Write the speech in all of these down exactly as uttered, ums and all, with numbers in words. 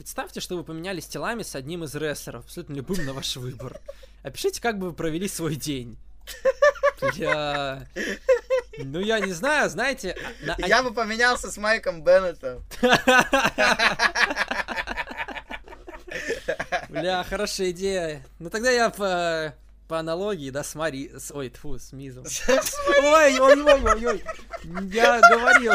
представьте, что вы поменялись телами с одним из рестлеров, абсолютно любым на ваш выбор. Опишите, как бы вы провели свой день. Бля... Ну, я не знаю, знаете... На... Я бы поменялся с Майком Беннетом. Бля, хорошая идея. Ну, тогда я по, по аналогии, да, с Мари... С... Ой, тьфу, с Мизом. Ой, ой, ой, ой, ой. Я говорил.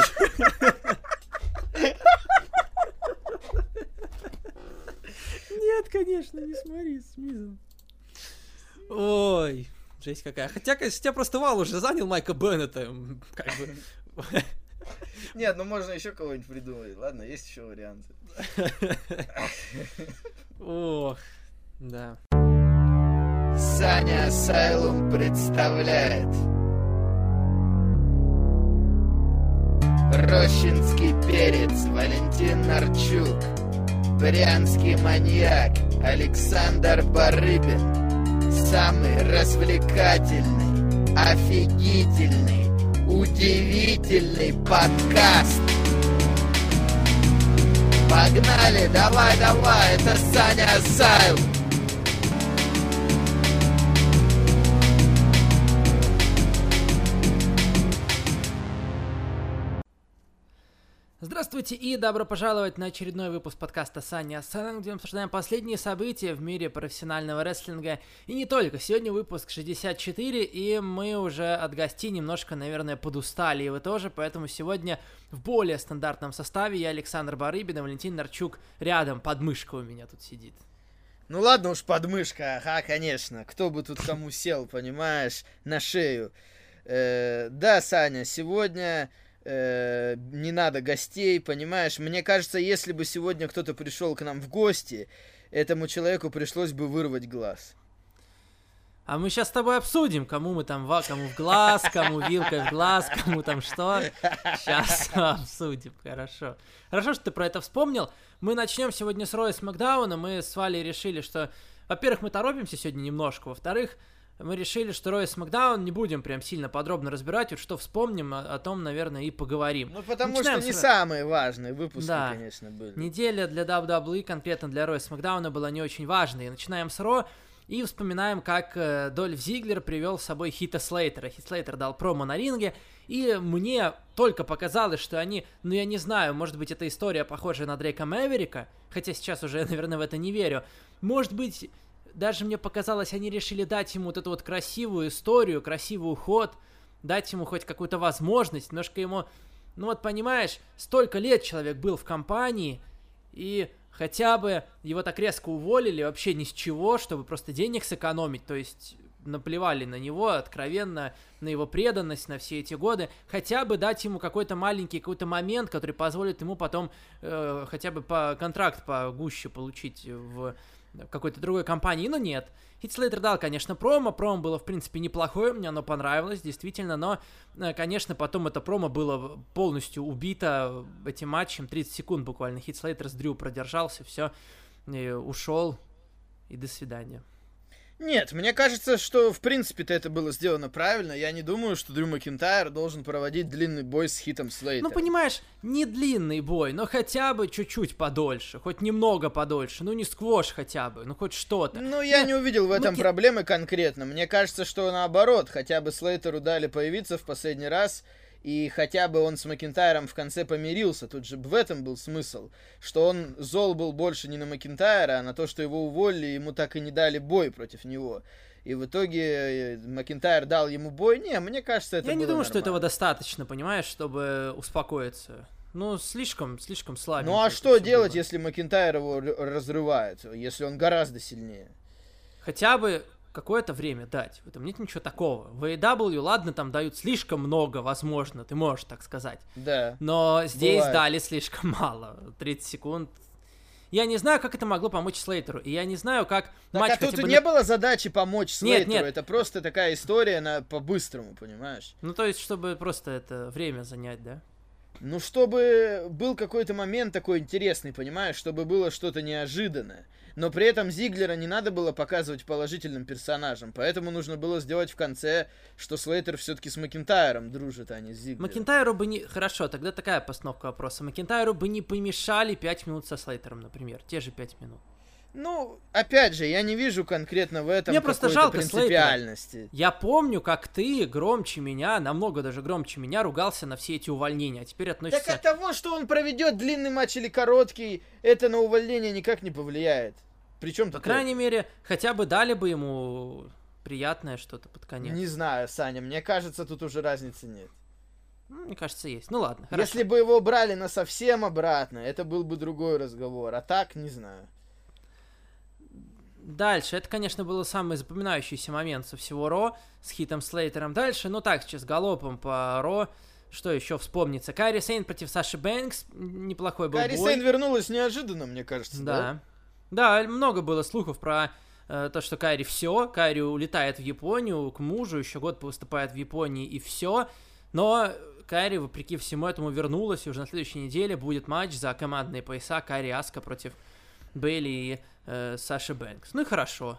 Нет, конечно, не с Мари, с Мизом. Ой... Жесть какая. Хотя, конечно, я просто Вал уже занял Майка Беннета. Как бы. Нет, ну можно еще кого-нибудь придумать. Ладно, есть еще варианты. Ох, да. Саня Асайлум представляет Рощинский перец Валентин Нарчук, Брянский маньяк Александр Барыбин. Самый развлекательный, офигительный, удивительный подкаст. Погнали, давай, давай, это Саня Асайлум. Здравствуйте и добро пожаловать на очередной выпуск подкаста Саня Асайлум, где мы обсуждаем последние события в мире профессионального рестлинга. И не только. Сегодня выпуск шестьдесят четыре, и мы уже от гостей немножко, наверное, подустали, и вы тоже, поэтому сегодня в более стандартном составе я, Александр Барыбин, и Валентин Нарчук рядом, подмышка у меня тут сидит. Ну ладно уж, подмышка, ага, конечно. Кто бы тут кому сел, понимаешь, на шею. Э, да, Саня, сегодня... Э, не надо гостей, понимаешь? Мне кажется, если бы сегодня кто-то пришел к нам в гости, этому человеку пришлось бы вырвать глаз. А мы сейчас с тобой обсудим, кому мы там, кому в глаз, кому вилкой в глаз, кому там что. Сейчас обсудим, хорошо. Хорошо, что ты про это вспомнил. Мы начнем сегодня с Роя Смакдауна. Мы с Валей решили, что, во-первых, мы торопимся сегодня немножко, во-вторых, мы решили, что Royal Smackdown не будем прям сильно подробно разбирать, вот что вспомним, о, о том, наверное, и поговорим. Ну, потому Начинаем что не с... самые важные выпуски, да. конечно, были. Неделя для дабл ю дабл ю и, конкретно для Royal Smackdown, была не очень важной. Начинаем с Ро и вспоминаем, как э, Дольф Зиглер привел с собой Хита Слейтера. Хит Слейтер дал промо на ринге, и мне только показалось, что они, ну, я не знаю, может быть, эта история похожа на Дрейка Мэверика, хотя сейчас уже, наверное, в это не верю. Может быть... Даже мне показалось, они решили дать ему вот эту вот красивую историю, красивый уход, дать ему хоть какую-то возможность, немножко ему, ну вот понимаешь, столько лет человек был в компании, и хотя бы его так резко уволили вообще ни с чего, чтобы просто денег сэкономить, то есть наплевали на него откровенно, на его преданность, на все эти годы, хотя бы дать ему какой-то маленький какой-то момент, который позволит ему потом э, хотя бы по контракт погуще получить в... какой-то другой компании, но нет. Хит Слейтер дал, конечно, промо, промо было, в принципе, неплохое, мне оно понравилось, действительно, но, конечно, потом это промо было полностью убито этим матчем, тридцать секунд буквально Хит Слейтер с Дрю продержался, все, ушел, и до свидания. Нет, мне кажется, что, в принципе-то, это было сделано правильно. Я не думаю, что Дрю Макинтайр должен проводить длинный бой с Хитом Слейтером. Ну, понимаешь, не длинный бой, но хотя бы чуть-чуть подольше, хоть немного подольше, ну, не сквош хотя бы, ну, хоть что-то. Ну, я Нет, не увидел в этом Маки... проблемы конкретно. Мне кажется, что наоборот, хотя бы Слейтеру дали появиться в последний раз, и хотя бы он с Макинтайром в конце помирился. Тут же в этом был смысл, что он зол был больше не на Макинтайра, а на то, что его уволили, и ему так и не дали бой против него. И в итоге Макинтайр дал ему бой. Не, мне кажется, это Я было не думаю, нормально. что этого достаточно, понимаешь, чтобы успокоиться. Ну, слишком, слишком слабенько. Ну, а что делать, было. если Макинтайр его разрывает, если он гораздо сильнее? Хотя бы какое-то время дать. В этом нет ничего такого. В эй и дабл ю, ладно, там дают слишком много, возможно, ты можешь так сказать. Да. Но здесь бывает. дали слишком мало. тридцать секунд. Я не знаю, как это могло помочь Слейтеру. И я не знаю, как Так, матч а тут хотя бы... не было задачи помочь Слейтеру. Нет, нет. Это просто такая история на... по-быстрому, понимаешь? Ну, то есть, чтобы просто это время занять, да? Ну, чтобы был какой-то момент такой интересный, понимаешь, чтобы было что-то неожиданное. Но при этом Зиглера не надо было показывать положительным персонажем, поэтому нужно было сделать в конце, что Слейтер все-таки с Макинтайром дружит, а не с Зиглером. Макинтайру бы не... Хорошо, тогда такая постановка вопроса. Макинтайру бы не помешали пять минут со Слейтером, например. Те же пять минут. Ну, опять же, я не вижу конкретно в этом Мне просто какой-то жалко принципиальности. Слейтера. Я помню, как ты громче меня, намного даже громче меня, ругался на все эти увольнения, а теперь относишься... Так от того, что он проведет длинный матч или короткий, это на увольнение никак не повлияет. Причем По крайней это? мере, хотя бы дали бы ему приятное что-то под конец. Не знаю, Саня, мне кажется, тут уже разницы нет. Мне кажется, есть. Ну ладно, хорошо. Если бы его брали на совсем обратно, это был бы другой разговор, а так, не знаю. Дальше, это, конечно, был самый запоминающийся момент со всего Ро с Хитом Слейтером. Дальше, ну так, сейчас галопом по Ро. Что еще вспомнится? Кайри Сейн против Саши Бэнкс. Неплохой был Кайри бой. Сейн вернулась неожиданно, мне кажется, да? Да, да много было слухов про э, то, что Кайри все. Кайри улетает в Японию к мужу, еще год выступает в Японии и все. Но Кайри, вопреки всему этому, вернулась, и уже на следующей неделе будет матч за командные пояса Кайри Аска против Бейли и э, Саши Бэнкс. Ну и хорошо.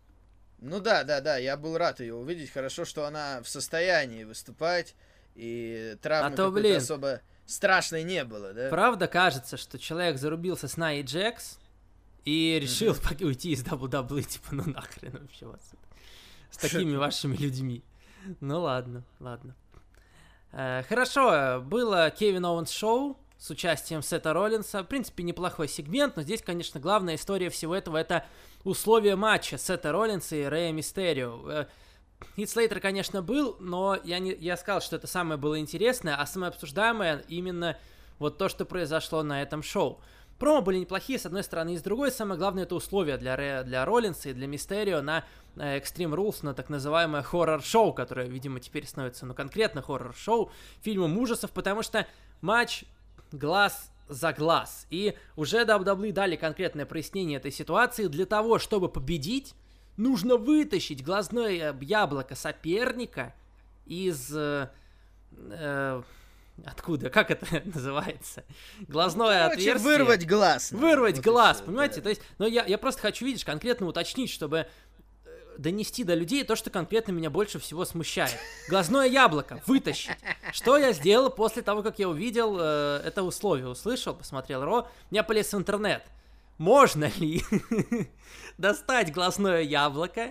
Ну да, да, да, я был рад ее увидеть. Хорошо, что она в состоянии выступать, и травмы а то, какой-то блин, особо страшной не было, да? Правда кажется, что человек зарубился с Найей Джекс и решил mm-hmm. уйти из дабл ю дабл ю и, типа, ну нахрен вообще вас с такими вашими людьми. Ну ладно, ладно. Э, хорошо, было Кевин Оуэнс шоу с участием Сета Роллинса. В принципе, неплохой сегмент, но здесь, конечно, главная история всего этого — это условия матча Сета Роллинса и Рэя Мистерио. Хит Слейтер, конечно, был, но я, не, я сказал, что это самое было интересное, а самое обсуждаемое именно вот то, что произошло на этом шоу. Промо были неплохие, с одной стороны, и с другой, самое главное, это условия для, Рэя, для Роллинса и для Мистерио на э, Extreme Rules, на так называемое хоррор-шоу, которое, видимо, теперь становится, ну, конкретно хоррор-шоу, фильмом ужасов, потому что матч глаз за глаз. И уже дабл ю дабл ю и дали конкретное прояснение этой ситуации. Для того, чтобы победить, нужно вытащить глазное яблоко соперника из... Э, э, откуда? Как это называется? Глазное ну, отверстие. Вырвать глаз. Вырвать вот глаз, все, понимаете? Да. То есть, но я, я просто хочу, видишь, конкретно уточнить, чтобы донести до людей то, что конкретно меня больше всего смущает. Глазное яблоко вытащить. Что я сделал после того, как я увидел э, это условие, услышал, посмотрел Ро, я полез в интернет. Можно ли достать глазное яблоко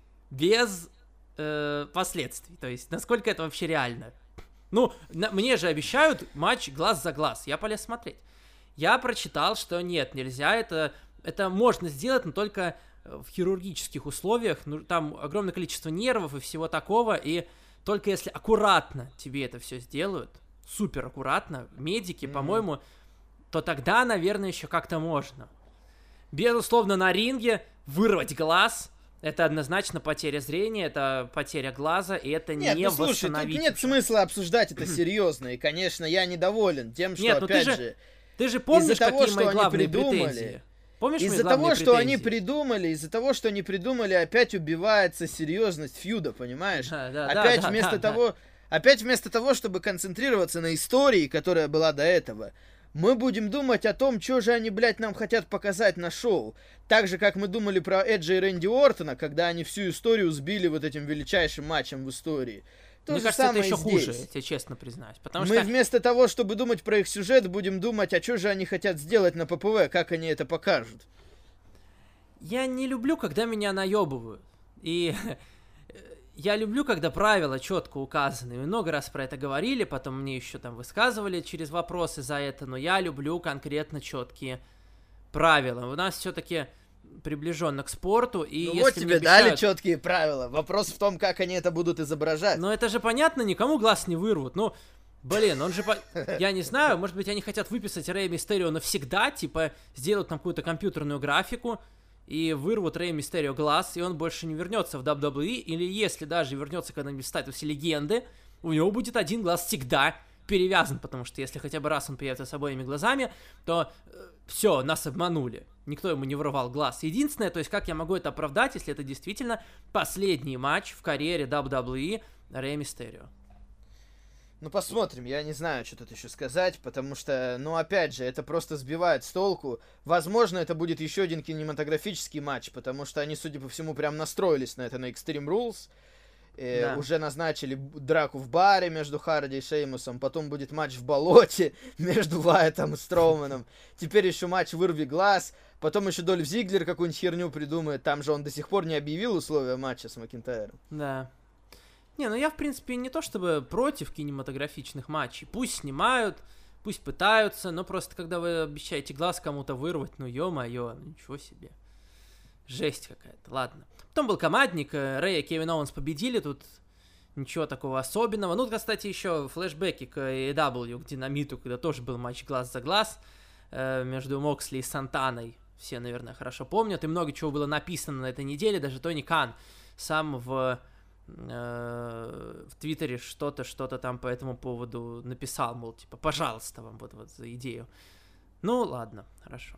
без э, последствий? То есть, насколько это вообще реально? Ну, на, мне же обещают матч глаз за глаз. Я полез смотреть. Я прочитал, что нет, нельзя. Это, это можно сделать, но только в хирургических условиях. Ну, там огромное количество нервов и всего такого. И только если аккуратно тебе это все сделают, супер аккуратно, медики, mm-hmm. по-моему, то тогда, наверное, еще как-то можно. Безусловно, на ринге вырвать глаз — это однозначно потеря зрения, это потеря глаза, и это нет, не ну, слушай, восстановить. Тут нет смысла обсуждать это серьезно, и, конечно, я недоволен тем, что, нет, ну опять ты же, же, ты же помнишь, из-за того, какие что мои они главные придумали, претензии? Помнишь из-за мои того, что претензии? они придумали, из-за того, что они придумали, опять убивается серьезность фьюда, понимаешь? Да, да, опять да, вместо да, того, да. опять вместо того, чтобы концентрироваться на истории, которая была до этого, мы будем думать о том, что же они, блядь, нам хотят показать на шоу. Так же, как мы думали про Эджа и Рэнди Ортона, когда они всю историю сбили вот этим величайшим матчем в истории. То Мне же кажется, это еще здесь. хуже, я тебе честно признаюсь. Потому мы что... вместо того, чтобы думать про их сюжет, будем думать, а что же они хотят сделать на ППВ, как они это покажут. Я не люблю, когда меня наебывают. И я люблю, когда правила четко указаны. Мы много раз про это говорили, потом мне еще там высказывали через вопросы за это, но я люблю конкретно четкие правила. У нас все-таки приближенно к спорту, и ну если вот тебе обещают... дали четкие правила. Вопрос в том, как они это будут изображать. Но это же понятно, никому глаз не вырвут. Ну, блин, он же... По... Я не знаю, может быть, они хотят выписать Рэя Мистерио навсегда, типа, сделать там какую-то компьютерную графику, и вырвут Рэя Мистерио глаз, и он больше не вернется в дабл ю дабл ю и, или если даже вернется когда-нибудь в статусе легенды, у него будет один глаз всегда перевязан, потому что если хотя бы раз он появится с обоими глазами, то э, все, нас обманули. Никто ему не вырвал глаз. Единственное, то есть как я могу это оправдать, если это действительно последний матч в карьере дабл ю дабл ю и Рэя Мистерио. Ну, посмотрим, я не знаю, что тут еще сказать, потому что, ну, опять же, это просто сбивает с толку. Возможно, это будет еще один кинематографический матч, потому что они, судя по всему, прям настроились на это на Extreme Rules. Э, Да. Уже назначили драку в баре между Харди и Шеймусом, потом будет матч в болоте между Вайетом и Строуманом. Теперь еще матч «Вырви глаз», потом еще Дольф Зиглер какую-нибудь херню придумает, там же он до сих пор не объявил условия матча с Макинтайром. Да. Не, ну я, в принципе, не то чтобы против кинематографичных матчей. Пусть снимают, пусть пытаются, но просто когда вы обещаете глаз кому-то вырвать, ну ё-моё, ну ничего себе. Жесть какая-то, ладно. Потом был командник, э, Рэй и Кевин Оуэнс победили, тут ничего такого особенного. Ну, кстати, еще флешбеки к эй и дабл ю, к Динамиту, когда тоже был матч глаз за глаз э, между Моксли и Сантаной. Все, наверное, хорошо помнят. И много чего было написано на этой неделе. Даже Тони Кан сам в, э, в Твиттере что-то, что-то там по этому поводу написал. Мол, типа, пожалуйста, вам вот, вот за идею. Ну, ладно, хорошо.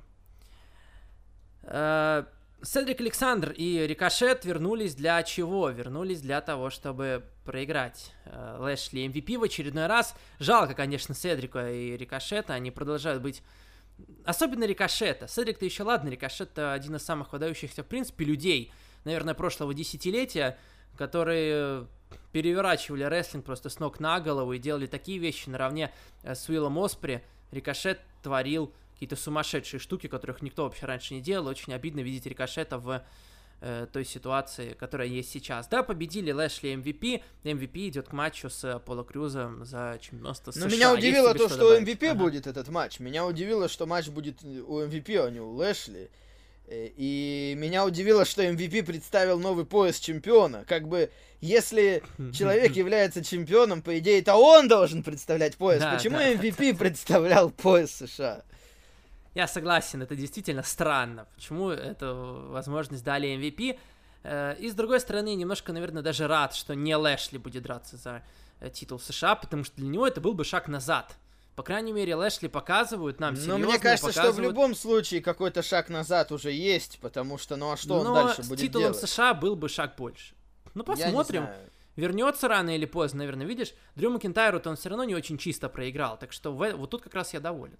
Э, Седрик Александр и Рикошет вернулись для чего? Вернулись для того, чтобы проиграть э, Лэшли эм ви пи в очередной раз. Жалко, конечно, Седрика и Рикошета. Они продолжают быть... Особенно Рикошета. Седрик-то еще ладно, Рикошет-то один из самых выдающихся, в принципе, людей, наверное, прошлого десятилетия, которые переворачивали рестлинг просто с ног на голову и делали такие вещи наравне с Уиллом Оспри. Рикошет творил какие-то сумасшедшие штуки, которых никто вообще раньше не делал. Очень обидно видеть Рикошета в э, той ситуации, которая есть сейчас. Да, победили Лэшли эм ви пи. эм ви пи идет к матчу с Аполло Крузом за чемпионство США. Но меня удивило Есть тебе то, что что у добавить? эм ви пи Ага. будет этот матч. Меня удивило, что матч будет у эм ви пи, а не у Лэшли. Э, И меня удивило, что эм ви пи представил новый пояс чемпиона. Как бы, если человек является чемпионом, по идее, это он должен представлять пояс. Да, Почему да, эм ви пи представлял пояс США? Я согласен, это действительно странно. Почему эту возможность дали эм ви пи? Э, И с другой стороны, немножко, наверное, даже рад, что не Лэшли будет драться за э, титул США, потому что для него это был бы шаг назад. По крайней мере, Лэшли показывают нам Но серьезно. мне кажется, что в показывают- любом случае какой-то шаг назад уже есть, потому что, ну а что он Но дальше с будет титулом делать? США был бы шаг больше. Ну, Я не посмотрим. знаю. Вернется рано или поздно, наверное. Видишь, Дрю Макинтайру-то он все равно не очень чисто проиграл, так что в- вот тут как раз я доволен.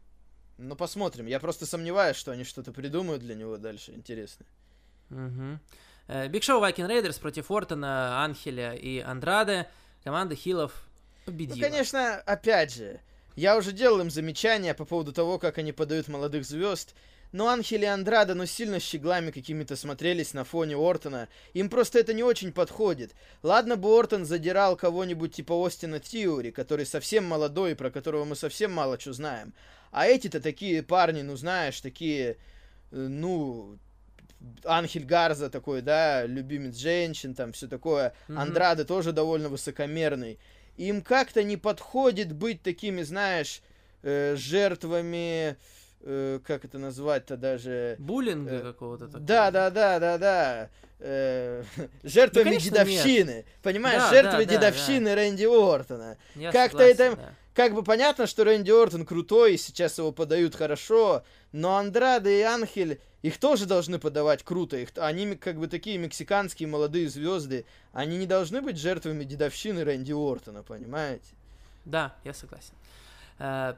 Ну посмотрим. Я просто сомневаюсь, что они что-то придумают для него дальше. Интересно. Мгм. Э, Биг Шоу Вайкин Рейдерс против Ортона, Анхеля и Андраде. Команда хилов победила. Ну, конечно, опять же, я уже делал им замечания по поводу того, как они подают молодых звезд. Но Анхель и Андрада, ну, сильно щеглами какими-то смотрелись на фоне Ортона. Им просто это не очень подходит. Ладно бы Ортон задирал кого-нибудь типа Остина Тиури, который совсем молодой, про которого мы совсем мало что знаем. А эти-то такие парни, ну, знаешь, такие, э, ну... Анхель Гарза такой, да, любимец женщин, там все такое. Мгм. Андрада тоже довольно высокомерный. Им как-то не подходит быть такими, знаешь, э, жертвами, э, как это назвать-то даже... Буллинга Э, какого-то такого. Да, да, да, да, да. Э, жертвами конечно, дедовщины. Понимаешь, Да, жертвы да, да, дедовщины Рэнди Ортона. Я как-то согласен, это- да. Как бы понятно, что Рэнди Ортон крутой, и сейчас его подают хорошо, но Андрада и Анхель, их тоже должны подавать круто. Их, они как бы такие мексиканские молодые звезды. Они не должны быть жертвами дедовщины Рэнди Ортона, понимаете? Да, я согласен. Э,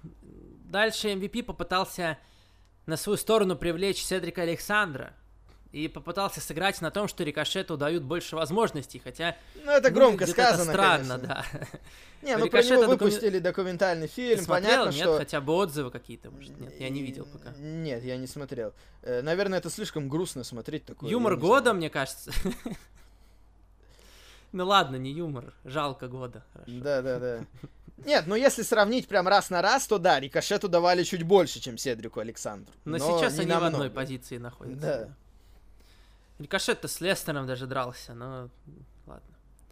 Дальше эм ви пи попытался на свою сторону привлечь Седрика Александра и попытался сыграть на том, что Рикошету дают больше возможностей, хотя... Ну, это ну, громко где-то это сказано, странно, конечно. да. Не, У ну про Рикошета него докумен- выпустили документальный фильм, Ты смотрел, понятно, нет? что... Хотя бы отзывы какие-то, может, нет? Я не видел пока. Нет, я не смотрел. Э, Наверное, это слишком грустно смотреть такое. Юмор я не года, знаю. мне кажется. Ну ладно, не юмор, жалко года. Хорошо. Да, да, да. Нет, ну если сравнить прям раз на раз, то да, Рикошету давали чуть больше, чем Седрику Александру. Но, сейчас не они в намного. одной позиции находятся. Да. Рикошет-то с Лестером даже дрался, но ладно.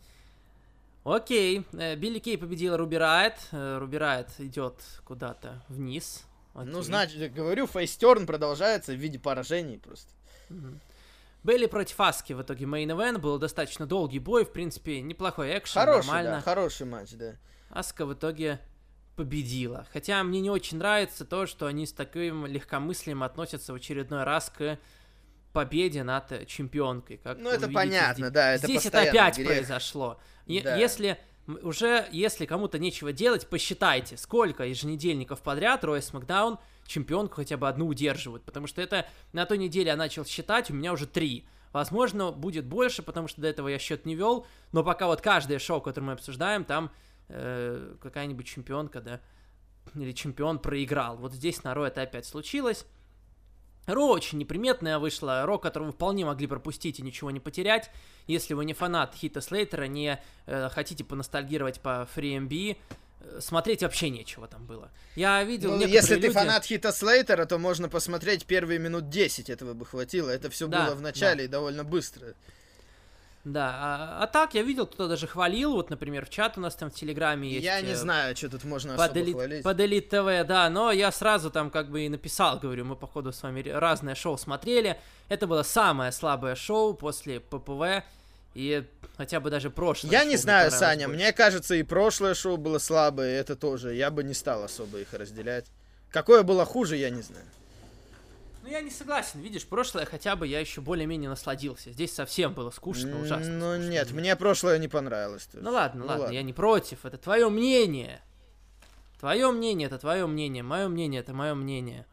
Окей, э, Билли Кей победила Руби Райт. Э, Руби Райт идет куда-то вниз. Окей. Ну, значит, говорю, фейстерн продолжается в виде поражений просто. Мгм. Бейли против Аски в итоге мейн-эвент. Был достаточно долгий бой, в принципе, неплохой экшен, Хороший, нормально. да, хороший матч, да. Аска в итоге победила. Хотя мне не очень нравится то, что они с таким легкомыслием относятся в очередной раз к победе над чемпионкой. Как Ну, вы это видите, понятно, здесь- да, это Здесь это постоянно опять грех. произошло. Е- Да. Если уже, если кому-то нечего делать, посчитайте, сколько еженедельников подряд Raw и SmackDown чемпионку хотя бы одну удерживают, потому что это на той неделе я начал считать, у меня уже три. Возможно, будет больше, потому что до этого я счет не вел, но пока вот каждое шоу, которое мы обсуждаем, там э, какая-нибудь чемпионка, да, или чемпион проиграл. Вот здесь на Raw это опять случилось. Ро очень неприметная вышла, Ро, которую вы вполне могли пропустить и ничего не потерять. Если вы не фанат Хита Слейтера, не э, хотите поностальгировать по FreeMB, э, смотреть вообще нечего там было. Я видел ну, некоторые если люди... ты фанат Хита Слейтера, то можно посмотреть первые минут десять, этого бы хватило. Это все да, было в начале да. и довольно быстро. Да, а, а так я видел, кто-то даже хвалил, вот, например, в чат у нас там в Телеграме есть... Я не э, знаю, что тут можно под особо Элит, хвалить. Под Элит ТВ, да, но я сразу там как бы и написал, говорю, мы, походу, с вами разное шоу смотрели. Это было самое слабое шоу после ППВ, и хотя бы даже прошлое Я шоу не знаю, Саня, больше. мне кажется, и прошлое шоу было слабое, и это тоже. Я бы не стал особо их разделять. Какое было хуже, я не знаю. Ну, я не согласен, видишь, прошлое хотя бы я еще более-менее насладился. Здесь совсем было скучно, ужасно. Ну, скучно. нет, мне прошлое не понравилось. Ну, ладно, ну ладно, ладно, я не против, это твое мнение. Твое мнение, это твое мнение, мое мнение, это мое мнение.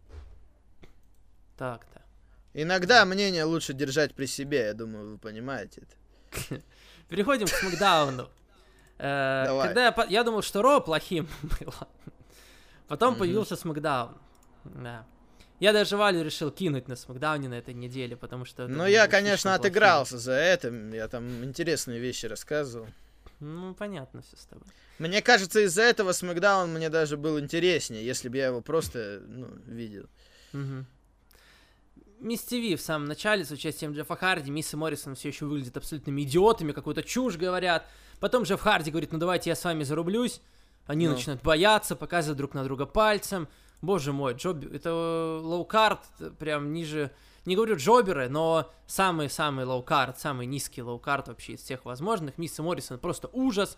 Так-то. Иногда мнение лучше держать при себе, я думаю, вы понимаете это. Переходим к Смакдауну. Э, Давай. Когда я, по- я думал, что Ро плохим было. Потом Мгм. появился Смакдаун. Да. Я даже Валю решил кинуть на Смакдауне на этой неделе, потому что... это Ну, было я, слишком конечно, плохим. отыгрался за это. Я там интересные вещи рассказывал. Ну, понятно все с тобой. Мне кажется, из-за этого Смакдаун мне даже был интереснее, если бы я его просто, ну, видел. Мгм. Мисс ТВ в самом начале с участием Джеффа Харди, Мисс и Моррисон все еще выглядят абсолютными идиотами, какую-то чушь говорят. Потом Джефф Харди говорит, ну давайте я с вами зарублюсь. Они Ну. начинают бояться, показывают друг на друга пальцем. Боже мой, Джоб... это лоу-карт, прям ниже... Не говорю джоберы, но самый-самый лоу-карт, самый низкий лоу-карт вообще из всех возможных. Мисс и Моррисон просто ужас.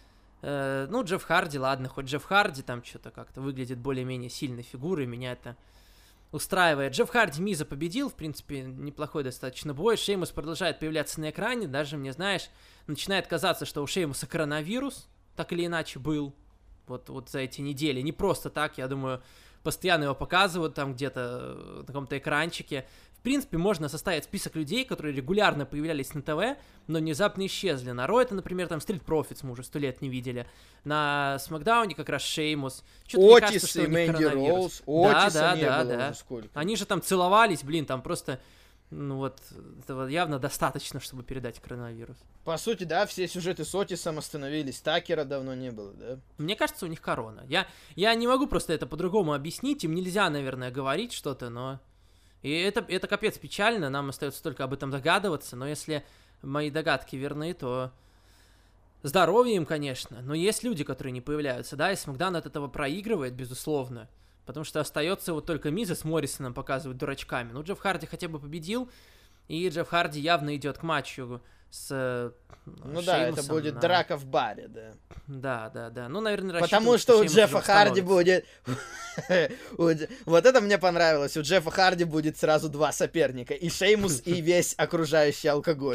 Э, ну, Джефф Харди, ладно, хоть Джефф Харди там что-то как-то выглядит более-менее сильной фигурой, меня это устраивает. Джефф Харди Миза победил, в принципе, неплохой достаточно бой. Шеймус продолжает появляться на экране, даже, мне, знаешь, начинает казаться, что у Шеймуса коронавирус, так или иначе, был вот, вот за эти недели. Не просто так, я думаю, постоянно его показывают там где-то на каком-то экранчике. В принципе, можно составить список людей, которые регулярно появлялись на ТВ, но внезапно исчезли. На Ро это, например, там Street Profits мы уже сто лет не видели. На Смакдауне как раз Шеймус. Отис и Мэнди Роуз. Отиса да, не да, было да. уже сколько. Они же там целовались, блин, там просто, ну вот, этого явно достаточно, чтобы передать коронавирус. По сути, да, все сюжеты с Отисом остановились. Такера давно не было, да? Мне кажется, у них корона. Я, я не могу просто это по-другому объяснить, им нельзя, наверное, говорить что-то, но... И это, это капец печально, нам остается только об этом догадываться, но если мои догадки верны, то здоровье им, конечно, но есть люди, которые не появляются, да, и Смакдаун от этого проигрывает, безусловно, потому что остается вот только Миза с Моррисоном показывают дурачками. Ну, Джефф Харди хотя бы победил, и Джефф Харди явно идет к матчу с Ну да, это будет на... драка в баре, да. Да, да, да. Ну, наверное, Потому что у Джеффа Харди будет... Вот это мне понравилось. У Джеффа Харди будет сразу два соперника. И Шеймус, и весь окружающий алкоголь.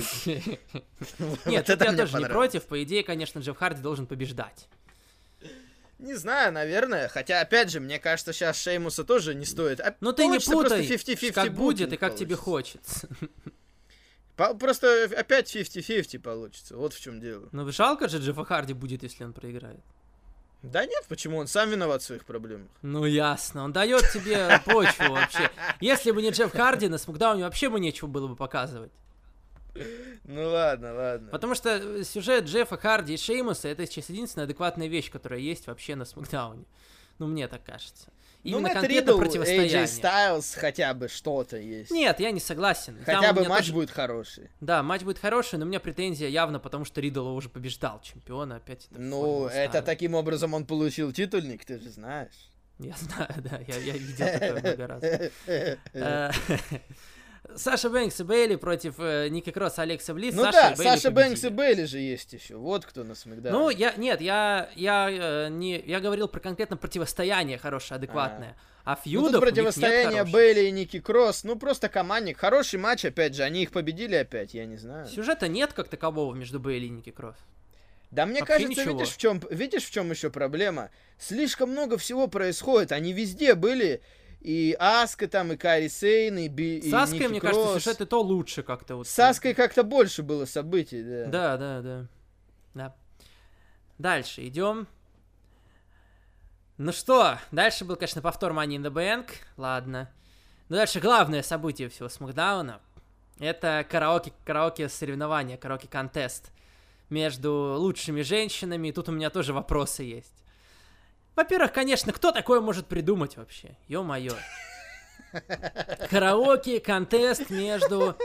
Нет, это я тоже не против. По идее, конечно, Джефф Харди должен побеждать. Не знаю, наверное. Хотя, опять же, мне кажется, сейчас Шеймуса тоже не стоит. Ну ты не путай, пятьдесят как будет и как получится. тебе хочется. Просто опять пятьдесят на пятьдесят получится. Вот в чем дело. Ну жалко же Джеффа Харди будет, если он проиграет. Да нет, почему? Он сам виноват в своих проблемах. Ну ясно, он дает тебе почву вообще. Если бы не Джефф Харди, на Смакдауне вообще бы нечего было бы показывать. Ну ладно, ладно. Потому что сюжет Джеффа Харди и Шеймуса — это сейчас единственная адекватная вещь, которая есть вообще на Смакдауне. Ну мне так кажется. Именно ну, конкретно Ридл, противостояние. эй джей Styles хотя бы что-то есть. Нет, я не согласен. Хотя Там у бы меня матч тоже... будет хороший. Да, матч будет хороший, но у меня претензия явно потому, что Ридл уже побеждал чемпиона опять. Это Ну, это таким образом он получил титульник, ты же знаешь. Я знаю, да, я, я видел такое много раз. Саша Бэнкс и Бейли против э, Ники Кросс и Алекса Блисс. Ну Саша да, и Бейли Саша победили. Бэнкс и Бейли же есть еще. Вот кто на Смакдауне. Ну, я, нет, я, я, э, не, я говорил про конкретно противостояние хорошее, адекватное. А, а ну, фьюдов тут у них нет противостояние хороших. Бейли и Ники Кросс. Ну, просто командник. Хороший матч, опять же. Они их победили опять, я не знаю. Сюжета нет как такового между Бейли и Ники Кросс. Да мне Вообще кажется, ничего. видишь в чем, видишь в чем еще проблема? Слишком много всего происходит, они везде были, и Аска там, и Кари Сейн, и, Би, С Аской, и Ники мне Кросс. кажется, сюжет и то лучше как-то. Вот. С Аской как-то больше было событий, да. Да, да, да. Да. Дальше идем. Ну что, дальше был, конечно, повтор Money in the Bank. Ладно. Но дальше главное событие всего Смакдауна. Это караоке, караоке соревнования, караоке контест между лучшими женщинами. И тут у меня тоже вопросы есть. Во-первых, конечно, кто такое может придумать вообще? Ё-моё. Караоке контест между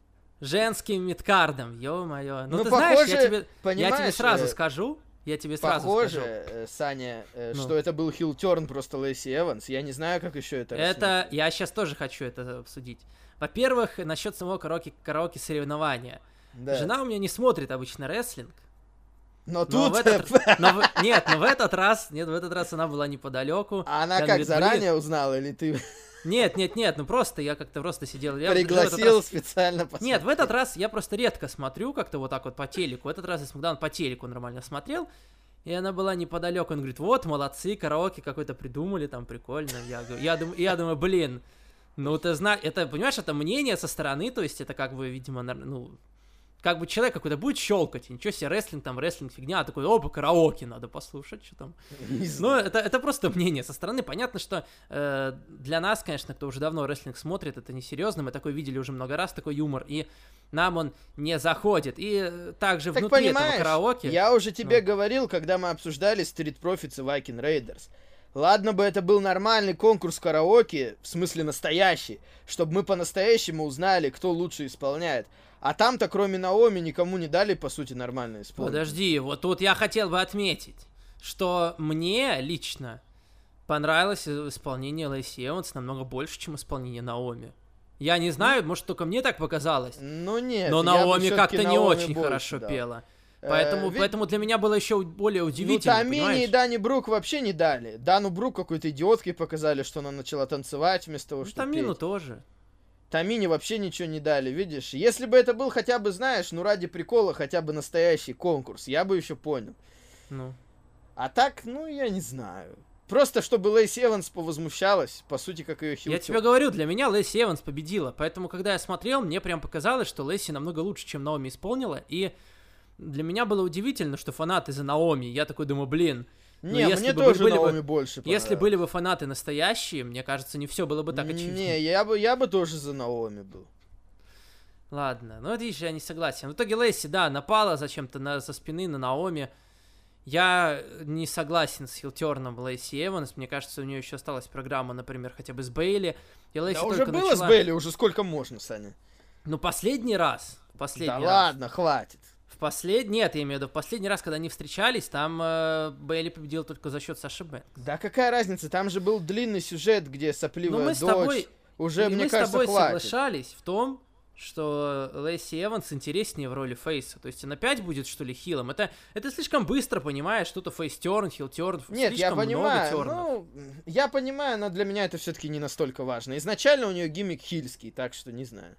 женским мидкардом. Ё-моё. Ну, Ну, ты похоже, знаешь, я тебе, я понимаешь, тебе сразу э, скажу. Я тебе сразу Похоже, скажу. э, Саня, э, Ну. что это был хил-терн просто Лэйси Эванс. Я не знаю, как еще это Это, я сейчас тоже хочу это обсудить. Во-первых, насчет самого караоке, караоке соревнования. Да. Жена у меня не смотрит обычно рестлинг. Но Но тут... в этот, но в- нет, но в этот раз, нет, в этот раз она была неподалеку. А она Я как, говорит, блин, заранее узнала, или ты Нет, нет, нет, ну просто я как-то просто сидел. Я в этот пригласил раз- специально посмотреть? Нет, в этот раз я просто редко смотрю как-то вот так вот по телеку. В этот раз я Смакдаун по телеку нормально смотрел. И она была неподалеку. Он говорит, вот, молодцы, караоке какой-то придумали, там прикольно. Я, говорю- я, дум- я думаю, блин, ну ты знаешь, это, понимаешь, это мнение со стороны, то есть это как бы, видимо, нар- ну, как бы человек какой-то будет щелкать, и ничего себе, рестлинг, там, рестлинг, фигня, а такой, оба, караоке надо послушать, что там. Не Ну, знаю. это, это просто мнение со стороны. Понятно, что э, для нас, конечно, кто уже давно рестлинг смотрит, это несерьезно. Мы такой видели уже много раз, такой юмор, и нам он не заходит. И э, также Так внутри этого понимаешь, караоке... я уже тебе Ну. говорил, когда мы обсуждали Street Profits и Viking Raiders. Ладно бы это был нормальный конкурс караоке, в смысле настоящий, чтобы мы по-настоящему узнали, кто лучше исполняет. А там-то, кроме Наоми, никому не дали, по сути, нормально исполнить. Подожди, вот тут я хотел бы отметить, что мне лично понравилось исполнение Лэйси Эванс намного больше, чем исполнение Наоми. Я не знаю, может, только мне так показалось, Ну нет, но я бы Наоми всё-таки как-то не Наоми очень больше хорошо дал. пела. Э, Поэтому, ведь- поэтому для меня было еще более Ну, удивительно, Тамини и понимаешь? Дани Брук вообще не дали. Дану Брук какой-то идиоткой показали, что она начала танцевать вместо того, Ну, чтобы Тамину петь. тоже. Тамине вообще ничего не дали, видишь? Если бы это был хотя бы, знаешь, ну ради прикола, хотя бы настоящий конкурс, я бы еще понял. Ну. А так, ну, я не знаю. Просто чтобы Лэйси Эванс повозмущалась, по сути, как ее хил. Я тебе говорю, для меня Лэйси Эванс победила. Поэтому, когда я смотрел, мне прям показалось, что Лэйси намного лучше, чем Наоми исполнила. И для меня было удивительно, что фанаты за Наоми. Я такой думаю, блин, ну, Не, если мне бы тоже были бы- Наоми больше если понравилось. были бы фанаты настоящие, мне кажется, не все было бы так очевидно. Не, я бы, я бы тоже за Наоми был. Ладно, ну вот видишь, я не согласен. В итоге Лэйси, да, напала зачем-то на, со спины на Наоми. Я не согласен с хилтерном Лэйси Эванс. Мне кажется, у нее еще осталась программа, например, хотя бы с Бейли. И Лэйси Да уже только было начала... с Бейли, уже сколько можно, Саня. Ну, последний раз. Последний Да раз. ладно, хватит. В последний... Нет, я имею в виду, в последний раз, когда они встречались, там э, Бейли победил только за счет Саши Бэнкс. Да какая разница, там же был длинный сюжет, где сопливая Но мы с дочь. тобой... Уже, и мне мы с кажется, тобой хватит. соглашались в том, что Лэйси Эванс интереснее в роли фейса. То есть он опять будет, что ли, хилом. Это, это слишком быстро, понимаешь, что-то фейс-терн, хил-терн. Нет, я слишком понимаю, много тернов. ну, я понимаю, но для меня это все-таки не настолько важно. Изначально у нее гиммик хильский, так что не знаю.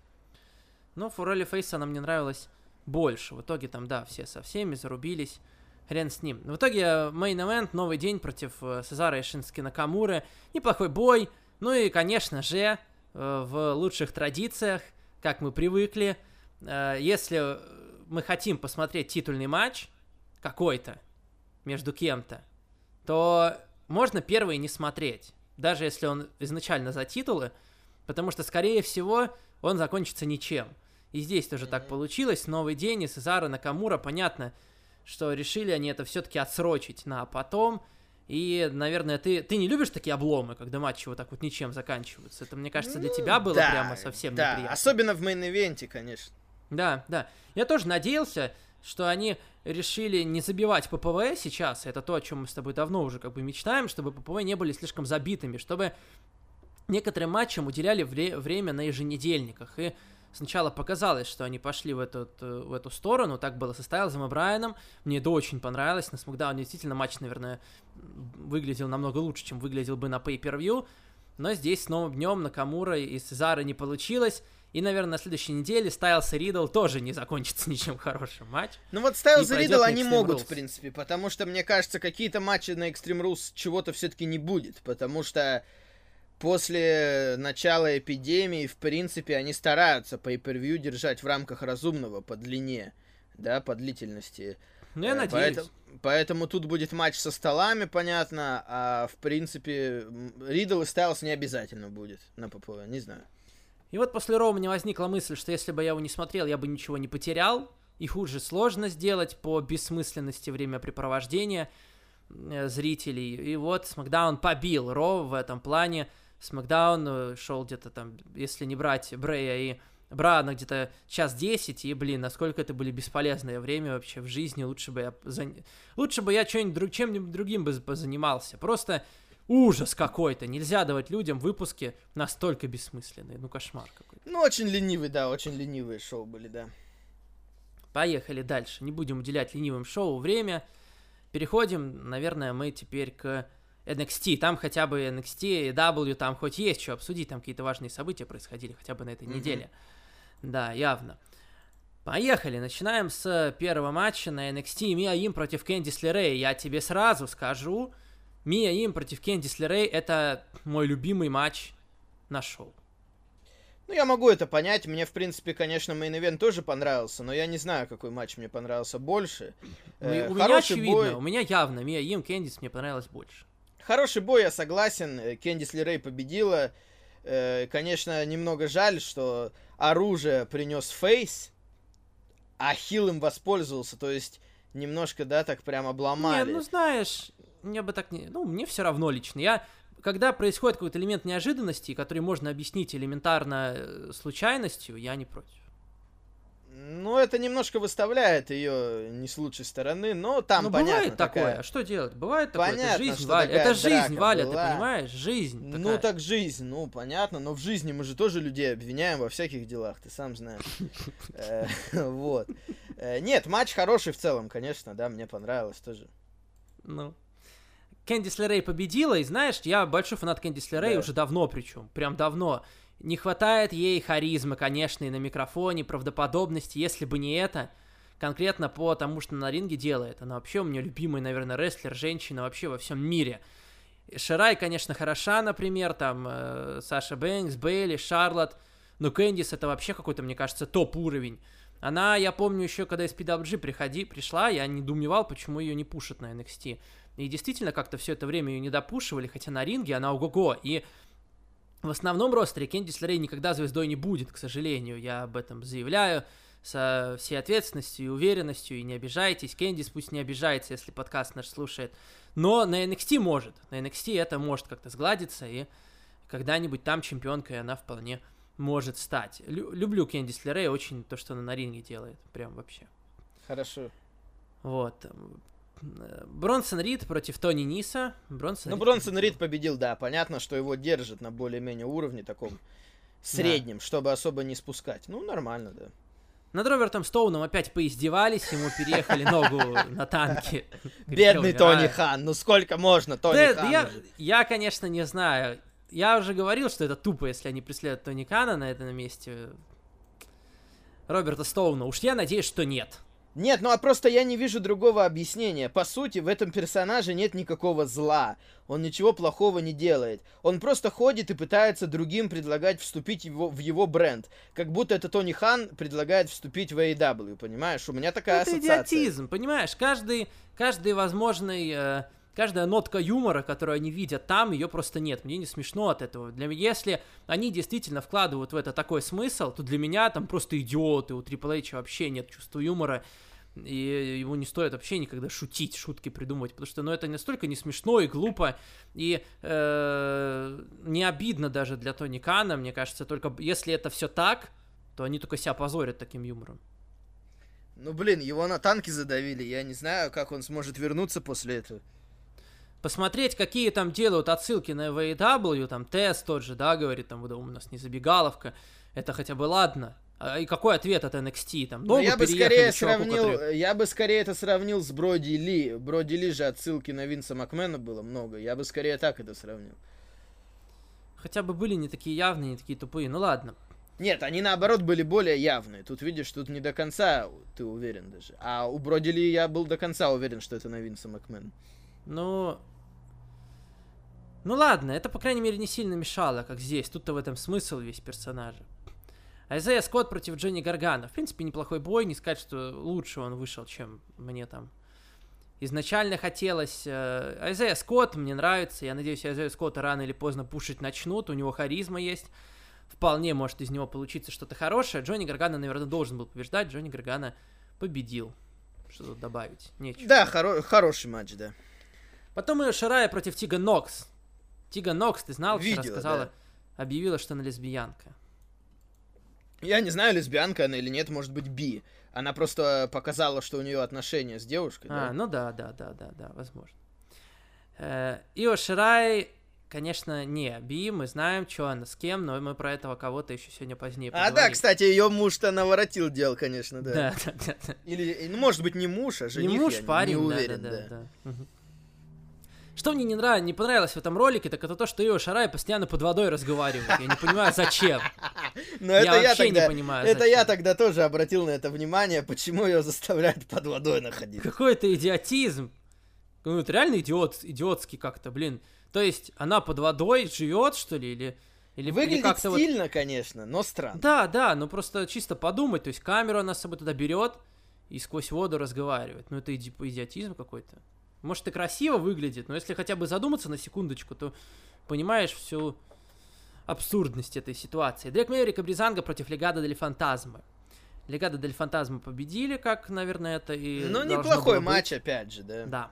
Но в роли фейса она мне нравилась больше. В итоге там, да, все со всеми зарубились. Хрен с ним. В итоге мейн-эвент, новый день против э, Сезара и Шински Накамуры. Неплохой бой. Ну и, конечно же, э, в лучших традициях, как мы привыкли, э, если мы хотим посмотреть титульный матч какой-то между кем-то, то можно первый не смотреть, даже если он изначально за титулы, потому что, скорее всего, он закончится ничем. И здесь тоже так получилось. Новый день, и Сезара, Накамура, понятно, что решили они это все-таки отсрочить на потом. И, наверное, ты, ты не любишь такие обломы, когда матчи вот так вот ничем заканчиваются. Это, мне кажется, для Ну, тебя было да, прямо совсем да, неприятно. особенно в мейн-ивенте, конечно. Да, да. Я тоже надеялся, что они решили не забивать ППВ сейчас. Это то, о чем мы с тобой давно уже как бы мечтаем, чтобы ППВ не были слишком забитыми, чтобы некоторым матчам уделяли вре- время на еженедельниках. И сначала показалось, что они пошли в эту, в эту сторону. Так было со Стайлзом и Брайаном. Мне это очень понравилось. На Смакдауне действительно матч, наверное, выглядел намного лучше, чем выглядел бы на Pay-Per-View. Но здесь с новым днем Накамура и Сезара не получилось. И, наверное, на следующей неделе Стайлс и Ридл тоже не закончится ничем хорошим матч. Ну вот Стайлс и Ридл они могут, Rules. В принципе, потому что, мне кажется, какие-то матчи на Extreme Rules чего-то все-таки не будет, потому что после начала эпидемии, в принципе, они стараются pay-per-view держать в рамках разумного по длине, да, по длительности. Ну, я надеюсь. Поэтому, поэтому тут будет матч со столами, понятно, а, в принципе, Ридл и Стайлс не обязательно будет на ППВ, не знаю. И вот после Роу у меня возникла мысль, что если бы я его не смотрел, я бы ничего не потерял. Их уже сложно сделать по бессмысленности времяпрепровождения э, зрителей. И вот Смакдаун побил Роу в этом плане. Смакдаун э, шел где-то там, если не брать Брэя и Брана, где-то час десять. И, блин, насколько это были бесполезное время вообще в жизни. Лучше бы я, за... Лучше бы я чем-нибудь, чем-нибудь другим бы позанимался. Просто... Ужас какой-то. Нельзя давать людям выпуски настолько бессмысленные. Ну, кошмар какой-то. Ну, очень ленивый, да, очень ленивые шоу были, да. Поехали дальше. Не будем уделять ленивым шоу время. Переходим, наверное, мы теперь к эн экс ти. Там хотя бы эн экс ти и дабл ю, там хоть есть что обсудить. Там какие-то важные события происходили хотя бы на этой mm-hmm. неделе. Да, явно. Поехали. Начинаем с первого матча на эн экс ти. Миа Им против Кэндис Лерей. Я тебе сразу скажу... Миа Им против Кэндис Лерей — это мой любимый матч на шоу. Ну, я могу это понять. Мне, в принципе, конечно, мейн-ивент тоже понравился, но я не знаю, какой матч мне понравился больше. Ну, э, у меня очевидно, бой... у меня явно Миа Им, Кэндис мне понравилось больше. Хороший бой, я согласен. Кэндис Лерей победила. Э, конечно, немного жаль, что оружие принес Фейс, а Хил им воспользовался, то есть немножко, да, так прям обломали. Не, ну знаешь... Мне бы так не... Ну, мне все равно лично. Я... Когда происходит какой-то элемент неожиданности, который можно объяснить элементарно случайностью, я не против. Ну, это немножко выставляет ее не с лучшей стороны, но там ну, понятно. Бывает такая... такое. А что делать? Бывает такое. Понятно, это жизнь, что Валя. Это жизнь, Валя, была. Ты понимаешь? Жизнь такая. Ну, так жизнь. Ну, понятно. Но в жизни мы же тоже людей обвиняем во всяких делах. Ты сам знаешь. Вот. Нет, матч хороший в целом, конечно, да, мне понравилось тоже. Ну... Кэндис Лерей победила, и знаешь, я большой фанат Кэндис Лерей да. уже давно причем, прям давно. Не хватает ей харизмы, конечно, и на микрофоне, правдоподобности, если бы не это, конкретно по тому, что на ринге делает. Она вообще у меня любимый, наверное, рестлер, женщина вообще во всем мире. Ширай, конечно, хороша, например, там э, Саша Бэнкс, Бейли, Шарлотт, но Кэндис это вообще какой-то, мне кажется, топ-уровень. Она, я помню, еще когда из пи дабл ю джи приходи, пришла, я недоумевал, почему ее не пушат на эн экс ти. И действительно, как-то все это время ее не допушивали, хотя на ринге она ого-го. И в основном ростере Кэндис Лерей никогда звездой не будет, к сожалению. Я об этом заявляю со всей ответственностью и уверенностью. И не обижайтесь. Кэндис пусть не обижается, если подкаст наш слушает. Но на эн экс ти может. На эн экс ти это может как-то сгладиться. И когда-нибудь там чемпионкой она вполне может стать. Лю- люблю Кэндис Лерей очень, то, что она на ринге делает. Прям вообще. Хорошо. Вот. Бронсон Рид против Тони Ниса. Бронсон ну, Рид Бронсон победил. Рид победил, да. Понятно, что его держат на более-менее уровне таком среднем, да. чтобы особо не спускать. Ну, нормально, да. Над Робертом Стоуном опять поиздевались, ему переехали ногу на танке. Бедный Тони Хан, ну сколько можно, Тони Хан? Я, конечно, не знаю. Я уже говорил, что это тупо, если они преследуют Тони Хана на этом месте. Роберта Стоуна. Уж я надеюсь, что нет. Нет, ну а просто я не вижу другого объяснения. По сути, в этом персонаже нет никакого зла. Он ничего плохого не делает. Он просто ходит и пытается другим предлагать вступить его, в его бренд. Как будто это Тони Хан предлагает вступить в эй и дабл ю, понимаешь? У меня такая это ассоциация. Это идиотизм, понимаешь? Каждый, каждый возможный... Э... Каждая нотка юмора, которую они видят там, ее просто нет. Мне не смешно от этого. Для меня, если они действительно вкладывают в это такой смысл, то для меня там просто идиоты. У Трипл Эйча вообще нет чувства юмора. И ему не стоит вообще никогда шутить, шутки придумывать. Потому что ну, это настолько не смешно и глупо. И э, не обидно даже для Тони Хана. Мне кажется, только если это все так, то они только себя позорят таким юмором. Ну блин, его на танки задавили. Я не знаю, как он сможет вернуться после этого. Посмотреть, какие там делают отсылки на ви эй дабл ю, там Тесс тот же, да, говорит, там, у нас не забегаловка, это хотя бы ладно. А, и какой ответ от эн экс ти? Там, ну, я бы скорее сравнил, который... я бы скорее это сравнил с Броди Ли. Броди Ли же отсылки на Винса Макмена было много, я бы скорее так это сравнил. хотя бы были не такие явные, не такие тупые. Ну ладно. Нет, они наоборот были более явные. Тут, видишь, тут не до конца ты уверен даже. А у Броди Ли я был до конца уверен, что это на Винса Макмена. Ну... Ну ладно, это, по крайней мере, не сильно мешало, как здесь. Тут-то в этом смысл весь персонажа. Айзея Скотт против Джонни Гаргано. В принципе, неплохой бой. Не сказать, что лучше он вышел, чем мне там изначально хотелось. Айзея Скотт мне нравится. Я надеюсь, Айзея Скотта рано или поздно пушить начнут. У него харизма есть. Вполне может из него получиться что-то хорошее. Джонни Гаргано, наверное, должен был побеждать. Джонни Гаргано победил. Что тут добавить? Нечего. Да, хоро- хороший матч, да. Потом Ио Ширай против Тиган Нокс. Тиган Нокс, ты знал, вчера Видео, сказала, да. объявила, что она лесбиянка. Я не знаю, лесбиянка она или нет, может быть, би. Она просто показала, что у нее отношения с девушкой. А, да? ну да, да, да, да, да, возможно. Э, Ио Ширай, конечно, не би, мы знаем, что она с кем, но мы про этого кого-то еще сегодня позднее А поговорим. да, кстати, ее муж-то наворотил дел, конечно, да. Да, да, да, да. Или, ну, может быть, не муж, а жених, Не муж, я парень, не да, уверен, да, да. да, да. Мгм. Что мне не нравилось, не понравилось в этом ролике, так это то, что Ио Ширай постоянно под водой разговаривает. Я не понимаю, зачем. Но Я это я вообще тогда, не понимаю, это зачем. я тогда тоже обратил на это внимание, почему ее заставляют под водой находиться. Какой-то идиотизм. Ну, это реально идиот, идиотский как-то, блин. То есть она под водой живет, что ли, или... или или Выглядит как-то вот- стильно, конечно, но странно. Да, да, ну просто чисто подумать, то есть камеру она с собой туда берет и сквозь воду разговаривает. Ну это иди- идиотизм какой-то. Может и красиво выглядит, но если хотя бы задуматься на секундочку, то понимаешь всю абсурдность этой ситуации. Дрейк Мэверик и Бризанго против Легадо дель Фантазмо. Легадо дель Фантазмо победили, как, наверное, это и Ну, должно неплохой было быть. матч, опять же, да. Да.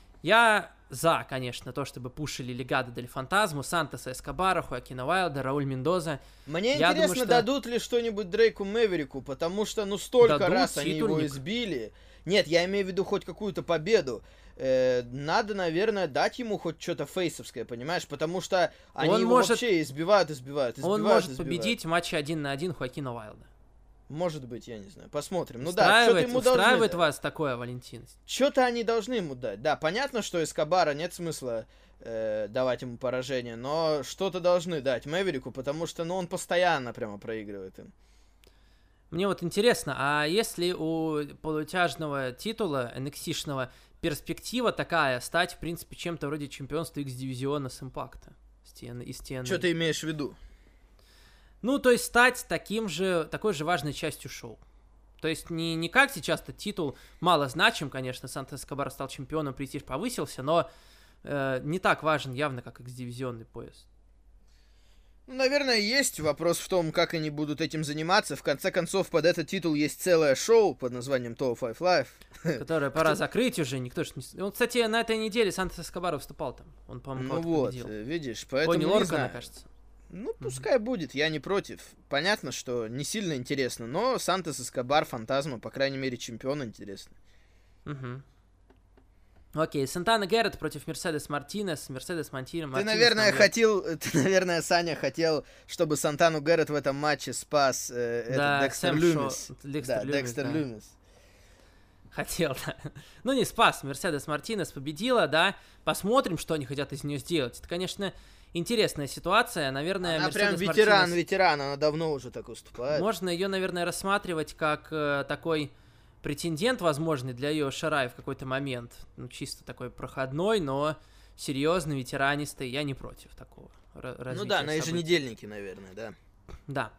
Я за, конечно, то, чтобы пушили Легадо дель Фантазму, Сантоса Эскобара, Хоакина Уайлда, Рауль Мендоза. Мне Я интересно, думаю, что- дадут ли что-нибудь Дрейку Мэверику, потому что, ну, столько Дадут раз они его титульник. избили. Нет, я имею в виду хоть какую-то победу. Э, надо, наверное, дать ему хоть что-то фейсовское, понимаешь? Потому что они Он его может- вообще избивают, избивают, избивают, Он может избивают. победить в матче один на один Хоакина Уайлда. Может быть, я не знаю. Посмотрим. Ну да, что-то Устраивает, ему должны устраивает дать. вас такое, Валентин? Что-то они должны ему дать. Да, понятно, что Эскобара нет смысла э, давать ему поражение, но что-то должны дать Мэверику, потому что, ну, он постоянно прямо проигрывает им. Мне вот интересно, а если у полутяжного титула эн экс ти-шного перспектива такая, стать, в принципе, чем-то вроде чемпионства X-дивизиона с Импакта? С Ти Эн- из Ти Эн Эй. Что ты имеешь в виду? Ну, то есть стать таким же, такой же важной частью шоу. То есть не, не как сейчас-то титул мало значим, конечно, Сантос Эскобар стал чемпионом, престиж повысился, но э, не так важен явно, как X-дивизионный пояс. Ну, наверное, есть вопрос в том, как они будут этим заниматься. В конце концов, под этот титул есть целое шоу под названием топ пять Live. Которое пора закрыть уже, никто ж не... с- Он, кстати, на этой неделе Сантос Эскобар выступал там. Он, по-моему, Ну кого-то вот, победил. э, видишь, поэтому Пони не Лоркана, знаю. кажется. Ну, пускай будет, я не против. Понятно, что не сильно интересно, но Сантос Эскобар, Фантазма, по крайней мере, чемпион интересно. Угу. Окей, Сантана Гэррет против Мерседес Мартинес. Мерседес Мартинес. Ты, наверное, хотел, ты, наверное, Саня хотел, чтобы Сантану Гэррет в этом матче спас э, этот Да, Декстер Сэм Люмис. Шо- Декстер Да, Люмис, Декстер да. Люмис. Хотел, да. Ну, не спас. Мерседес Мартинес победила, да. Посмотрим, что они хотят из нее сделать. Это, конечно, интересная ситуация. Наверное, Она прям Мерседес ветеран, Мартинес- ветеран, она давно уже так уступает. Можно ее, наверное, рассматривать как э, такой претендент, возможный, для Ио Ширай в какой-то момент. Ну, чисто такой проходной, но серьезный, ветеранистый. Я не против такого ра- Ну развития да, на событий. еженедельнике, наверное, да. Да.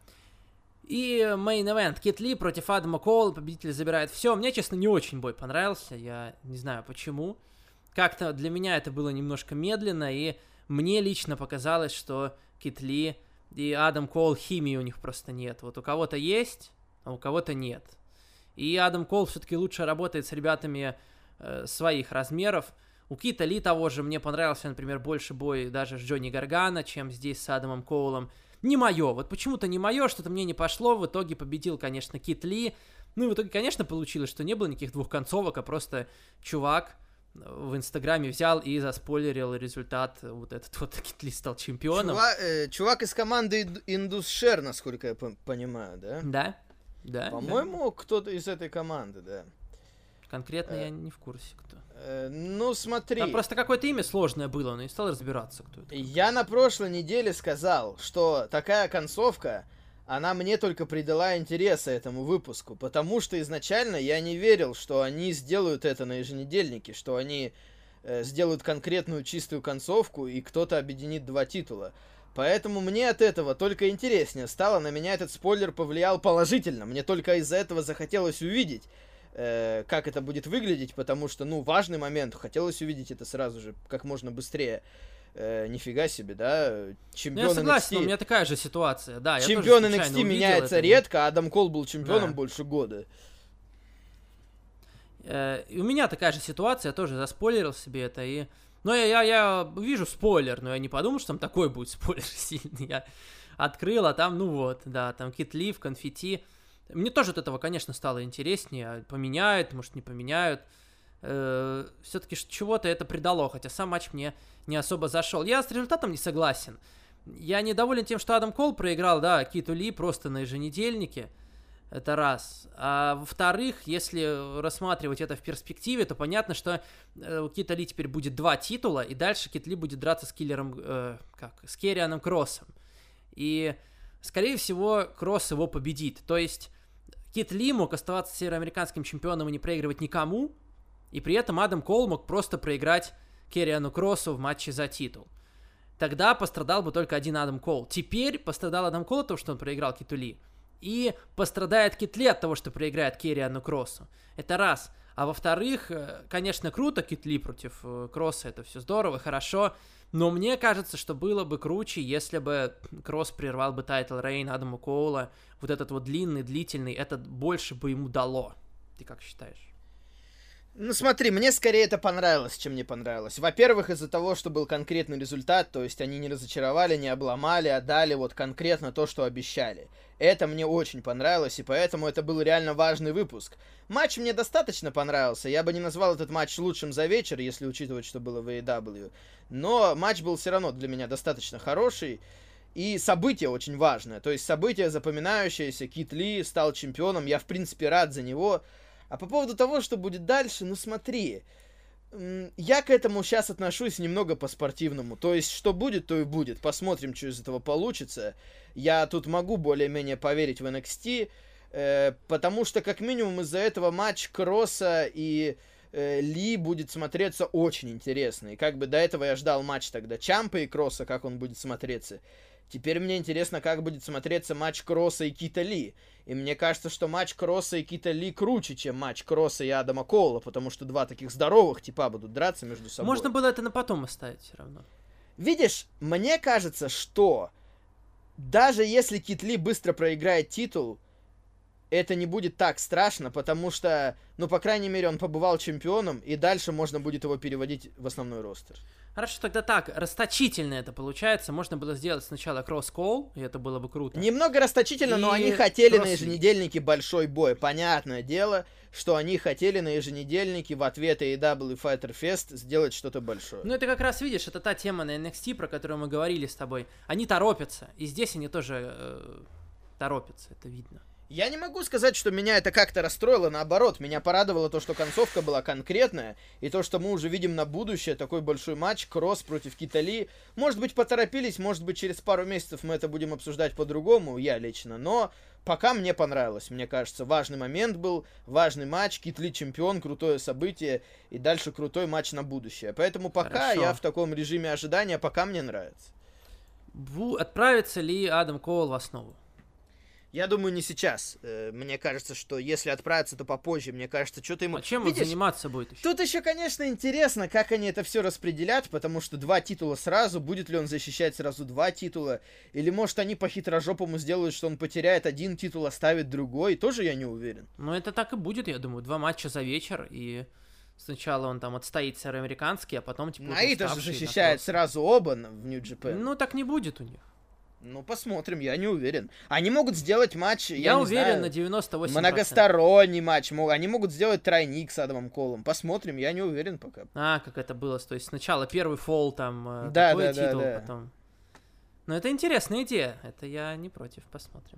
И мейн-эвент. Кит Ли против Адама Коула. Победитель забирает все. Мне, честно, не очень бой понравился. Я не знаю почему. Как-то для меня это было немножко медленно. И мне лично показалось, что Кит Ли и Адам Коул, химии у них просто нет. Вот у кого-то есть, а у кого-то нет. И Адам Коул все-таки лучше работает с ребятами э, своих размеров. У Кита Ли того же мне понравился, например, больше бой даже с Джонни Гаргано, чем здесь с Адамом Коулом. Не мое, вот почему-то не мое, что-то мне не пошло, в итоге победил, конечно, Кит Ли. Ну и в итоге, конечно, получилось, что не было никаких двухконцовок, а просто чувак в Инстаграме взял и заспойлерил результат, вот этот вот Кит Ли стал чемпионом. Чува- э, чувак из команды Инд- Индусшер, насколько я по- понимаю, да? Да, да. По-моему, кто-то из этой команды, да. Конкретно Э, я не в курсе, кто. Э, ну, смотри. Там просто какое-то имя сложное было, но и стал разбираться, кто это. Я на прошлой неделе сказал, что такая концовка, она мне только придала интереса этому выпуску, потому что изначально я не верил, что они сделают это на еженедельнике, что они э, сделают конкретную чистую концовку и кто-то объединит два титула. Поэтому мне от этого только интереснее стало, на меня этот спойлер повлиял положительно, мне только из-за этого захотелось увидеть, э, как это будет выглядеть, потому что, ну, важный момент, хотелось увидеть это сразу же, как можно быстрее. Э, нифига себе, да, чемпион Ну, я согласен, эн экс ти. у меня такая же ситуация, да. Я Чемпион тоже эн экс ти случайно меняется увидел это. редко, а Адам Кол был чемпионом Да. больше года. Э, и у меня такая же ситуация, я тоже заспойлерил себе это, и... Но я, я, я вижу спойлер, но я не подумал, что там такой будет спойлер сильный. Я открыл, а там, ну вот, да, там Кит Ли в конфетти. Мне тоже от этого, конечно, стало интереснее. Поменяют, может, не поменяют. Э, все-таки чего-то это придало, хотя сам матч мне не особо зашел. Я с результатом не согласен. Я недоволен тем, что Адам Кол проиграл, да, Киту Ли просто на еженедельнике. Это раз. А во-вторых, если рассматривать это в перспективе, то понятно, что у Кита Ли теперь будет два титула, и дальше Кит Ли будет драться с киллером, э, как, с Керрианом Кроссом. И, скорее всего, Кросс его победит. То есть Кит Ли мог оставаться североамериканским чемпионом и не проигрывать никому, и при этом Адам Кол мог просто проиграть Керриану Кроссу в матче за титул. Тогда пострадал бы только один Адам Кол. Теперь пострадал Адам Кол от того, что он проиграл Киту Ли. И пострадает Кит Ли от того, что проиграет Керриану Кроссу. Это раз. А во-вторых, конечно, круто Кит Ли против Кросса, это все здорово, хорошо. Но мне кажется, что было бы круче, если бы Кросс прервал бы тайтл рейн Адаму Коула. Вот этот вот длинный, длительный, это больше бы ему дало. Ты как считаешь? Ну смотри, мне скорее это понравилось, чем не понравилось. Во-первых, из-за того, что был конкретный результат, то есть они не разочаровали, не обломали, а дали вот конкретно то, что обещали. Это мне очень понравилось, и поэтому это был реально важный выпуск. Матч мне достаточно понравился, я бы не назвал этот матч лучшим за вечер, если учитывать, что было в эй и дабл ю. Но матч был все равно для меня достаточно хороший. И событие очень важное, то есть событие запоминающееся, Кит Ли стал чемпионом, я в принципе рад за него. А по поводу того, что будет дальше, ну смотри, я к этому сейчас отношусь немного по-спортивному. То есть, что будет, то и будет. Посмотрим, что из этого получится. Я тут могу более-менее поверить в эн экс ти, э, потому что, как минимум, из-за этого матч Кросса и э, Ли будет смотреться очень интересно. И как бы до этого я ждал матч тогда Чампа и Кросса, как он будет смотреться. Теперь мне интересно, как будет смотреться матч Кросса и Кита Ли. И мне кажется, что матч Кросса и Кита Ли круче, чем матч Кросса и Адама Коула, потому что два таких здоровых типа будут драться между собой. Можно было это на потом оставить все равно. Видишь, мне кажется, что даже если Кит Ли быстро проиграет титул, это не будет так страшно, потому что, ну, по крайней мере, он побывал чемпионом, и дальше можно будет его переводить в основной ростер. Хорошо, тогда так, расточительно это получается. Можно было сделать сначала кросс-колл, и это было бы круто. Немного расточительно, И но они хотели на кросс-ли. еженедельнике большой бой. Понятное дело, что они хотели на еженедельнике в ответ эй и дабл ю Fighter Fest сделать что-то большое. Ну, это как раз, видишь, это та тема на эн экс ти, про которую мы говорили с тобой. Они торопятся, и здесь они тоже э, торопятся, это видно. Я не могу сказать, что меня это как-то расстроило, наоборот, меня порадовало то, что концовка была конкретная, и то, что мы уже видим на будущее такой большой матч, Кросс против Кита Ли. Может быть, поторопились, может быть, через пару месяцев мы это будем обсуждать по-другому, я лично, но пока мне понравилось, мне кажется, важный момент был, важный матч, Кит Ли чемпион, крутое событие, и дальше крутой матч на будущее. Поэтому пока Хорошо. я в таком режиме ожидания, пока мне нравится. Бу- Отправится ли Адам Коул в основу? Я думаю, не сейчас. Э, Мне кажется, что если отправиться, то попозже. Мне кажется, что-то ему... А чем Видишь, он заниматься будет еще? тут еще, конечно, интересно, как они это все распределят, потому что два титула сразу, будет ли он защищать сразу два титула, или, может, они по-хитрожопому сделают, что он потеряет один титул, оставит другой, тоже я не уверен. Ну, это так и будет, я думаю. Два матча за вечер, и сначала он там отстоит североамериканский, а потом, типа, уже Наита же уставший на защищает кросс. сразу оба на- в Нью-Джапен. Ну, Ну, так не будет у них. посмотрим, я не уверен. Они могут сделать матч, я, Я, не уверен знаю, на девяносто восемь процентов. многосторонний матч. Мо- Они могут сделать тройник с Адамом Колом. Посмотрим, я не уверен пока. А, как это было, то есть сначала первый фол, там, э, Да, такой да, да, титул, да. потом... Ну, это интересная идея, это я не против, посмотрим.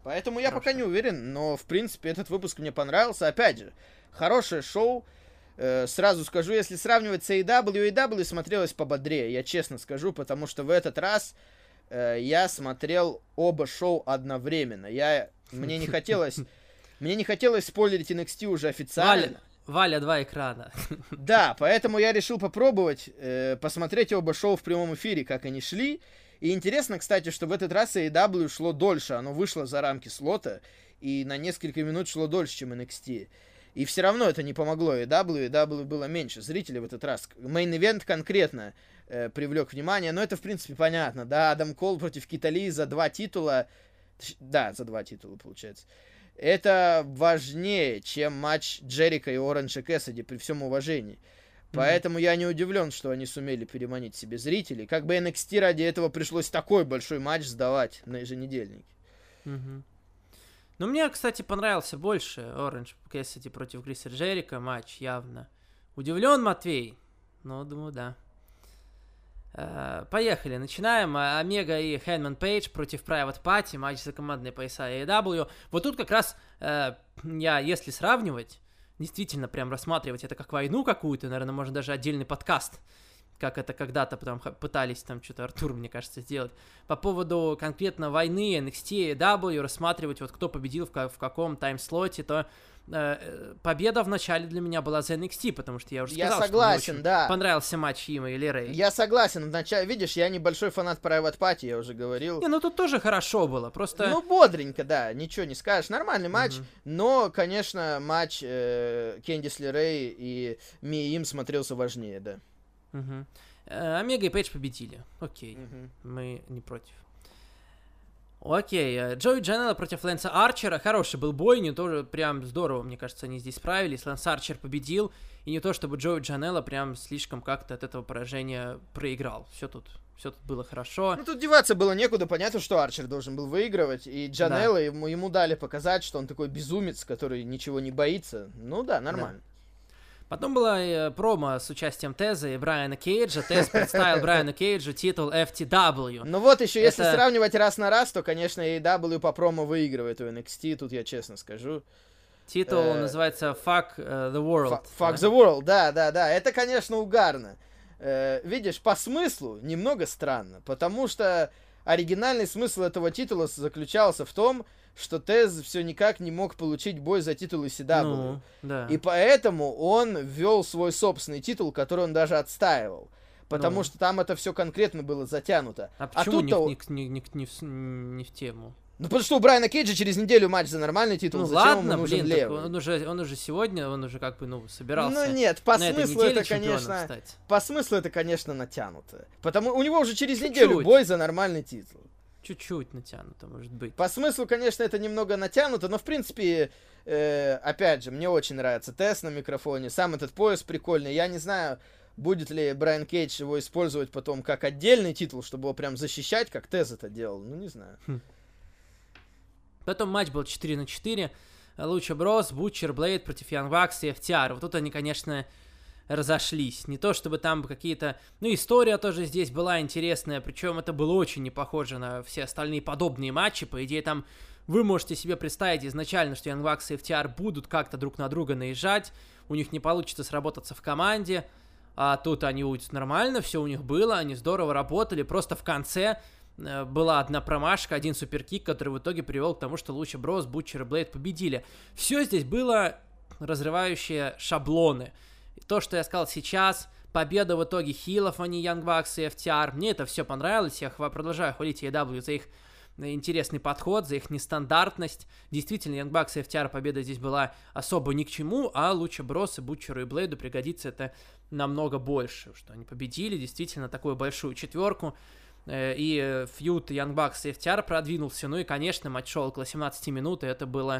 Поэтому я Хорошо. пока не уверен, но, в принципе, этот выпуск мне понравился. Опять же, хорошее шоу. Э, сразу скажу, если сравнивать с эй и дабл ю, эй и дабл ю смотрелось пободрее, я честно скажу, потому что в этот раз э, я смотрел оба шоу одновременно. Я, мне не хотелось, мне не хотелось спойлерить эн экс ти уже официально. Валя, два экрана. Да, поэтому я решил попробовать э, посмотреть оба шоу в прямом эфире, как они шли. И интересно, кстати, что в этот раз эй и дабл ю шло дольше, оно вышло за рамки слота, и на несколько минут шло дольше, чем эн экс ти. И все равно это не помогло эй и дабл ю, эй и дабл ю было меньше зрителей в этот раз. Мейн-ивент конкретно э, привлек внимание, но это, в принципе, понятно, да, Адам Кол против Кита Ли за два титула, да, за два титула, получается. Это важнее, чем матч Джерика и Оранжа Кэссиди, при всем уважении. Поэтому mm-hmm. я не удивлен, что они сумели переманить себе зрителей. Как бы эн экс ти ради этого пришлось такой большой матч сдавать на еженедельнике. Mm-hmm. Ну, мне, кстати, понравился больше Оранж Кэссиди против Криса Джерика матч, явно. Удивлен, Матвей? Ну, думаю, да. Uh, поехали, начинаем. Омега и Хэнман Пейдж против Private Party, матч за командные пояса эй и дабл ю. Вот тут как раз uh, я, если сравнивать, действительно прям рассматривать это как войну какую-то, наверное, можно даже отдельный подкаст, как это когда-то потом пытались там что-то Артур, мне кажется, сделать, по поводу конкретно войны эн экс ти, эй и дабл ю, рассматривать вот кто победил в, ка- в каком тайм-слоте, то э, победа в начале для меня была за эн экс ти, потому что я уже сказал, я согласен, что мне очень да. понравился матч Има или Рэй. Я согласен, вначале, видишь, я небольшой фанат Private Party, я уже говорил. Не, ну тут тоже хорошо было, просто... Ну, бодренько, да, ничего не скажешь, нормальный матч, mm-hmm. но, конечно, матч э, Кэндис Лерей и Ми Им смотрелся важнее, да. Угу. Омега и Пейдж победили. Окей. Угу. Мы не против. Окей. Джои Джанелло против Лэнса Арчера. Хороший был бой. Не тоже прям здорово, мне кажется, они здесь справились. Лэнс Арчер победил. И не то, чтобы Джои Джанелло прям слишком как-то от этого поражения проиграл. Все тут, все тут было хорошо. Ну, тут деваться было некуда. Понятно, что Арчер должен был выигрывать. И Джанелло, да. ему, ему дали показать, что он такой безумец, который ничего не боится. Ну да, нормально. Да. Потом была э, промо с участием Теза и Брайана Кейджа. Тез представил Брайану Кейджу титул эф ти дабл ю. Ну вот еще, Это... если сравнивать раз на раз, то, конечно, эй и дабл ю по промо выигрывает у эн экс ти, тут я честно скажу. Титул э... называется Fuck uh, the World. F- fuck the World, да, да, да. Это, конечно, угарно. Э, видишь, по смыслу немного странно, потому что оригинальный смысл этого титула заключался в том, что Тез все никак не мог получить бой за титул и си дабл ю. Ну, да. И поэтому он ввел свой собственный титул, который он даже отстаивал. Потому ну. что там это все конкретно было затянуто. А почему а не, в, не, не, не, в, не в тему? Ну, потому что у Брайана Кейджа через неделю матч за нормальный титул. Ну, зачем ладно, ему нужен блин, левый? Он уже, он уже сегодня, он уже как бы, ну, собирался. Ну, нет, по на смыслу это, конечно, стать. по смыслу это, конечно, натянуто. Потому у него уже через Чуть-чуть. неделю бой за нормальный титул. Чуть-чуть натянуто, может быть. По смыслу, конечно, это немного натянуто, но, в принципе, э, опять же, мне очень нравится Тез на микрофоне. Сам этот пояс прикольный. Я не знаю, будет ли Брайан Кейдж его использовать потом как отдельный титул, чтобы его прям защищать, как Тез это делал. Ну, не знаю. Хм. Потом матч был четыре на четыре. Луча Брос, Бутчер, Блейд против Янг Бакс и эф ти ар. Вот тут они, конечно, разошлись. Не то, чтобы там какие-то... Ну, история тоже здесь была интересная, причем это было очень не похоже на все остальные подобные матчи. По идее, там вы можете себе представить изначально, что Young Bucks и эф ти ар будут как-то друг на друга наезжать, у них не получится сработаться в команде, а тут они нормально, все у них было, они здорово работали, просто в конце была одна промашка, один суперкик, который в итоге привел к тому, что Луча Брос, Бутчер и Блейд победили. Все здесь было разрывающие шаблоны. То, что я сказал сейчас, победа в итоге хилов, а не Young Bucks и эф ти ар, мне это все понравилось, я продолжаю хвалить эй и дабл ю за их интересный подход, за их нестандартность. Действительно, Young Bucks и эф ти ар победа здесь была особо ни к чему, а Луча Брос и Бутчеру и Блейду пригодится это намного больше, что они победили действительно такую большую четверку, и фьюд Young Bucks и эф ти ар продвинулся, ну и, конечно, матч шел около семнадцати минут, и это было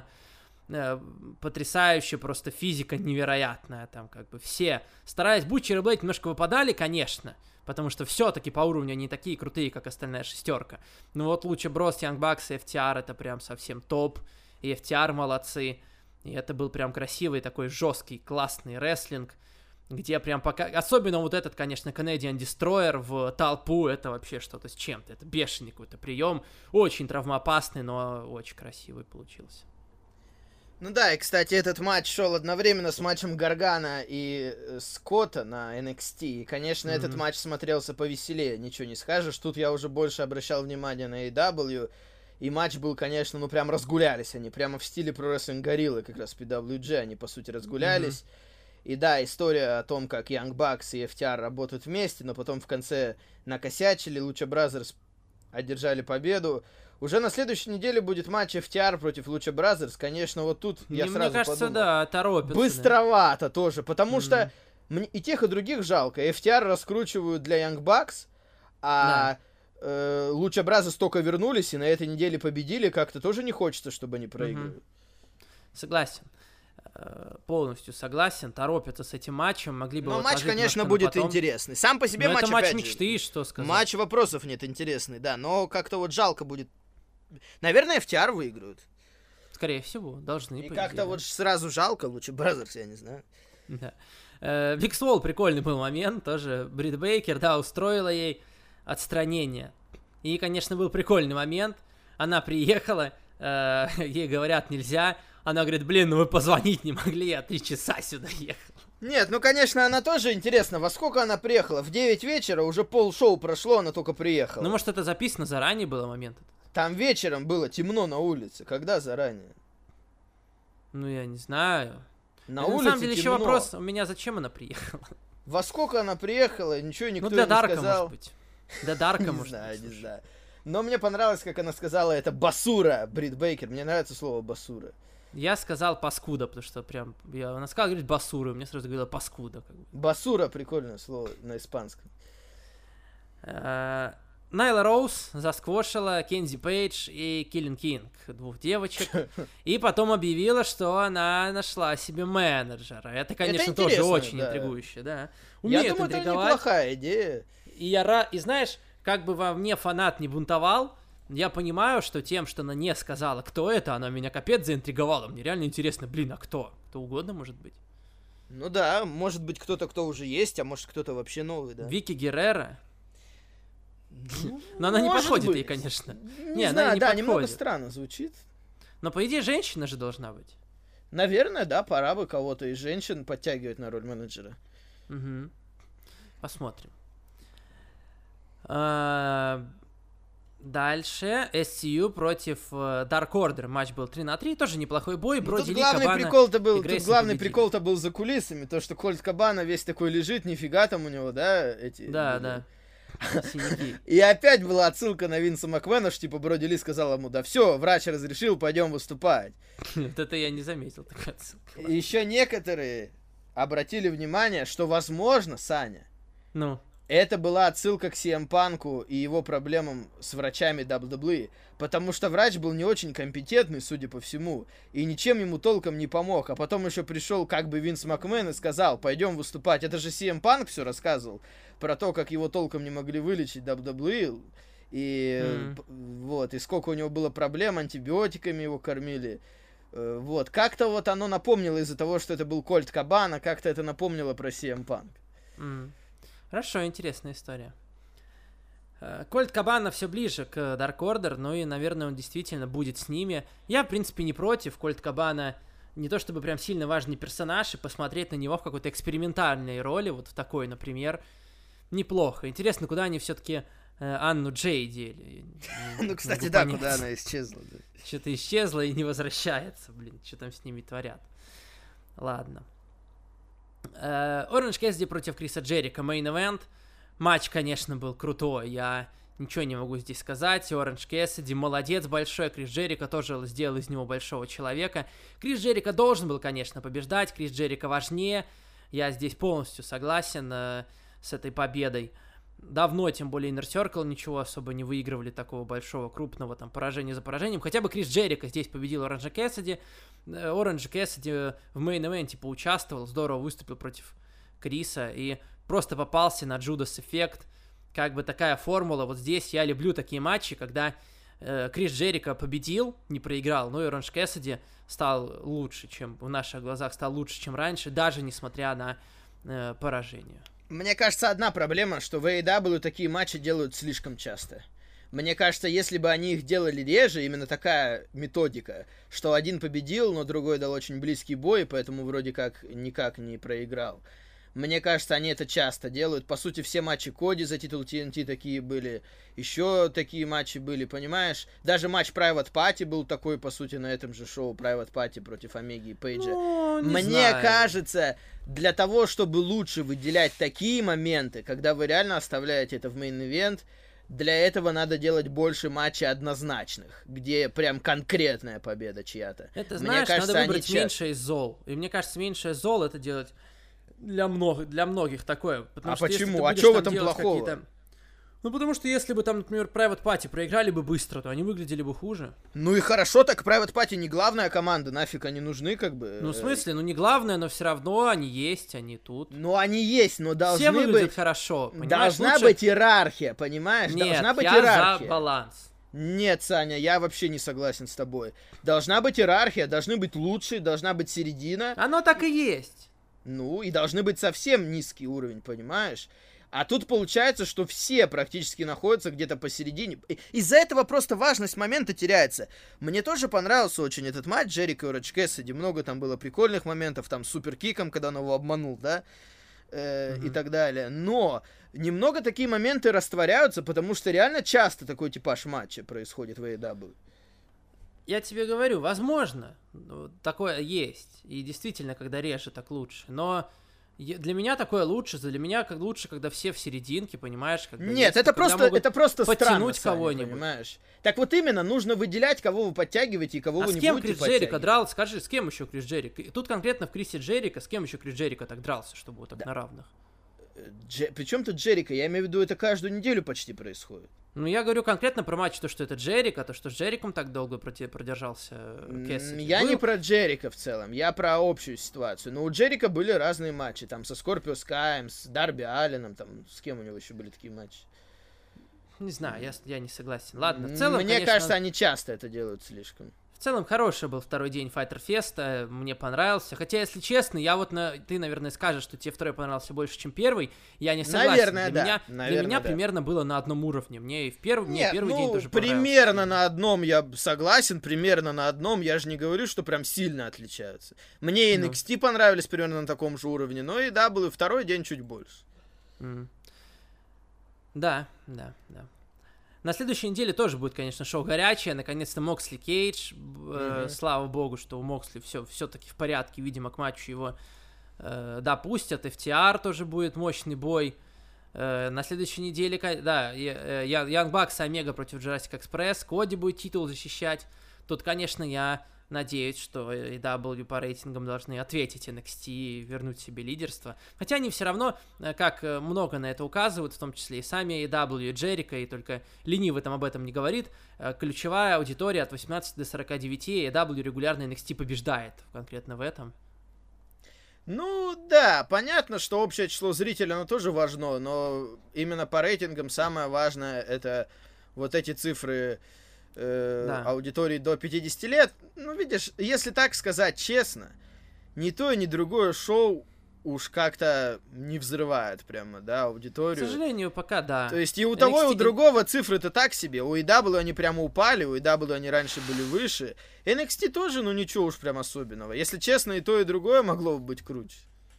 потрясающе, просто физика невероятная, там как бы все старались, Бутчер и Блейд немножко выпадали, конечно, потому что все-таки по уровню они такие крутые, как остальная шестерка, но вот Луча Брос, Young Bucks и эф ти ар это прям совсем топ, и эф ти ар молодцы, и это был прям красивый такой жесткий, классный рестлинг, где прям пока... Особенно вот этот, конечно, Canadian Destroyer в толпу, это вообще что-то с чем-то. Это бешеный какой-то прием. Очень травмоопасный, но очень красивый получился. Ну да, и, кстати, этот матч шел одновременно с матчем Гаргана и э, Скотта на эн экс ти. И, конечно, mm-hmm. этот матч смотрелся повеселее, ничего не скажешь. Тут я уже больше обращал внимание на эй дабл ю. И матч был, конечно, ну прям разгулялись они. Прямо в стиле Pro Wrestling Gorilla, как раз пи дабл ю джи, они, по сути, разгулялись. Mm-hmm. И да, история о том, как Young Bucks и эф ти ар работают вместе, но потом в конце накосячили, Lucha Brothers одержали победу. Уже на следующей неделе будет матч эф ти ар против Lucha Brothers. Конечно, вот тут я Мне сразу кажется, подумал. да, торопятся. Быстровато да. тоже, потому mm-hmm. что мне и тех, и других жалко. эф ти ар раскручивают для Young Bucks, а да. э, Lucha Brothers только вернулись и на этой неделе победили. Как-то тоже не хочется, чтобы они проигрывали. Mm-hmm. Согласен. Полностью согласен, торопятся с этим матчем, могли бы... Но матч, конечно, будет потом. Интересный. Сам по себе но матч, это матч опять мечты, же, что сказать. Матч вопросов нет, интересный, да, но как-то вот жалко будет. Наверное, эф ти ар выиграют. Скорее всего, должны. И как-то да. вот сразу жалко, лучше Brothers, я не знаю. Да. Биг Свол, прикольный был момент, тоже Брит Бейкер, да, устроила ей отстранение. И, конечно, был прикольный момент, она приехала, э, ей говорят, нельзя, она говорит, блин, ну вы позвонить не могли, я три часа сюда ехала. Нет, ну, конечно, она тоже интересно, во сколько она приехала? В девять вечера, уже полшоу прошло, она только приехала. Ну, может, это записано заранее было момент? Там вечером было темно на улице, когда заранее? Ну, я не знаю. На это, улице на самом деле, темно. еще вопрос, у меня зачем она приехала? Во сколько она приехала, ничего никто ну, для не Дарка, сказал. может быть. Для Дарка, может быть. Не знаю, быть, не знаю. Но мне понравилось, как она сказала, это басура, Брит Бейкер. Мне нравится слово басура. Я сказал паскуда, потому что прям... Я, она сказала, говорит, басура, мне сразу говорила паскуда. Как бы. Басура, прикольное слово на испанском. Найла Роуз засквошила Кензи Пейдж и Киллин Кинг, двух девочек, и потом объявила, что она нашла себе менеджера. Это, конечно, это тоже очень да. интригующе, да. Умеет я думаю, интриговать. Это неплохая идея. И я рад... И знаешь, как бы во мне фанат не бунтовал, я понимаю, что тем, что она не сказала, кто это, она меня капец заинтриговала. Мне реально интересно, блин, а кто? Кто угодно может быть. Ну да, может быть кто-то, кто уже есть, а может кто-то вообще новый, да. Вики Геррера. Ну, но она не подходит быть. ей, конечно. Не, не знаю, она не да, подходит. немного странно звучит. Но, по идее, женщина же должна быть. Наверное, да, пора бы кого-то из женщин подтягивать на роль менеджера. Угу. Посмотрим. А, дальше эс си ю против uh, Dark Order. Матч был три на три, тоже неплохой бой. Ну, Броди тут Ли, главный Кабана прикол-то был, и тут главный прикол-то был за кулисами. То, что Кольт Кабана весь такой лежит, нифига там у него, да, эти... Да, да. Синяки. И опять была отсылка на Винса Макмена, что типа Броди Ли сказал ему, да все, врач разрешил, пойдем выступать. Вот это я не заметил, такая отсылка. И еще некоторые обратили внимание, что возможно, Саня, ну, это была отсылка к си эм Панку и его проблемам с врачами дабл ю дабл ю и, потому что врач был не очень компетентный, судя по всему, и ничем ему толком не помог, а потом еще пришел как бы Винс Макмен и сказал, пойдем выступать. Это же си эм Панк все рассказывал про то, как его толком не могли вылечить дабл ю дабл ю и, и mm. вот, и сколько у него было проблем, антибиотиками его кормили. Вот, как-то вот оно напомнило из-за того, что это был Кольт Кабана, как-то это напомнило про си эм Панк. Mm. Хорошо, интересная история. Кольт Кабана все ближе к Dark Order, ну и, наверное, он действительно будет с ними. Я, в принципе, не против. Кольт Кабана не то чтобы прям сильно важный персонаж, и посмотреть на него в какой-то экспериментальной роли, вот в такой, например, неплохо. Интересно, куда они все-таки э, Анну Джей дели. Ну, кстати, да, куда она исчезла. Что-то исчезла и не возвращается, блин, что там с ними творят. Ладно. Оранж Кэссиди против Криса Джерика, мейн-эвент. Матч, конечно, был крутой, я ничего не могу здесь сказать. Оранж Кэссиди молодец большой, Крис Джерика тоже сделал из него большого человека. Крис Джерика должен был, конечно, побеждать, Крис Джерика важнее. Я здесь полностью согласен э, с этой победой. Давно, тем более, Inner Circle ничего особо не выигрывали такого большого, крупного там поражения за поражением. Хотя бы Крис Джерика здесь победил Оранжа Кэссиди. Оранж Кэссиди в мейн-эвенте поучаствовал, здорово выступил против Криса и просто попался на Judas Effect. Как бы такая формула. Вот здесь я люблю такие матчи, когда э, Крис Джерика победил, не проиграл, но и Оранж Кэссиди стал лучше, чем в наших глазах, стал лучше, чем раньше, даже несмотря на э, поражению. Мне кажется, одна проблема, что в эй и дабл ю такие матчи делают слишком часто. Мне кажется, если бы они их делали реже, именно такая методика, что один победил, но другой дал очень близкий бой, поэтому вроде как никак не проиграл. Мне кажется, они это часто делают. По сути, все матчи Коди за титул ти эн ти такие были. Еще такие матчи были, понимаешь? Даже матч Private Party был такой, по сути, на этом же шоу Private Party против Омеги и Пейджа. Ну, не Мне знаю. кажется, для того, чтобы лучше выделять такие моменты, когда вы реально оставляете это в мейн-ивент, для этого надо делать больше матчей однозначных, где прям конкретная победа чья-то. Это, Мне знаешь, кажется, надо они выбрать ча- меньше из зол. И мне кажется, меньше из зол это делать для многих, для многих такое. Потому А что если почему? ты А будешь чё в там этом делать плохого? какие-то- Ну, потому что если бы там, например, Private Party проиграли бы быстро, то они выглядели бы хуже. Ну и хорошо, так Private Party не главная команда, нафиг они нужны, как бы. Ну, в смысле, ну не главное, но все равно они есть, они тут. Ну, они есть, но Все должны выглядят быть... хорошо, понимаешь? Должна Лучше- быть иерархия, понимаешь? Нет, Должна быть я иерархия. за баланс. Нет, Саня, я вообще не согласен с тобой. Должна быть иерархия, должны быть лучшие, должна быть середина. Оно так и есть. Ну, и должны быть совсем низкий уровень, понимаешь? А тут получается, что все практически находятся где-то посередине. И- Из-за этого просто важность момента теряется. Мне тоже понравился очень этот матч Джерико и Оранж Кэссиди. Много там было прикольных моментов, там с суперкиком, когда он его обманул, да? Э, Мгм. И так далее. Но немного такие моменты растворяются, потому что реально часто такой типаж матча происходит в эй и дабл ю. Я тебе говорю, возможно, ну, такое есть. И действительно, когда реже, так лучше. Но е- для меня такое лучше, для меня как лучше, когда все в серединке, понимаешь? Когда Нет, есть, это когда просто, могут это просто странно, подтянуть Саня, кого-нибудь. понимаешь? Так вот именно, нужно выделять, кого вы подтягиваете и кого А вы с не кем будете Крис Джерико подтягивать. дрался? Скажи, с кем еще Крис Джерико? И тут конкретно в Крисе Джерико, с кем еще Крис Джерико так дрался, чтобы вот так на равных? Дже... Причем тут Джерико? Я имею в виду, это каждую неделю почти происходит. Ну, я говорю конкретно про матч, то, что это Джерико, то, что с Джериком так долго проте- продержался М, Кэссиди. Я Был- не про Джерико в целом, я про общую ситуацию. Но у Джерико были разные матчи, там со Скорпио Скайм, с Дарби Алленом, там с кем у него еще были такие матчи. Не знаю, я, с- я не согласен. Ладно, в целом, Мне конечно, кажется, они часто это делают слишком. в целом хороший был второй день Файтер Феста, мне понравился. Хотя, если честно, я вот, на... ты, наверное, скажешь, что тебе второй понравился больше, чем первый. Я не согласен. Наверное, для да. Меня, для Наверное, меня да. примерно было на одном уровне. Мне и в перв... мне Нет, первый ну, день тоже понравился. примерно на одном я согласен, примерно на одном. Я же не говорю, что прям сильно отличаются. Мне и Ну. эн экс ти понравились примерно на таком же уровне, но и дабл ю второй день чуть больше. М. Да, да, да. На следующей неделе тоже будет, конечно, шоу горячее. Наконец-то Моксли Кейдж. Э, Мгм. Слава богу, что у Моксли все все-таки в порядке. Видимо, к матчу его э, допустят. эф ти ар тоже будет мощный бой. Э, на следующей неделе, ка- да, Янг Бакс и Омега против Jurassic Express. Коди будет титул защищать. Тут, конечно, я надеюсь, что эй дабл ю по рейтингам должны ответить эн экс ти и вернуть себе лидерство. Хотя они все равно, э, как э, много на это указывают, в том числе и сами эй дабл ю, и Джерико, и только ленивый там об этом не говорит, э, ключевая аудитория от восемнадцати до сорока девяти, эй дабл ю регулярно эн экс ти побеждает конкретно в этом. Ну да, понятно, что общее число зрителей, оно тоже важно, но именно по рейтингам самое важное это вот эти цифры э, Да. аудитории до пятидесяти лет. Ну, видишь, если так сказать честно, ни то, ни другое шоу уж как-то не взрывает прямо, да, К аудиторию. сожалению, пока да. То есть и у того, и у эн экс ти другого цифры-то так себе. У эй дабл ю они прямо упали, у эй дабл ю они раньше были выше. эн экс ти тоже, ну ничего уж прям особенного. Если честно, и то, и другое могло бы быть круче.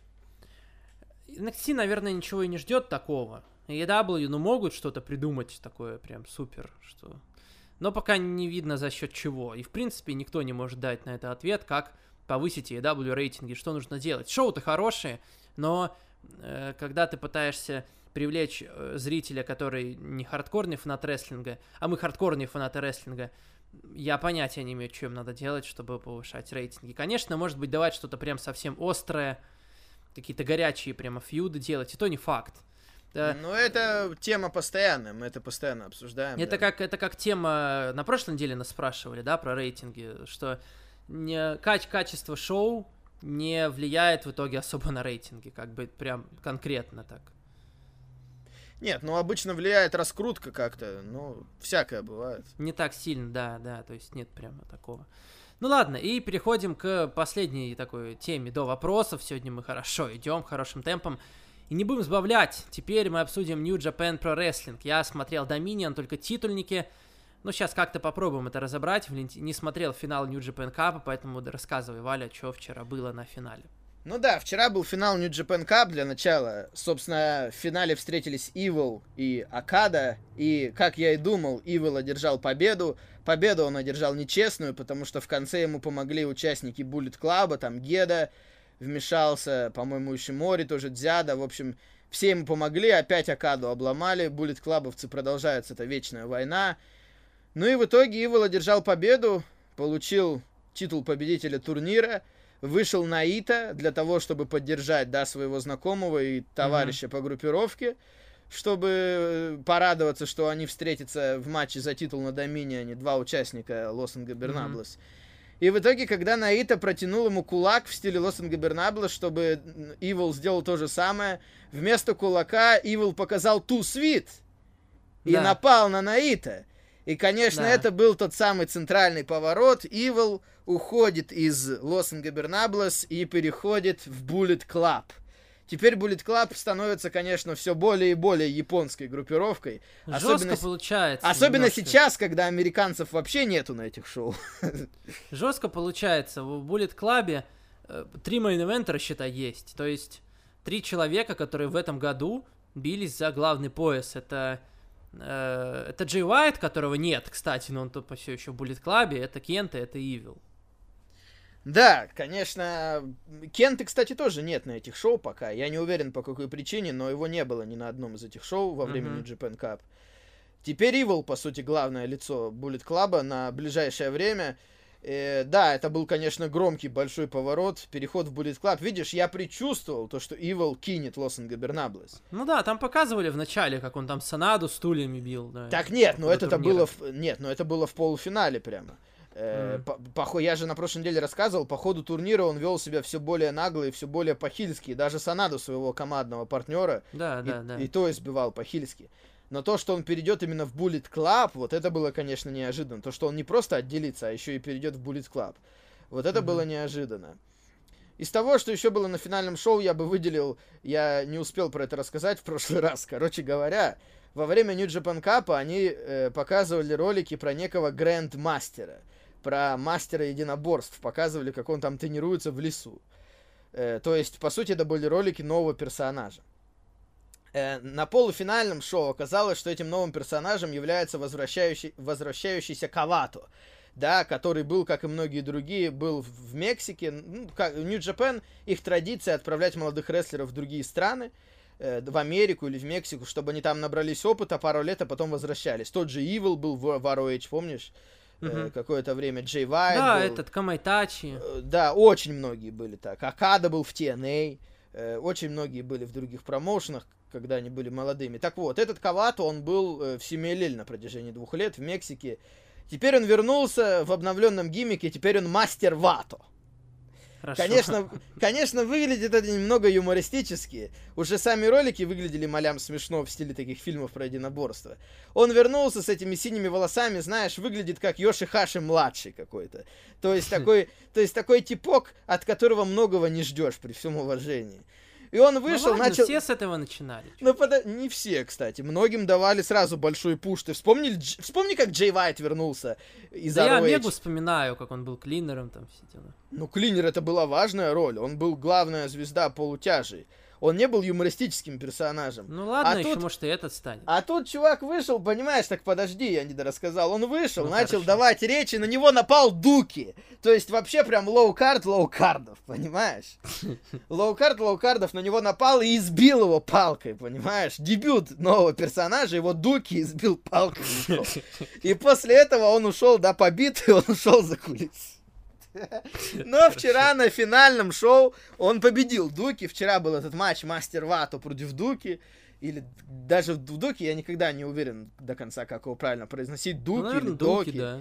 эн экс ти, наверное, ничего и не ждет такого. эй дабл ю, ну, могут что-то придумать такое прям супер, что... Но пока не видно за счет чего. И, в принципе, никто не может дать на это ответ, как повысить эй дабл ю рейтинги, что нужно делать. Шоу-то хорошие, но э, когда ты пытаешься привлечь э, зрителя, который не хардкорный фанат рестлинга, а мы хардкорные фанаты рестлинга, я понятия не имею, что им надо делать, чтобы повышать рейтинги. Конечно, может быть, давать что-то прям совсем острое, какие-то горячие прямо фьюды делать, и то не факт. Да. Ну, это тема постоянная, мы это постоянно обсуждаем. Это да. как, это как тема, на прошлой неделе нас спрашивали, да, про рейтинги, что не, кач, качество шоу не влияет в итоге особо на рейтинги, как бы прям конкретно так. Нет, ну обычно влияет раскрутка как-то, ну, всякое бывает. Не так сильно, да, да, то есть нет прямо такого. Ну ладно, и переходим к последней такой теме до вопросов. Сегодня мы хорошо идем, хорошим темпом. И не будем сбавлять. Теперь мы обсудим New Japan Pro Wrestling. Я смотрел Dominion, только титульники. Ну, сейчас как-то попробуем это разобрать. Не смотрел финал New Japan Cup, поэтому рассказывай, Валя, что вчера было на финале. Ну да, вчера был финал New Japan Cup для начала. Собственно, в финале встретились Evil и Окада. И, как я и думал, Evil одержал победу. Победу он одержал нечестную, потому что в конце ему помогли участники Bullet Club, там Геда вмешался, по-моему, Ишимори, тоже Дзяда. В общем, все ему помогли, опять Окаду обломали. Bullet Club'овцы продолжаются, это вечная война. Ну и в итоге Evil одержал победу, получил титул победителя турнира. Вышел Наита для того, чтобы поддержать, да, своего знакомого и товарища mm-hmm. по группировке, чтобы порадоваться, что они встретятся в матче за титул на Доминионе, два участника Los Ingobernables. Mm-hmm. И в итоге, когда Наита протянул ему кулак в стиле Los Ingobernables, чтобы Evil сделал то же самое, вместо кулака Evil показал Too Sweet и да. напал на Наита. И, конечно, да. это был тот самый центральный поворот. Evil уходит из Los Ingobernables и переходит в Bullet Club. Теперь Bullet Club становится, конечно, все более и более японской группировкой. Жестко особенно, получается. Особенно немножко. Сейчас, когда американцев вообще нету на этих шоу. Жестко получается. В Bullet Club э, три мейн-эвента, считай, есть. То есть три человека, которые в этом году бились за главный пояс. Это... Это Джей Уайт, которого нет, кстати, но он тут все еще в Bullet Club, это Кента, это Evil. Да, конечно, Кенты, кстати, тоже нет на этих шоу пока. Я не уверен, по какой причине, но его не было ни на одном из этих шоу во время New Japan Cup. Теперь Evil, по сути, главное лицо Bullet Club на ближайшее время. Э, да, это был, конечно, громкий большой поворот, переход в Bullet Club. Видишь, я предчувствовал то, что Evil кинет Los Ingobernables. Ну да, там показывали в начале, как он там Санаду стульями бил. Да, так нет, но это было в, нет, но это было в полуфинале прямо. Э, mm. по, по, я же на прошлой неделе рассказывал, по ходу турнира он вел себя все более нагло и все более по-хильски. Даже Санаду, своего командного партнера, да, и, да, да. и то избивал по-хильски. Но то, что он перейдет именно в Bullet Club, вот это было, конечно, неожиданно. То, что он не просто отделится, а еще и перейдет в Bullet Club. Вот это mm-hmm. было неожиданно. Из того, что еще было на финальном шоу, я бы выделил, я не успел про это рассказать в прошлый раз. Короче говоря, во время New Japan Cup они э, показывали ролики про некого Грэндмастера, про мастера единоборств. Показывали, как он там тренируется в лесу. Э, то есть, по сути, это были ролики нового персонажа. На полуфинальном шоу оказалось, что этим новым персонажем является возвращающий, возвращающийся Кавато, да, который был, как и многие другие, был в Мексике. Ну, как, в New Japan их традиция отправлять молодых рестлеров в другие страны, э, в Америку или в Мексику, чтобы они там набрались опыта пару лет, а потом возвращались. Тот же Evil был в, в ар о эйч, помнишь? Uh-huh. Э, какое-то время Джей Вайт да, был. этот Камайтачи. Э, да, очень многие были так. Окада был в ти эн эй. Э, очень многие были в других промоушенах, когда они были молодыми. Так вот, этот Кавато, он был э, в Симеэлель на протяжении двух лет в Мексике. Теперь он вернулся в обновленном гиммике, теперь он мастер Вато. Хорошо. Конечно, конечно, выглядит это немного юмористически. Уже сами ролики выглядели малям смешно в стиле таких фильмов про единоборство. Он вернулся с этими синими волосами, знаешь, выглядит как Йошихаши младший какой-то. То есть такой, то есть такой типок, от которого многого не ждешь, при всем уважении. И он вышел, ну ладно, начал... все с этого начинали. Ну, под... не все, кстати. Многим давали сразу большой пуш. Ты вспомни, Дж... вспомни, как Джей Вайт вернулся из да ар о эйч. Я Мегу вспоминаю, как он был клинером, там все дела. Ну, клинер — это была важная роль. Он был главная звезда полутяжей. Он не был юмористическим персонажем. Ну ладно, а еще тут... может и этот станет. А тут чувак вышел, понимаешь, так подожди, я не дорассказал. Он вышел, ну, начал хорошо. давать речи, на него напал Дуки. То есть вообще прям лоу-кард лоу-кардов, понимаешь? Лоу-кард лоу-кардов на него напал и избил его палкой, понимаешь? Дебют нового персонажа, его Дуки избил палкой. И после этого он ушел, да, побитый, он ушел за кулисы. Но вчера на финальном шоу он победил Дуки. Вчера был этот матч Мастер Вато против Дуки. Или даже в Дуки, я никогда не уверен до конца, как его правильно произносить. Дуки, ну, наверное, или Доки. Дуки, да.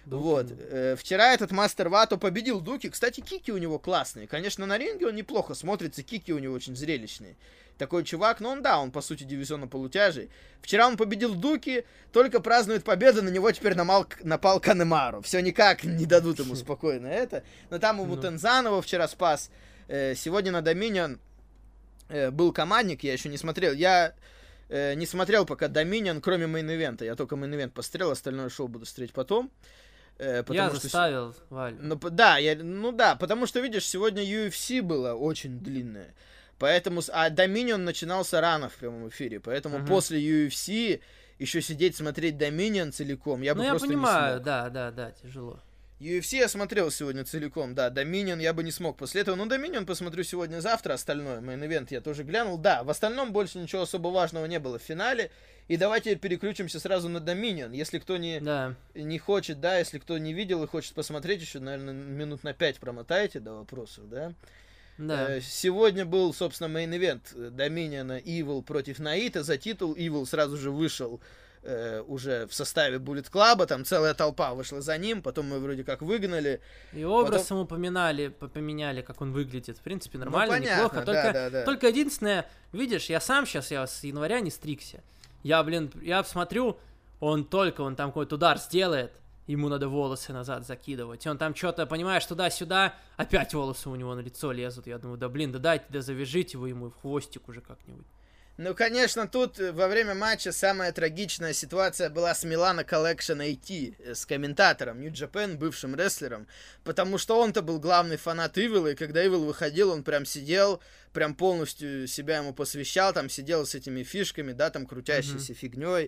Дуки. Вот. Э, вчера этот Мастер Вато победил Дуки. Кстати, кики у него классные. Конечно, на ринге он неплохо смотрится, кики у него очень зрелищные. Такой чувак, но он, да, он, по сути, дивизионно полутяжий. Вчера он победил Дуки, только празднует победу, на него теперь намал, напал Канемару. Все никак не дадут ему спокойно это. Но там ему Тензанова вчера спас. Э, сегодня на Доминион э, был командник, я еще не смотрел. Я э, не смотрел пока Доминион, кроме мейн-ивента. Я только мейн-ивент посмотрел, остальное шоу буду смотреть потом. Э, я что... заставил, Валь. Ну, да, я, ну да, потому что, видишь, сегодня ю эф си было очень длинное. Поэтому, а Доминион начинался рано в прямом эфире, поэтому uh-huh. после ю эф си еще сидеть смотреть Доминион целиком, я бы ну, просто я понимаю, не смог. да, да, да, тяжело. ю эф си я смотрел сегодня целиком, да, Доминион я бы не смог после этого, ну, Доминион посмотрю сегодня-завтра, остальное, мейн-ивент я тоже глянул, да, в остальном больше ничего особо важного не было в финале, и давайте переключимся сразу на Доминион, если кто не, да. не хочет, да, если кто не видел и хочет посмотреть еще, наверное, минут на пять промотайте до вопросов, да. Да. Сегодня был, собственно, мейн-ивент Доминиона Evil против Наита за титул. Evil сразу же вышел э, уже в составе Bullet Club, там целая толпа вышла за ним, потом мы вроде как выгнали. И образ потом... ему поминали, поменяли, как он выглядит. В принципе, нормально, ну, понятно, неплохо. Только, да, да, да. только единственное, видишь, я сам сейчас, я с января не стригся. Я, блин, я смотрю, он только, он там какой-то удар сделает, ему надо волосы назад закидывать. И он там что-то, понимаешь, туда-сюда, опять волосы у него на лицо лезут. Я думаю, да блин, да дайте, да завяжите вы ему в хвостик уже как-нибудь. Ну, конечно, тут во время матча самая трагичная ситуация была с Milano Collection эй ти, с комментатором New Japan, бывшим рестлером, потому что он-то был главный фанат Ивила, и когда Ивил выходил, он прям сидел, прям полностью себя ему посвящал, там сидел с этими фишками, да, там крутящейся mm-hmm. фигней.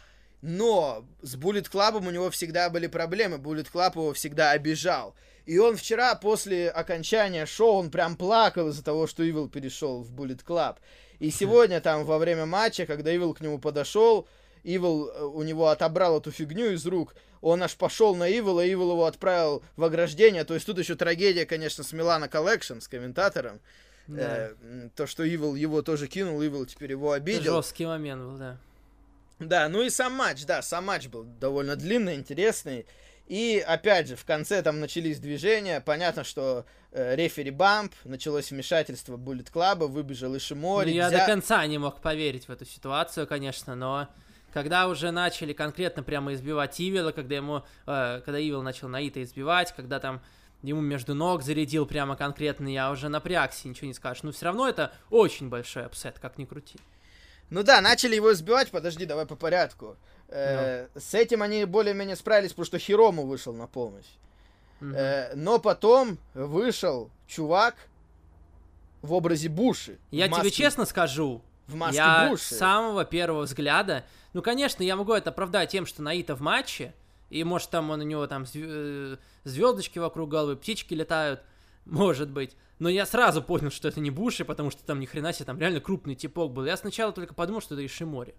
Но с Bullet Club у него всегда были проблемы, Bullet Club его всегда обижал. И он вчера, после окончания шоу, он прям плакал из-за того, что Ивил перешел в Bullet Club. И сегодня там во время матча, когда Ивил к нему подошел, Ивил у него отобрал эту фигню из рук, он аж пошел на Ивила, Ивил его отправил в ограждение. То есть тут еще трагедия, конечно, с Milano Collection, с комментатором. Да. Э, то, что Ивил его тоже кинул, Ивил теперь его обидел. Жесткий момент был, да. Да, ну и сам матч, да, сам матч был довольно длинный, интересный. И, опять же, в конце там начались движения. Понятно, что э, рефери бамп, началось вмешательство Bullet Club, выбежал Ишимори. Ну, я взя... до конца не мог поверить в эту ситуацию, конечно, но когда уже начали конкретно прямо избивать Ивила, когда ему, э, когда Ивил начал Наита избивать, когда там ему между ног зарядил прямо конкретно, я уже напрягся, ничего не скажешь. Но все равно это очень большой апсет, как ни крути. Ну да, начали его избивать, подожди, давай по порядку. Э, no. С этим они более-менее справились, потому что Хирому вышел на помощь. Mm-hmm. Э, но потом вышел чувак в образе Буши. Я маске, тебе честно скажу, в маске я Буши. с самого первого взгляда, ну, конечно, я могу это оправдать тем, что Наита в матче, и может там он, у него там звездочки вокруг головы, птички летают, может быть. Но я сразу понял, что это не Буши, потому что там ни хрена себе, там реально крупный типок был. Я сначала только подумал, что это Ишимори.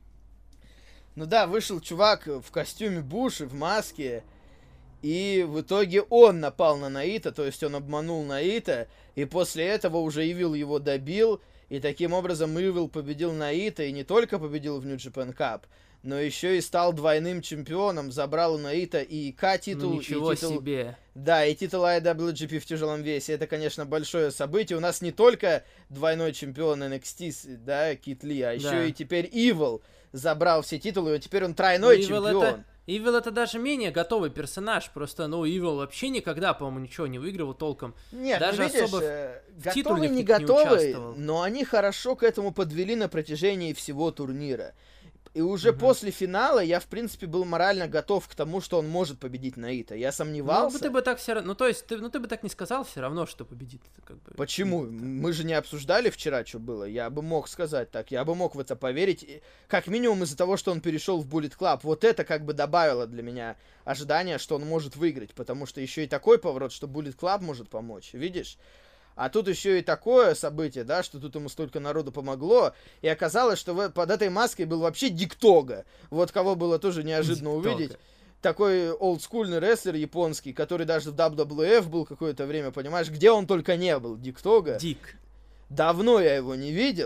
Ну да, вышел чувак в костюме Буши, в маске, и в итоге он напал на Наита, то есть он обманул Наита, и после этого уже Ивил его добил, и таким образом Ивил победил Наита, и не только победил в New Japan Cup, но еще и стал двойным чемпионом, забрал у Наита и К-титул, ну, ничего и титул... себе. Да, и титул ай дабл ю джи пи в тяжелом весе. Это, конечно, большое событие. У нас не только двойной чемпион эн экс ти, да, Кит Ли, а еще да. и теперь Ивил забрал все титулы, и теперь он тройной Evil чемпион. Это... Ивил это даже менее готовый персонаж, просто, ну, Ивил вообще никогда, по-моему, ничего не выигрывал толком. Нет, даже ну, видишь, особо э, в готовый, не не готовый, но они хорошо к этому подвели на протяжении всего турнира. И уже угу. после финала я, в принципе, был морально готов к тому, что он может победить Наита. Я сомневался. Ну, ты бы так все равно... Ну, то есть, ты, ну, ты бы так не сказал все равно, что победит. Как бы... Почему? Мы же не обсуждали вчера, что было. Я бы мог сказать так. Я бы мог в это поверить. Как минимум из-за того, что он перешел в Bullet Club. Вот это как бы добавило для меня ожидания, что он может выиграть. Потому что еще и такой поворот, что Bullet Club может помочь. Видишь? А тут еще и такое событие, да, что тут ему столько народу помогло, и оказалось, что в, под этой маской был вообще Диктога, вот кого было тоже неожиданно Диктога. увидеть. Такой олдскульный рестлер японский, который даже в дабл ю дабл ю эф был какое-то время, понимаешь, где он только не был, Диктога. Дик. Давно я его не видел,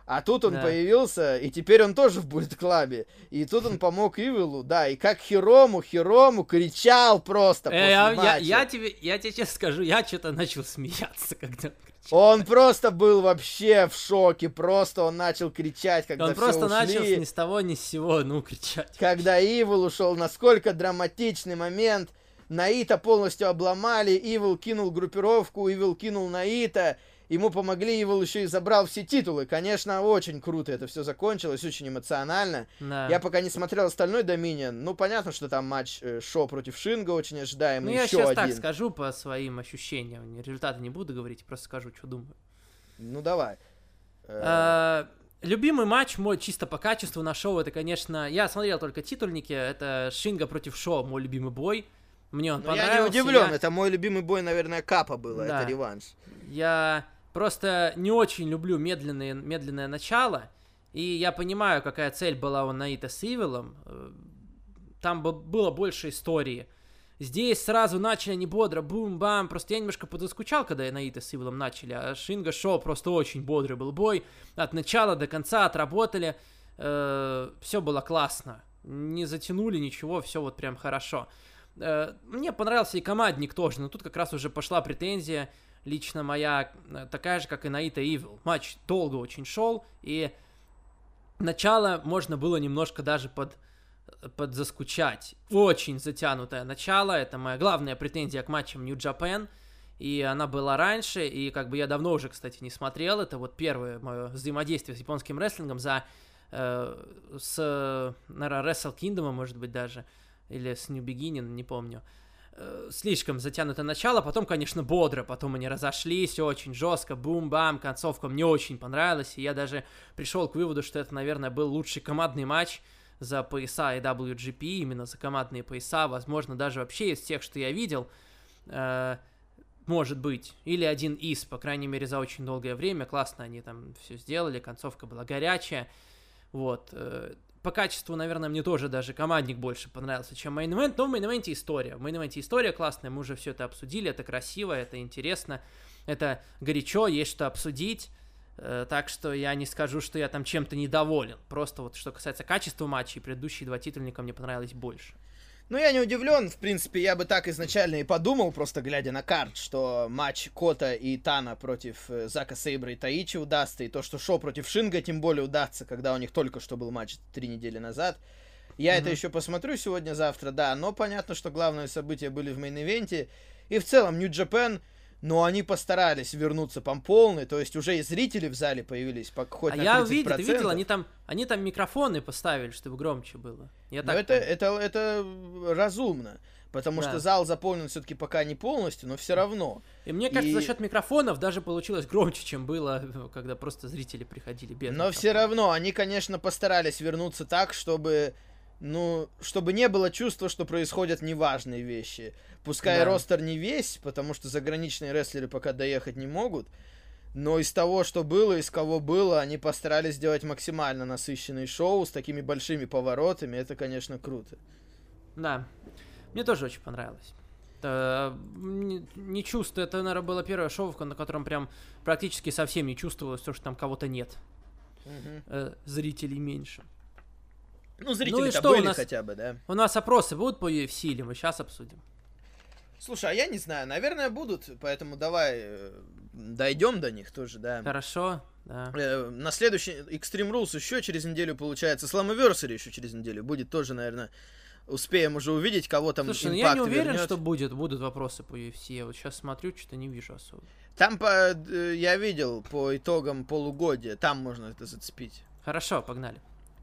А тут он Да. появился, и теперь он тоже в Bullet Club. И тут он помог Ивилу, да. И как Хирому, Хирому кричал просто Э, после я, я, матча. я тебе, я тебе честно скажу, я что-то начал смеяться, когда он кричал. Он просто был вообще в шоке. Просто он начал кричать, когда Он все просто ушли. начал ни с того ни с сего, ну, кричать. Когда Ивил ушел, насколько драматичный момент. Наита полностью обломали, Ивил кинул группировку, Ивил кинул Наита. Ему помогли, Ивил еще и забрал все титулы. Конечно, очень круто это все закончилось, очень эмоционально. Да. Я пока не смотрел остальной Доминион. Ну, понятно, что там матч э, Шо против Шинга очень Ну, ожидаемый. я еще сейчас один. так скажу по своим ощущениям. Результаты не буду говорить, просто скажу, что думаю. Ну, давай. Э, А, Любимый матч мой чисто по качеству на шоу, это, конечно, я смотрел только титульники, это Шинга против Шо, мой любимый бой. Мне он ну, я понравился. не удивлен, я- это мой любимый бой, наверное, Капа было, Да. это реванш. Я просто не очень люблю медленные, медленное начало, и я понимаю, какая цель была у Наита с Ивилом. Э, Там бы было больше истории. Здесь сразу начали они бодро, бум-бам. Просто я немножко подоскучал, когда Наита с Ивилом начали, а Шинга Шо просто очень бодрый был бой. От начала до конца отработали. Э, все было классно. Не затянули ничего, все вот прям хорошо. Э, мне понравился и командник тоже, но тут как раз уже пошла претензия лично моя, э, такая же, как и Наита Ивил. Матч долго очень шел, и начало можно было немножко даже под, подзаскучать. Очень затянутое начало, это моя главная претензия к матчам New Japan, и она была раньше, и как бы я давно уже, кстати, не смотрел, это вот первое мое взаимодействие с японским рестлингом за, э, с, наверное, Wrestle Kingdom, может быть, даже, или с New Beginning, не помню. Э, слишком затянутое начало, потом, конечно, бодро, потом они разошлись очень жестко, бум-бам, концовка мне очень понравилась, и я даже пришел к выводу, что это, наверное, был лучший командный матч за пояса эй дабл ю джи пи, именно за командные пояса, возможно, даже вообще из тех, что я видел, э, может быть, или один из, по крайней мере, за очень долгое время, классно они там все сделали, концовка была горячая, вот, э, по качеству, наверное, мне тоже даже командник больше понравился, чем мейн-ивент, но в мейн-ивенте история. В мейн-ивенте история классная, мы уже все это обсудили, это красиво, это интересно, это горячо, есть что обсудить, э, так что я не скажу, что я там чем-то недоволен. Просто вот что касается качества матчей, предыдущие два титульника мне понравились больше. Ну, я не удивлен, в принципе, я бы так изначально и подумал, просто глядя на карт, что матч Кота и Тана против э, Зака Сейбра и Таичи удастся, и то, что Шо против Шинга тем более удастся, когда у них только что был матч три недели назад. Я Мгм. это еще посмотрю сегодня-завтра, да, но понятно, что главные события были в мейн-ивенте, и в целом New Japan, но они постарались вернуться по полной, то есть уже и зрители в зале появились, по, хоть А на я тридцать увидел, ты процентов. видел, они там, они там микрофоны поставили, чтобы громче было. Я Но так это, понял. это, это разумно, потому Да. что зал заполнен все-таки пока не полностью, но все равно. И мне кажется, и- за счет микрофонов даже получилось громче, чем было, когда просто зрители приходили без Но все микрофона. равно они, конечно, постарались вернуться так, чтобы, ну, чтобы не было чувства, что происходят неважные вещи. Пускай Да. ростер не весь, потому что заграничные рестлеры пока доехать не могут, но из того, что было, из кого было, они постарались сделать максимально насыщенные шоу с такими большими поворотами. Это, конечно, круто. Да, мне тоже очень понравилось. Э, Не, не чувствую, это, наверное, было первое шоу, на котором прям практически совсем не чувствовалось то, что там кого-то нет. Э, Зрителей меньше. Ну, зрители-то что у были нас? хотя бы, да? У нас опросы будут по ю эф си или мы сейчас обсудим? Слушай, а я не знаю, наверное, будут, поэтому давай э, дойдем до них тоже, да. Хорошо, да. Э, на следующий Extreme Rules еще через неделю получается, Slammiversary еще через неделю будет тоже, наверное, успеем уже увидеть, кого там Слушай, ну Impact я не уверен, вернет. что будет, будут вопросы по ю эф си. Я вот сейчас смотрю, что-то не вижу особо. Там по, э, я видел по итогам полугодия, там можно это зацепить. Хорошо, погнали.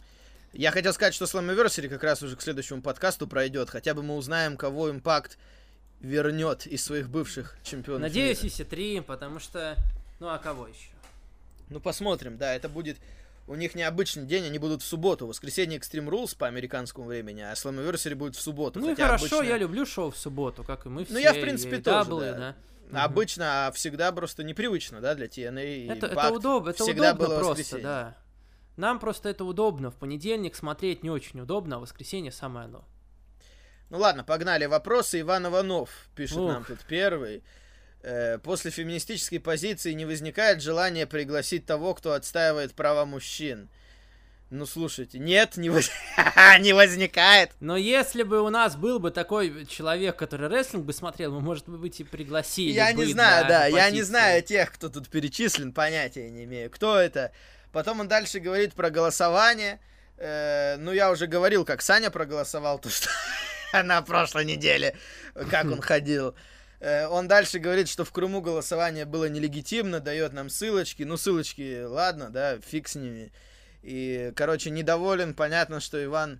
Я хотел сказать, что Slammiversary как раз уже к следующему подкасту пройдет, хотя бы мы узнаем, кого Impact вернет из своих бывших чемпионов. Надеюсь, мира. и си три, потому что... Ну а кого еще? Ну, посмотрим, да, это будет... У них необычный день, они будут в субботу. В воскресенье Extreme Rules по американскому времени, а Slammiversary будет в субботу. Ну и хотя хорошо, обычно- я люблю шоу в субботу, как и мы все. Ну, я, в принципе, и эй тоже, дабл ю, да. Мгм. Обычно, а всегда просто непривычно, да, для ти эн эй. и Это, это Impact. удобно, это всегда удобно было просто, воскресенье. да. Нам просто это удобно. В понедельник смотреть не очень удобно, а в воскресенье самое оно. Ну ладно, погнали вопросы. Иван Иванов пишет Ух. нам тут первый. Э, после феминистической позиции не возникает желания пригласить того, кто отстаивает права мужчин. Ну, слушайте, нет, не, воз... не возникает. Но если бы у нас был бы такой человек, который рестлинг бы смотрел, мы, может быть, и пригласили. Я бы не знаю, да, позицию. я не знаю тех, кто тут перечислен, понятия не имею. Кто это? Потом он дальше говорит про голосование. Э, ну, я уже говорил, как Саня проголосовал, то что на прошлой неделе, как он ходил. Э, он дальше говорит, что в Крыму голосование было нелегитимно, дает нам ссылочки. Ну, ссылочки, ладно, да, фиг с ними. И, короче, недоволен, понятно, что Иван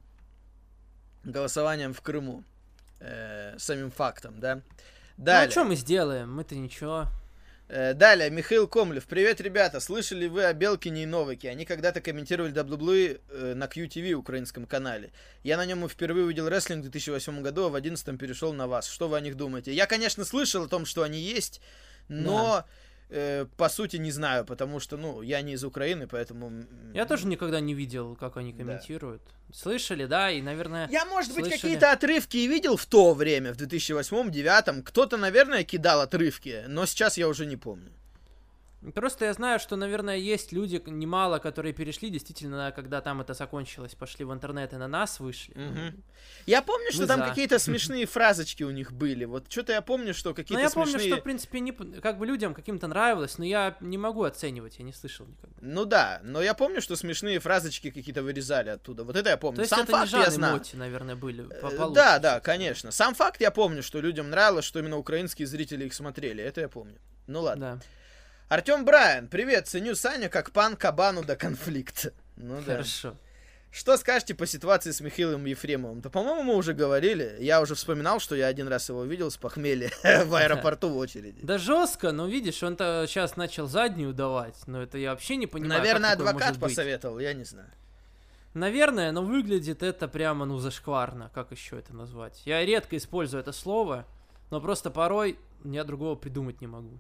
голосованием в Крыму. Э, самим фактом, да. Далее. Ну, а что мы сделаем? Мы-то ничего. Э, далее, Михаил Комлев. Привет, ребята. Слышали вы о Белкине и Новике? Они когда-то комментировали дабл ю дабл ю и э, на кью ти ви, украинском канале. Я на нем впервые увидел рестлинг в две тысячи восьмом году, а в две тысячи одиннадцатом перешел на вас. Что вы о них думаете? Я, конечно, слышал о том, что они есть, но... Да. По сути, не знаю, потому что, ну, я не из Украины, поэтому... Я тоже никогда не видел, как они комментируют. Да. Слышали, да, и, наверное... Я, может слышали... быть, какие-то отрывки и видел в то время, в две тысячи восьмом — две тысячи девятом. Кто-то, наверное, кидал отрывки, но сейчас я уже не помню. Просто я знаю, что, наверное, есть люди немало, которые перешли, действительно, когда там это закончилось, пошли в интернет и на нас вышли. Угу. Я помню, что Мы там за. какие-то смешные фразочки у них были. Вот что-то я помню, что какие-то ну, я смешные... помню, что, в принципе, не, как бы людям каким-то нравилось, но я не могу оценивать, я не слышал никогда. Ну да, но я помню, что смешные фразочки какие-то вырезали оттуда. Вот это я помню. То есть Сам это факт не я знаю. Моти, наверное, были. Да, да, конечно. Сам факт я помню, что людям нравилось, что именно украинские зрители их смотрели. Это я помню. Ну ладно. Да. Артем Брайан, привет, ценю Саню как пан кабану до конфликта. Ну да. Хорошо. Что скажете по ситуации с Михаилом Ефремовым? Да, по-моему, мы уже говорили. Я уже вспоминал, что я один раз его видел с похмелья в аэропорту в очереди. Да жестко, но видишь, он-то сейчас начал заднюю давать. Но это я вообще не понимаю. Наверное, адвокат посоветовал, я не знаю. Наверное, но выглядит это прямо, ну, зашкварно. Как еще это назвать? Я редко использую это слово, но просто порой я другого придумать не могу.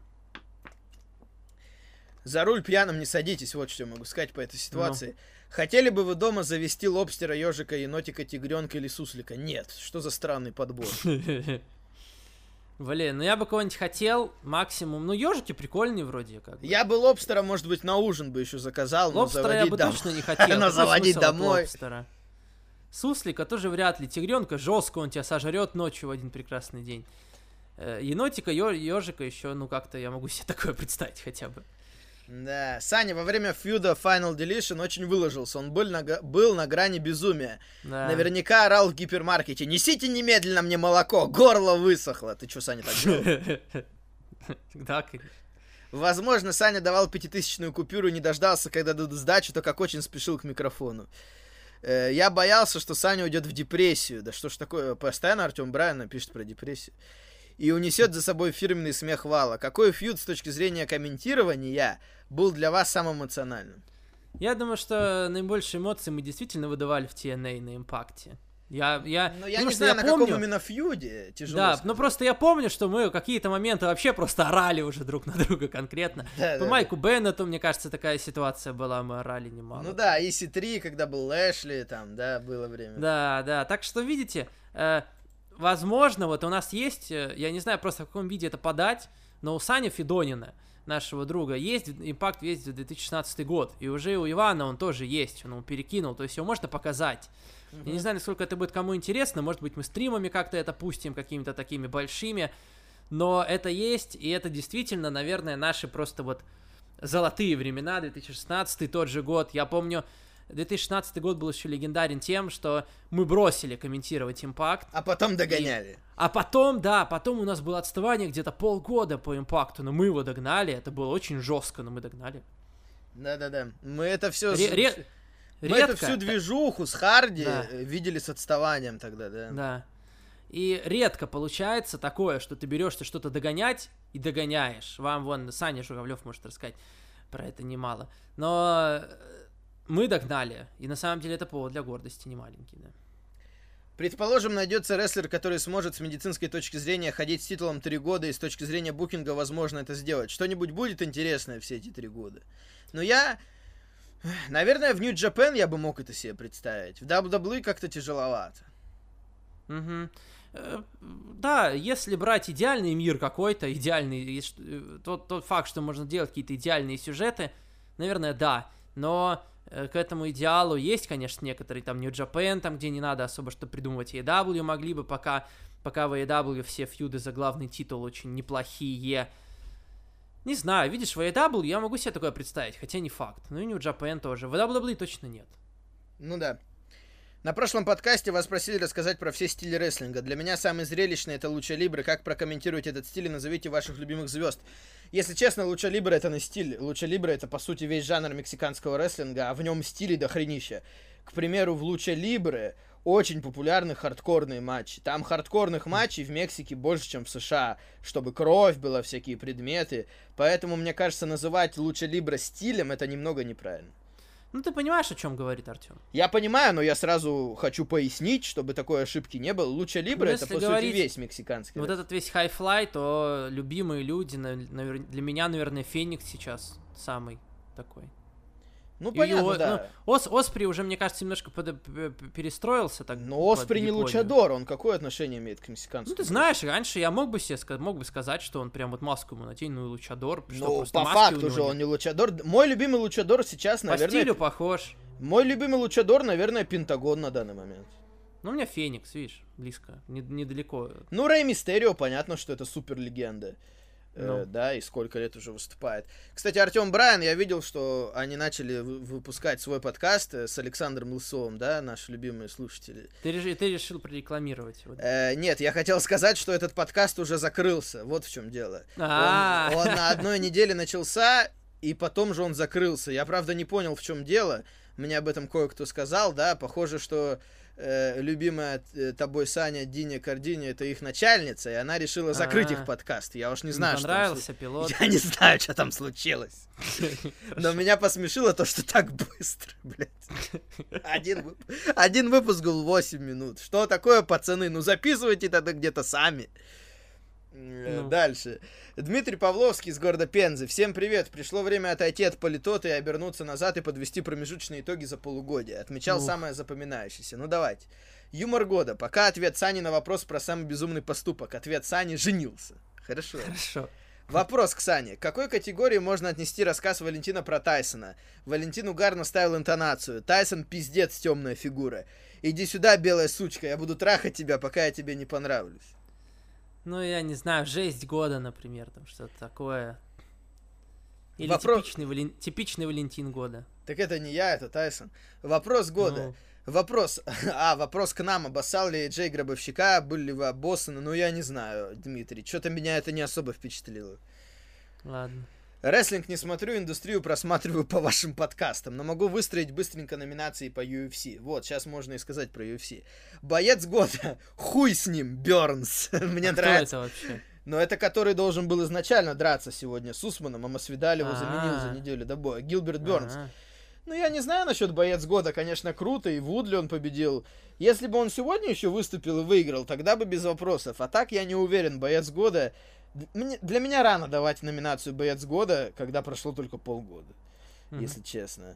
За руль пьяным не садитесь, вот что могу сказать по этой ситуации. Ну. Хотели бы вы дома завести лобстера, ежика, енотика, тигренка или суслика? Нет, что за странный подбор. Блин, ну я бы кого-нибудь хотел, максимум. Ну, ежики прикольные вроде как. Я бы лобстера, может быть, на ужин бы еще заказал. Лобстера я бы дом... точно не хотел. Но заводить домой. Суслика тоже вряд ли. Тигренка жестко, он тебя сожрет ночью в один прекрасный день. Енотика, ежика еще, ну как-то я могу себе такое представить хотя бы. Да, Саня во время фьюда Final Deletion очень выложился. Он был на, был на грани безумия. Да. Наверняка орал в гипермаркете: «Несите немедленно мне молоко, горло высохло». Ты чё, Саня, так делал? Да, возможно, Саня давал пятитысячную купюру и не дождался, когда дадут сдачу, так как очень спешил к микрофону. Я боялся, что Саня уйдет в депрессию. Да что ж такое, постоянно Артем Брайан пишет про депрессию. И унесет за собой фирменный смех Вала. Какой фьюд с точки зрения комментирования был для вас самым эмоциональным? Я думаю, что наибольшие эмоции мы действительно выдавали в ти эн эй на импакте. Я, я, но я не знаю, я на помню... каком именно фьюде, тяжело Да, сказать. Ну просто я помню, что мы какие-то моменты вообще просто орали уже друг на друга конкретно. Да, По да, Майку да. Беннету, мне кажется, такая ситуация была, мы орали немало. Ну да, и си три, когда был Лэшли, там, да, было время. Да, да, так что, видите... Э, возможно, вот у нас есть, я не знаю просто в каком виде это подать, но у Сани Федонина, нашего друга, есть импакт весь две тысячи шестнадцатый год, и уже у Ивана он тоже есть, он его перекинул, то есть его можно показать. Uh-huh. Я не знаю, насколько это будет кому интересно, может быть мы стримами как-то это пустим, какими-то такими большими, но это есть, и это действительно, наверное, наши просто вот золотые времена, две тысячи шестнадцатый, тот же год, я помню... две тысячи шестнадцатый год был еще легендарен тем, что мы бросили комментировать импакт. А потом догоняли. И... А потом, да, потом у нас было отставание где-то полгода по импакту, но мы его догнали. Это было очень жестко, но мы догнали. Да-да-да. Мы это все... Ре- ре- мы редко... эту всю движуху с Харди да. видели с отставанием тогда, да. Да. И редко получается такое, что ты берешься что-то догонять и догоняешь. Вам вон Саня Журавлев может рассказать про это немало. Но... мы догнали, и на самом деле это повод для гордости не маленький, да. Предположим, найдется рестлер, который сможет с медицинской точки зрения ходить с титулом три года, и с точки зрения букинга возможно это сделать. Что-нибудь будет интересное все эти три года. Но я... Наверное, в New Japan я бы мог это себе представить. В дабл ю дабл ю и как-то тяжеловато. Угу. Да, если брать идеальный мир какой-то, идеальный, тот, тот факт, что можно делать какие-то идеальные сюжеты, наверное, да. Но к этому идеалу есть, конечно, некоторые, там, New Japan, там, где не надо особо что придумывать. эй и дабл ю могли бы, пока, пока в эй и дабл ю все фьюды за главный титул очень неплохие. Не знаю, видишь, в эй и дабл ю я могу себе такое представить, хотя не факт. Ну и New Japan тоже. В дабл ю дабл ю и точно нет. Ну да. На прошлом подкасте вас просили рассказать про все стили рестлинга. Для меня самый зрелищный — это Луча Либре. Как прокомментируете этот стиль и назовите ваших любимых звезд? Если честно, Луча Либре — это не стиль. Луча Либре — это, по сути, весь жанр мексиканского рестлинга, а в нем стилей до хренища. К примеру, в Луча Либре очень популярны хардкорные матчи. Там хардкорных матчей в Мексике больше, чем в США, чтобы кровь была, всякие предметы. Поэтому, мне кажется, называть Луча Либре стилем — это немного неправильно. Ну, ты понимаешь, о чем говорит Артем? Я понимаю, но я сразу хочу пояснить, чтобы такой ошибки не было. Луча Либре ну, — это, по сути, весь мексиканский. Вот этот весь хай-флай, то любимые люди, для меня, наверное, Феникс сейчас самый такой. Ну, понятно, и, да. Ну, Ос, Оспри уже, мне кажется, немножко под, перестроился. Так, но Оспри не Лучадор, он какое отношение имеет к мексиканцу? Ну, ты знаешь, раньше я мог бы себе мог бы сказать, что он прям вот маску ему надень, ну и Лучадор. Ну, по факту же он не Лучадор. Мой любимый Лучадор сейчас, наверное... По стилю похож. Мой любимый Лучадор, наверное, Пентагон на данный момент. Ну, у меня Феникс, видишь, близко, не, недалеко. Ну, Рэй Мистерио, понятно, что это супер легенда. No. Э, да, и сколько лет уже выступает. Кстати, Артем Брайан, я видел, что они начали выпускать свой подкаст с Александром Лысовым, да, наши любимые слушатели. Ты, реш... ты решил прорекламировать его? Э, нет, я хотел сказать, что этот подкаст уже закрылся, вот в чем дело. Он, он на одной неделе начался, и потом же он закрылся. Я, правда, не понял, в чем дело. Мне об этом кое-кто сказал, да, похоже, что э, любимая э, тобой Саня Диня Кардини — это их начальница, и она решила закрыть А-а-а. их подкаст. Я уж не знаю, не понравился что там пилот. Я не знаю, что там случилось. Но меня посмешило то, что так быстро, блядь. Один, вып... Один выпуск был восемь минут. Что такое, пацаны? Ну записывайте тогда где-то сами. Ну. Дальше. Дмитрий Павловский из города Пензы. Всем привет. Пришло время отойти от политота и обернуться назад и подвести промежуточные итоги за полугодие. Отмечал Ух. самое запоминающееся. Ну давайте. Юмор года. Пока ответ Сани на вопрос про самый безумный поступок. Ответ Сани: женился. Хорошо. Хорошо. Вопрос к Сане. К какой категории можно отнести рассказ Валентина про Тайсона? Валентин угарно ставил интонацию. Тайсон пиздец, темная фигура. Иди сюда, белая сучка, я буду трахать тебя, пока я тебе не понравлюсь. Ну, я не знаю, жесть года, например, там что-то такое. Или Вопрос... типичный, Вален... типичный Валентин года. Так это не я, это Тайсон. Вопрос года. Ну... Вопрос. А, вопрос к нам. Обоссал ли Джей Гробовщика? Были ли вы обоссаны? Ну, я не знаю, Дмитрий. Что-то меня это не особо впечатлило. Ладно. Рестлинг не смотрю, индустрию просматриваю по вашим подкастам, но могу выстроить быстренько номинации по ю эф си. Вот, сейчас можно и сказать про ю эф си. Боец года. Хуй с ним, Бёрнс. Мне нравится. Кто это вообще? Но это который должен был изначально драться сегодня с Усманом, а Масвидаль его заменил за неделю до боя. Гилберт Бёрнс. Ну, я не знаю насчет боец года, конечно, круто, и Вудли он победил. Если бы он сегодня еще выступил и выиграл, тогда бы без вопросов. А так я не уверен, боец года... Мне, для меня рано давать номинацию «Боец года», когда прошло только полгода, mm-hmm. если честно.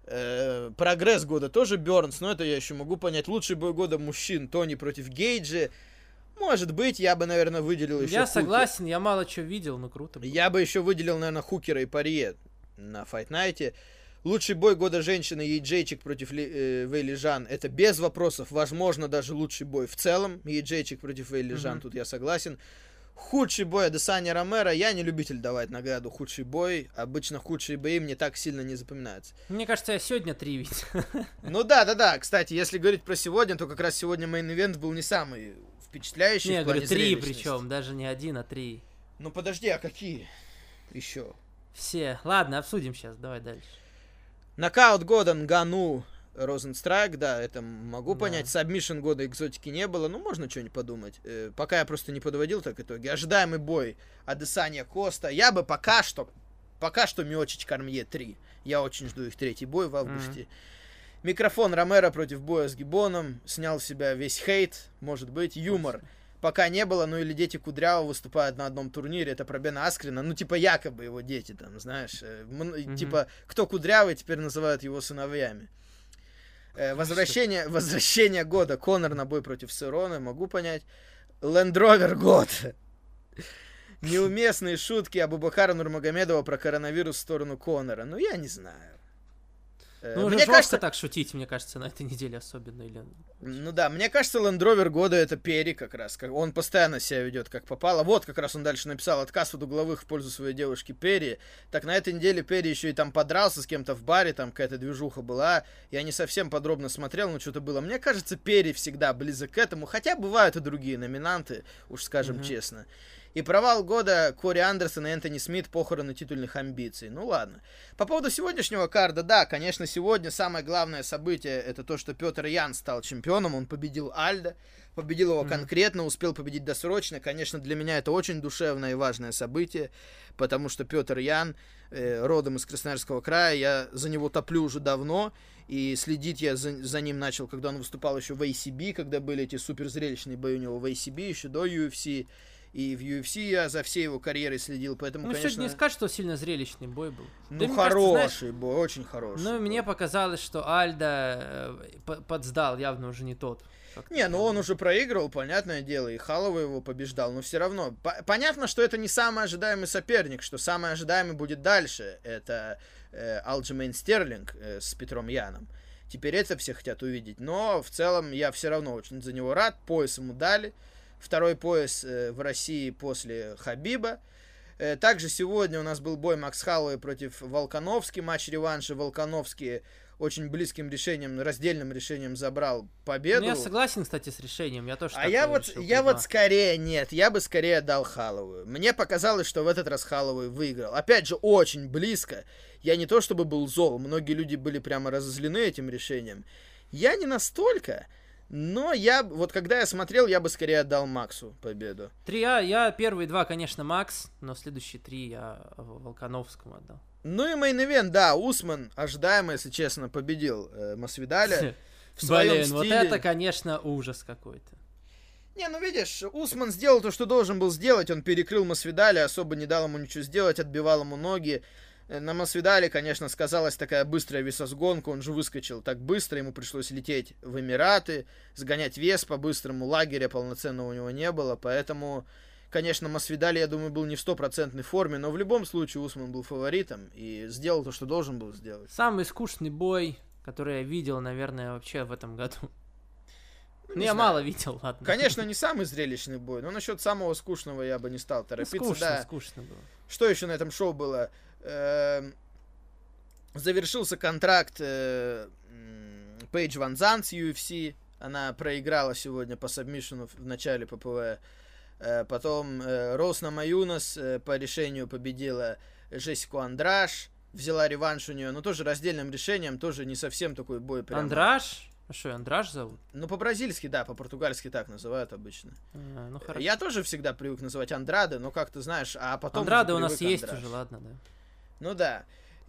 Э, прогресс года тоже Бёрнс, но это я еще могу понять. Лучший бой года мужчин — Тони против Гейджи. Может быть, я бы, наверное, выделил еще Я Хукер. Согласен, я мало чего видел, но круто было. Я бы еще выделил, наверное, Хукера и Парье на Fight Night'е. Лучший бой года женщины Ейджейчик против Ли, э, Вейли Жан — это без вопросов, возможно, даже лучший бой в целом. Ейджейчик против Вейли Жан, mm-hmm. тут я согласен. Худший бой Адесанья Ромеро. Я не любитель давать награду худший бой. Обычно худшие бои мне так сильно не запоминаются. Мне кажется, я сегодня три видел. Ну да, да, да. Кстати, если говорить про сегодня, то как раз сегодня мейн-ивент был не самый впечатляющий. Не, я говорю, три причем, даже не один, а три. Ну подожди, а какие еще? Все. Ладно, обсудим сейчас, давай дальше. Нокаут года Нгану Розенстрайк, да, это могу да. понять. Сабмишн года экзотики не было, ну можно что-нибудь подумать. Э, пока я просто не подводил так итоги. Ожидаемый бой Адесанья Коста. Я бы пока что, пока что Миочич Кормье три. Я очень жду их третий бой в августе. Mm-hmm. Микрофон Ромеро против боя с Гибоном. Снял в себя весь хейт, может быть. Юмор пока не было, ну или дети Кудрява выступают на одном турнире. Это про Бена Аскрина. Ну типа якобы его дети там, знаешь. Mm-hmm. Типа кто Кудрявый, теперь называют его сыновьями. Возвращение, возвращение года. Конор на бой против Серона, могу понять. Land Rover год. Неуместные шутки Абубакара Нурмагомедова про коронавирус в сторону Конора. Ну, я не знаю. Ну, уже мне жестко кажется... так шутить, мне кажется, на этой неделе особенно. Или... Ну да, мне кажется, Land Rover года это Перри как раз. Он постоянно себя ведет как попало. Вот как раз он дальше написал отказ от угловых в пользу своей девушки Перри. Так на этой неделе Перри еще и там подрался с кем-то в баре, там какая-то движуха была. Я не совсем подробно смотрел, но что-то было. Мне кажется, Перри всегда близок к этому. Хотя бывают и другие номинанты, уж скажем mm-hmm. честно. И провал года Кори Андерсон и Энтони Смит, похороны титульных амбиций. Ну ладно. По поводу сегодняшнего карда, да, конечно, сегодня самое главное событие это то, что Петр Ян стал чемпионом. Он победил Альдо, победил его mm-hmm. конкретно, успел победить досрочно. Конечно, для меня это очень душевное и важное событие, потому что Петр Ян, э, родом из Красноярского края, я за него топлю уже давно. И следить я за, за ним начал, когда он выступал еще в эй си би, когда были эти суперзрелищные бои у него в эй си би, еще до ю эф си. И в ю эф си я за всей его карьерой следил, поэтому, ну, конечно... сегодня не скажешь, что сильно зрелищный бой был. Ну, да, хороший кажется, знаешь, бой, очень хороший. Ну, бой. мне показалось, что Альдо подсдал, явно уже не тот. Не, ну он уже проигрывал, понятное дело, и Халлоуэй его побеждал, но все равно... Понятно, что это не самый ожидаемый соперник, что самый ожидаемый будет дальше. Это э, Алджемейн Стерлинг э, с Петром Яном. Теперь это все хотят увидеть, но в целом я все равно очень за него рад, пояс ему дали. Второй пояс э, в России после Хабиба. Э, также сегодня у нас был бой Макс Халлоуэй против Волконовски. Матч реванша. Волконовский очень близким решением, раздельным решением забрал победу. Ну, я согласен, кстати, с решением. Я тоже а я вот, решил, я вот скорее нет. Я бы скорее дал Халлоуэю. Мне показалось, что в этот раз Халлоуэй выиграл. Опять же, очень близко. Я не то чтобы был зол. Многие люди были прямо разозлены этим решением. Я не настолько... Но я, вот когда я смотрел, я бы скорее отдал Максу победу. Три я, я первые два, конечно, Макс, но следующие три я Волконовскому отдал. Ну и мейн-ивент, да, Усман, ожидаемо, если честно, победил э, Масвидаля. В своем Блин, стиле. вот это, конечно, ужас какой-то. Не, ну видишь, Усман сделал то, что должен был сделать. Он перекрыл Масвидаля, особо не дал ему ничего сделать, отбивал ему ноги. На Масвидале, конечно, сказалась такая быстрая весосгонка, он же выскочил так быстро, ему пришлось лететь в Эмираты, сгонять вес по-быстрому, лагеря полноценного у него не было, поэтому, конечно, Масвидаль, я думаю, был не в стопроцентной форме, но в любом случае Усман был фаворитом и сделал то, что должен был сделать. Самый скучный бой, который я видел, наверное, вообще в этом году. Ну, я знаю. мало видел, ладно. Конечно, не самый зрелищный бой, но насчет самого скучного я бы не стал торопиться. Ну, скучно, да. скучно было. Что еще на этом шоу было? Э-э- завершился контракт э- Пейдж Ван Зант с ю эф си. Она проиграла сегодня по сабмишену в начале ППВ. Э- потом э- Роуз Намаюнас э- по решению победила Жессику Андраш. Взяла реванш у нее, но тоже раздельным решением, тоже не совсем такой бой. Прямо. Андраш? А что, Андраш зовут? Ну, по-бразильски, да, по-португальски так называют обычно. А, ну, хорошо. Я тоже всегда привык называть Андраде, но как ты знаешь, а потом... Андраде у нас есть Андраш. уже, ладно, да. Ну да.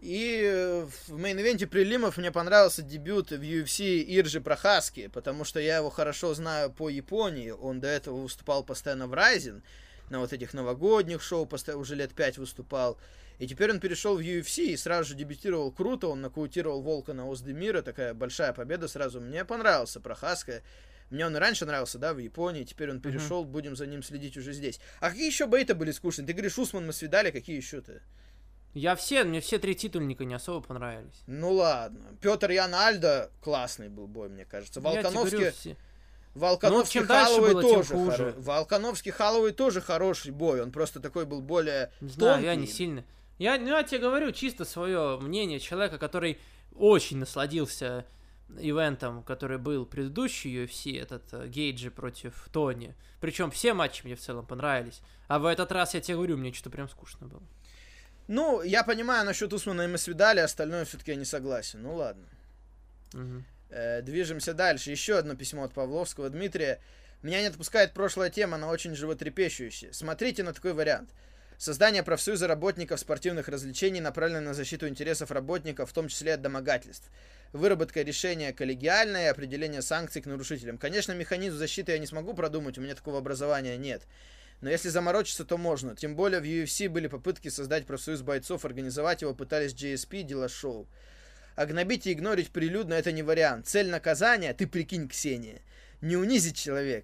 И в мейн-ивенте прелимов мне понравился дебют в ю эф си Иржи Прохаски, потому что я его хорошо знаю по Японии. Он до этого выступал постоянно в Райзен, на вот этих новогодних шоу, постоянно, уже лет пять выступал. И теперь он перешел в ю эф си и сразу же дебютировал круто. Он нокаутировал Волка на Оздемира. Такая большая победа сразу. Мне понравился Прохаска. Мне он и раньше нравился, да, в Японии. Теперь он перешел. Uh-huh. Будем за ним следить уже здесь. А какие еще бои-то были скучные? Ты говоришь, Усман Масвидаль, какие еще-то? Я все, мне все три титульника не особо понравились. Ну ладно. Петр Ян Альдо классный был бой, мне кажется. Волконовский... Все... Волконовский ну, Халлоуэй тоже хуже. Волконовский Халлоуэй тоже хороший бой. Он просто такой был более не знаю, тонкий. Я не сильно. Я, ну, я тебе говорю чисто свое мнение человека, который очень насладился ивентом, который был предыдущий ю эф си, этот uh, Гейджи против Тони. Причем все матчи мне в целом понравились. А в этот раз, я тебе говорю, мне что-то прям скучно было. Ну, я понимаю насчет Усмана и Масвидаля, остальное все-таки я не согласен. Ну ладно. Угу. Э, движемся дальше. Еще одно письмо от Павловского Дмитрия. Меня не отпускает прошлая тема, она очень животрепещущая. Смотрите на такой вариант. Создание профсоюза работников спортивных развлечений направлено на защиту интересов работников, в том числе от домогательств. Выработка решения коллегиальное и определение санкций к нарушителям. Конечно, механизм защиты я не смогу продумать, у меня такого образования нет. Но если заморочиться, то можно. Тем более в ю эф си были попытки создать профсоюз бойцов, организовать его пытались джей эс пи, дела шоу. А гнобить и игнорить прилюдно это не вариант. Цель наказания, ты прикинь, Ксения, не унизить человека,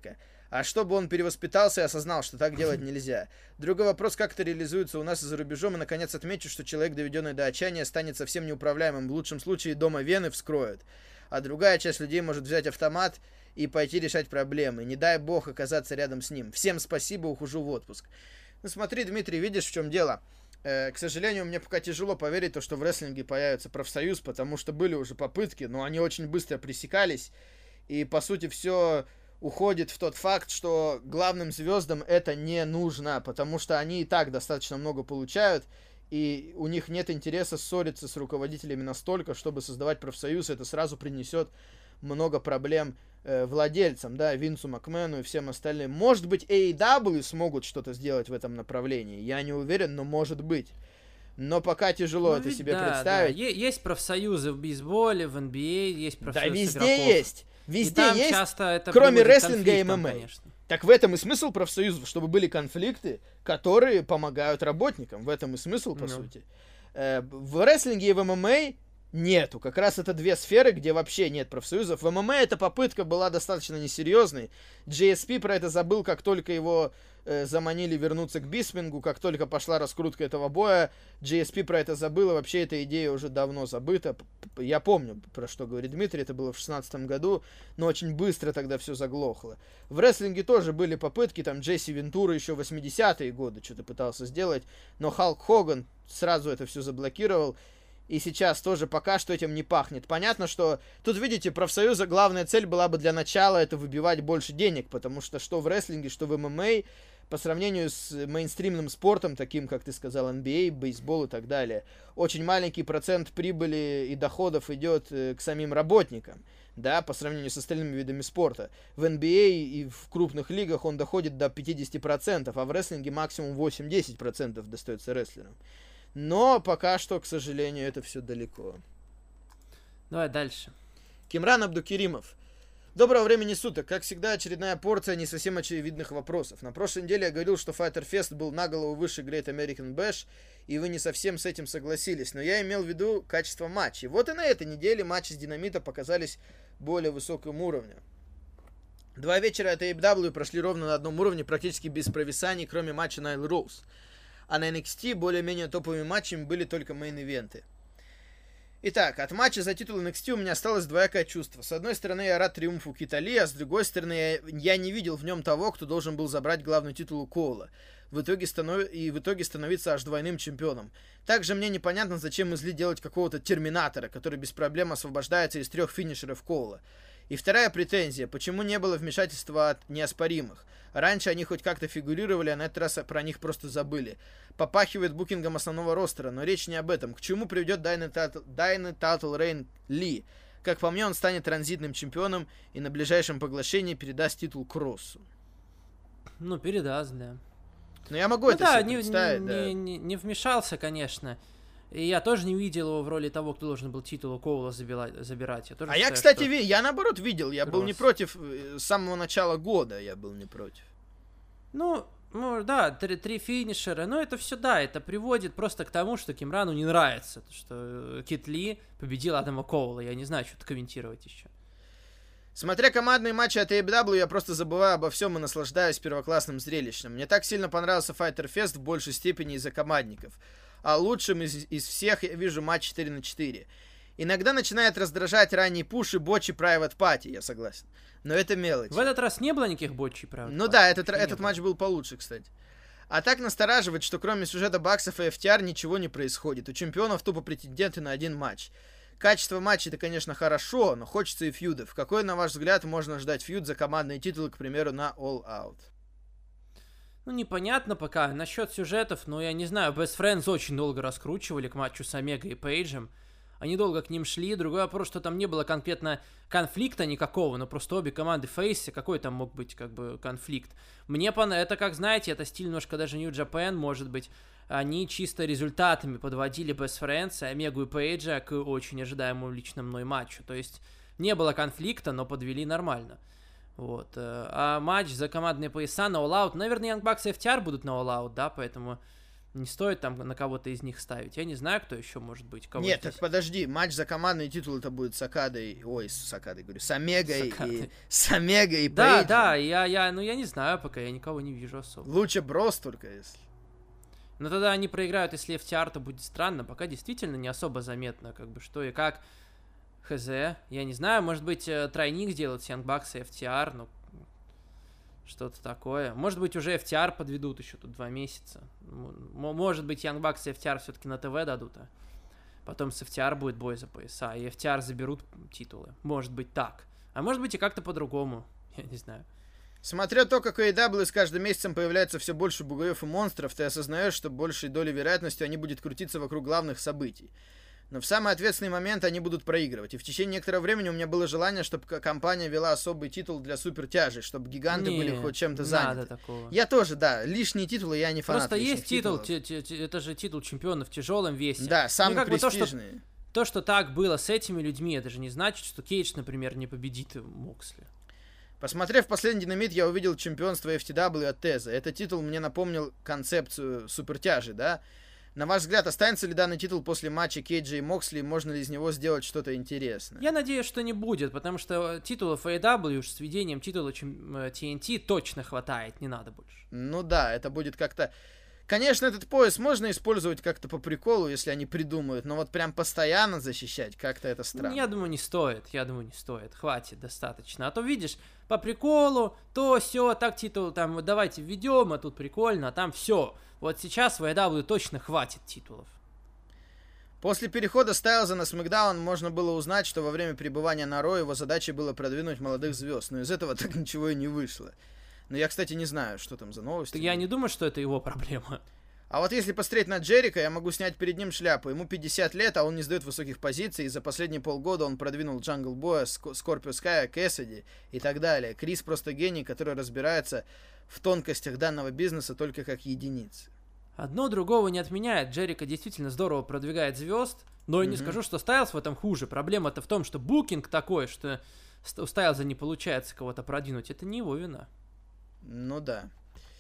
а чтобы он перевоспитался и осознал, что так делать нельзя. Другой вопрос, как это реализуется у нас и за рубежом, и, наконец, отмечу, что человек, доведенный до отчаяния, станет совсем неуправляемым. В лучшем случае дома вены вскроют, а другая часть людей может взять автомат и пойти решать проблемы. Не дай бог оказаться рядом с ним. Всем спасибо, ухожу в отпуск. Ну смотри, Дмитрий, видишь, в чем дело? Э, к сожалению, мне пока тяжело поверить, то, что в рестлинге появится профсоюз, потому что были уже попытки, но они очень быстро пресекались. И, по сути, все уходит в тот факт, что главным звездам это не нужно, потому что они и так достаточно много получают, и у них нет интереса ссориться с руководителями настолько, чтобы создавать профсоюз. Это сразу принесет много проблем э, владельцам, да, Винсу Макмену и всем остальным. Может быть, эй и дабл ю смогут что-то сделать в этом направлении, я не уверен, но может быть. Но пока тяжело ну, это себе да, представить. Да. Есть профсоюзы в бейсболе, в эн би эй, есть профсоюзы Да, везде игроков. есть. Везде есть, часто это кроме рестлинга и эм эм а. Конечно. Так в этом и смысл профсоюзов, чтобы были конфликты, которые помогают работникам. В этом и смысл, по no. сути. Э, в рестлинге и в эм эм а нету. Как раз это две сферы, где вообще нет профсоюзов. В эм эм а эта попытка была достаточно несерьезной. джей эс пи про это забыл, как только его э, заманили вернуться к Биспингу, как только пошла раскрутка этого боя. джей эс пи про это забыл, и вообще эта идея уже давно забыта. Я помню, про что говорит Дмитрий, это было в шестнадцатом году, но очень быстро тогда все заглохло. В рестлинге тоже были попытки, там Джесси Вентура еще в восьмидесятые годы что-то пытался сделать, но Халк Хоган сразу это все заблокировал. И сейчас тоже пока что этим не пахнет. Понятно, что тут, видите, профсоюза главная цель была бы для начала это выбивать больше денег, потому что что в рестлинге, что в эм эм а, по сравнению с мейнстримным спортом, таким, как ты сказал, эн би эй, бейсбол и так далее, очень маленький процент прибыли и доходов идет к самим работникам, да, по сравнению с остальными видами спорта. В эн би эй и в крупных лигах он доходит до пятьдесят процентов, а в рестлинге максимум восемь-десять процентов достается рестлерам. Но пока что, к сожалению, это все далеко. Давай дальше. Кимран Абдукеримов. Доброго времени суток. Как всегда, очередная порция не совсем очевидных вопросов. На прошлой неделе я говорил, что Fighter Fest был на голову выше Great American Bash, и вы не совсем с этим согласились. Но я имел в виду качество матчей. Вот и на этой неделе матчи с Динамита показались более высоким уровнем. Два вечера от эй и дабл ю прошли ровно на одном уровне, практически без провисаний, кроме матча Найлы Роуз. А на эн экс ти более-менее топовыми матчами были только мейн-ивенты. Итак, от матча за титул эн экс ти у меня осталось двоякое чувство. С одной стороны, я рад триумфу Кита Ли, а с другой стороны, я, я не видел в нем того, кто должен был забрать главный титул у Коула. В итоге станов... И в итоге становиться аж двойным чемпионом. Также мне непонятно, зачем из Ли делать какого-то терминатора, который без проблем освобождается из трех финишеров Коула. И вторая претензия, почему не было вмешательства от неоспоримых? Раньше они хоть как-то фигурировали, а на этот раз про них просто забыли. Попахивает букингом основного ростера, но речь не об этом. К чему приведет Дайны Татл Рейн Ли? Как по мне, он станет транзитным чемпионом и на ближайшем поглощении передаст титул Кроссу. Ну, передаст, да. Но я могу ну, это да, себе не, представить, не, да. Не, не, не вмешался, конечно. И я тоже не видел его в роли того, кто должен был титул у Коула забирать. Я тоже а считаю, я, кстати, что... ви... я наоборот видел. Я Кросс. был не против с самого начала года. Я был не против. Ну, ну да, три, три финишера. Но это все, да, это приводит просто к тому, что Кимрану не нравится, что Кит Ли победил Адама Коула. Я не знаю, что-то комментировать еще. Смотря командные матчи от эй и дабл ю, я просто забываю обо всем и наслаждаюсь первоклассным зрелищем. Мне так сильно понравился Fighter Fest в большей степени из-за командников. А лучшим из, из всех я вижу матч четыре на четыре. Иногда начинает раздражать ранние пуши, бочи, private party, я согласен. Но это мелочь. В этот раз не было никаких бочи, правда? Ну да, этот, этот матч был получше, кстати. А так настораживает, что кроме сюжета баксов и эф ти ар ничего не происходит. У чемпионов тупо претенденты на один матч. Качество матча это, конечно, хорошо, но хочется и фьюдов. Какой, на ваш взгляд, можно ждать фьюд за командные титулы, к примеру, на All Out? Ну, непонятно пока. Насчет сюжетов, ну, я не знаю, Best Friends очень долго раскручивали к матчу с Омега и Пейджем. Они долго к ним шли. Другой вопрос, что там не было конкретно конфликта никакого, но просто обе команды фейсы. Какой там мог быть, как бы, конфликт? Мне понравилось, это, как знаете, это стиль немножко даже New Japan, может быть. Они чисто результатами подводили Best Friends, Омегу и Пейджа к очень ожидаемому лично мной матчу. То есть не было конфликта, но подвели нормально. Вот. А матч за командные пояса на All Out, наверное, Young Bucks и эф ти ар будут на All Out, да, поэтому Не стоит там на кого-то из них ставить. Я не знаю, кто еще может быть. Кого Нет, здесь... так подожди, матч за командный титул это будет с Окадой, ой, с Окадой, говорю, с Омегой и... С Омегой и Да, Пейджем. да, я, я, ну я не знаю пока, я никого не вижу особо. Лучше Брос только, если... Но тогда они проиграют, если эф ти ар, то будет странно. Пока действительно не особо заметно, как бы, что и как. Хз, я не знаю, может быть, тройник сделают с Young Bucks и эф ти ар, ну... Что-то такое. Может быть, уже эф ти ар подведут еще тут два месяца. Может быть, Young Bucks и эф ти ар все-таки на ТВ дадут, а потом с эф ти ар будет бой за пояса, и эф ти ар заберут титулы. Может быть так. А может быть и как-то по-другому. Я не знаю. Смотря то, как эй и дабл ю с каждым месяцем появляется все больше бугаев и монстров, ты осознаешь, что большей долей вероятностью они будут крутиться вокруг главных событий. Но в самый ответственный момент они будут проигрывать. И в течение некоторого времени у меня было желание, чтобы компания вела особый титул для супертяжей, чтобы гиганты не, были хоть чем-то не заняты. Надо такого. Я тоже, да. Лишние титулы, я не фанат. Просто есть титул, титулов. т- т- это же титул чемпиона в тяжелом весе. Да, самый ну, как бы престижный. То что, то, что так было с этими людьми, это же не значит, что Кейдж, например, не победит Моксли. Посмотрев последний динамит, я увидел чемпионство эф ти дабл ю от Теза. Этот титул мне напомнил концепцию супертяжи, да? На ваш взгляд, останется ли данный титул после матча Кейджа и Моксли, можно ли из него сделать что-то интересное? Я надеюсь, что не будет, потому что титулов эй и дабл ю с введением титула ти эн ти точно хватает, не надо больше. Ну да, это будет как-то... Конечно, этот пояс можно использовать как-то по приколу, если они придумают, но вот прям постоянно защищать, как-то это странно. Я думаю, не стоит, я думаю, не стоит, хватит, достаточно. А то, видишь, по приколу, то все, так титул, там, давайте введем, а тут прикольно, а там все. Вот сейчас в эй и дабл ю точно хватит титулов. После перехода Стайлза на Смэкдаун можно было узнать, что во время пребывания на Ро его задачей было продвинуть молодых звезд, но из этого так ничего и не вышло. Но я, кстати, не знаю, что там за новости. Я не думаю, что это его проблема. А вот если посмотреть на Джерика, я могу снять перед ним шляпу. Ему пятьдесят лет, а он не сдает высоких позиций, и за последние полгода он продвинул Джангл Боя, Скорпио Ская, Кэссиди и так далее. Крис просто гений, который разбирается в тонкостях данного бизнеса только как единицы. Одно другого не отменяет. Джерика действительно здорово продвигает звезд, но я не Мгм. скажу, что Стайлз в этом хуже. Проблема-то в том, что букинг такой, что у Стайлза не получается кого-то продвинуть. Это не его вина. Ну да.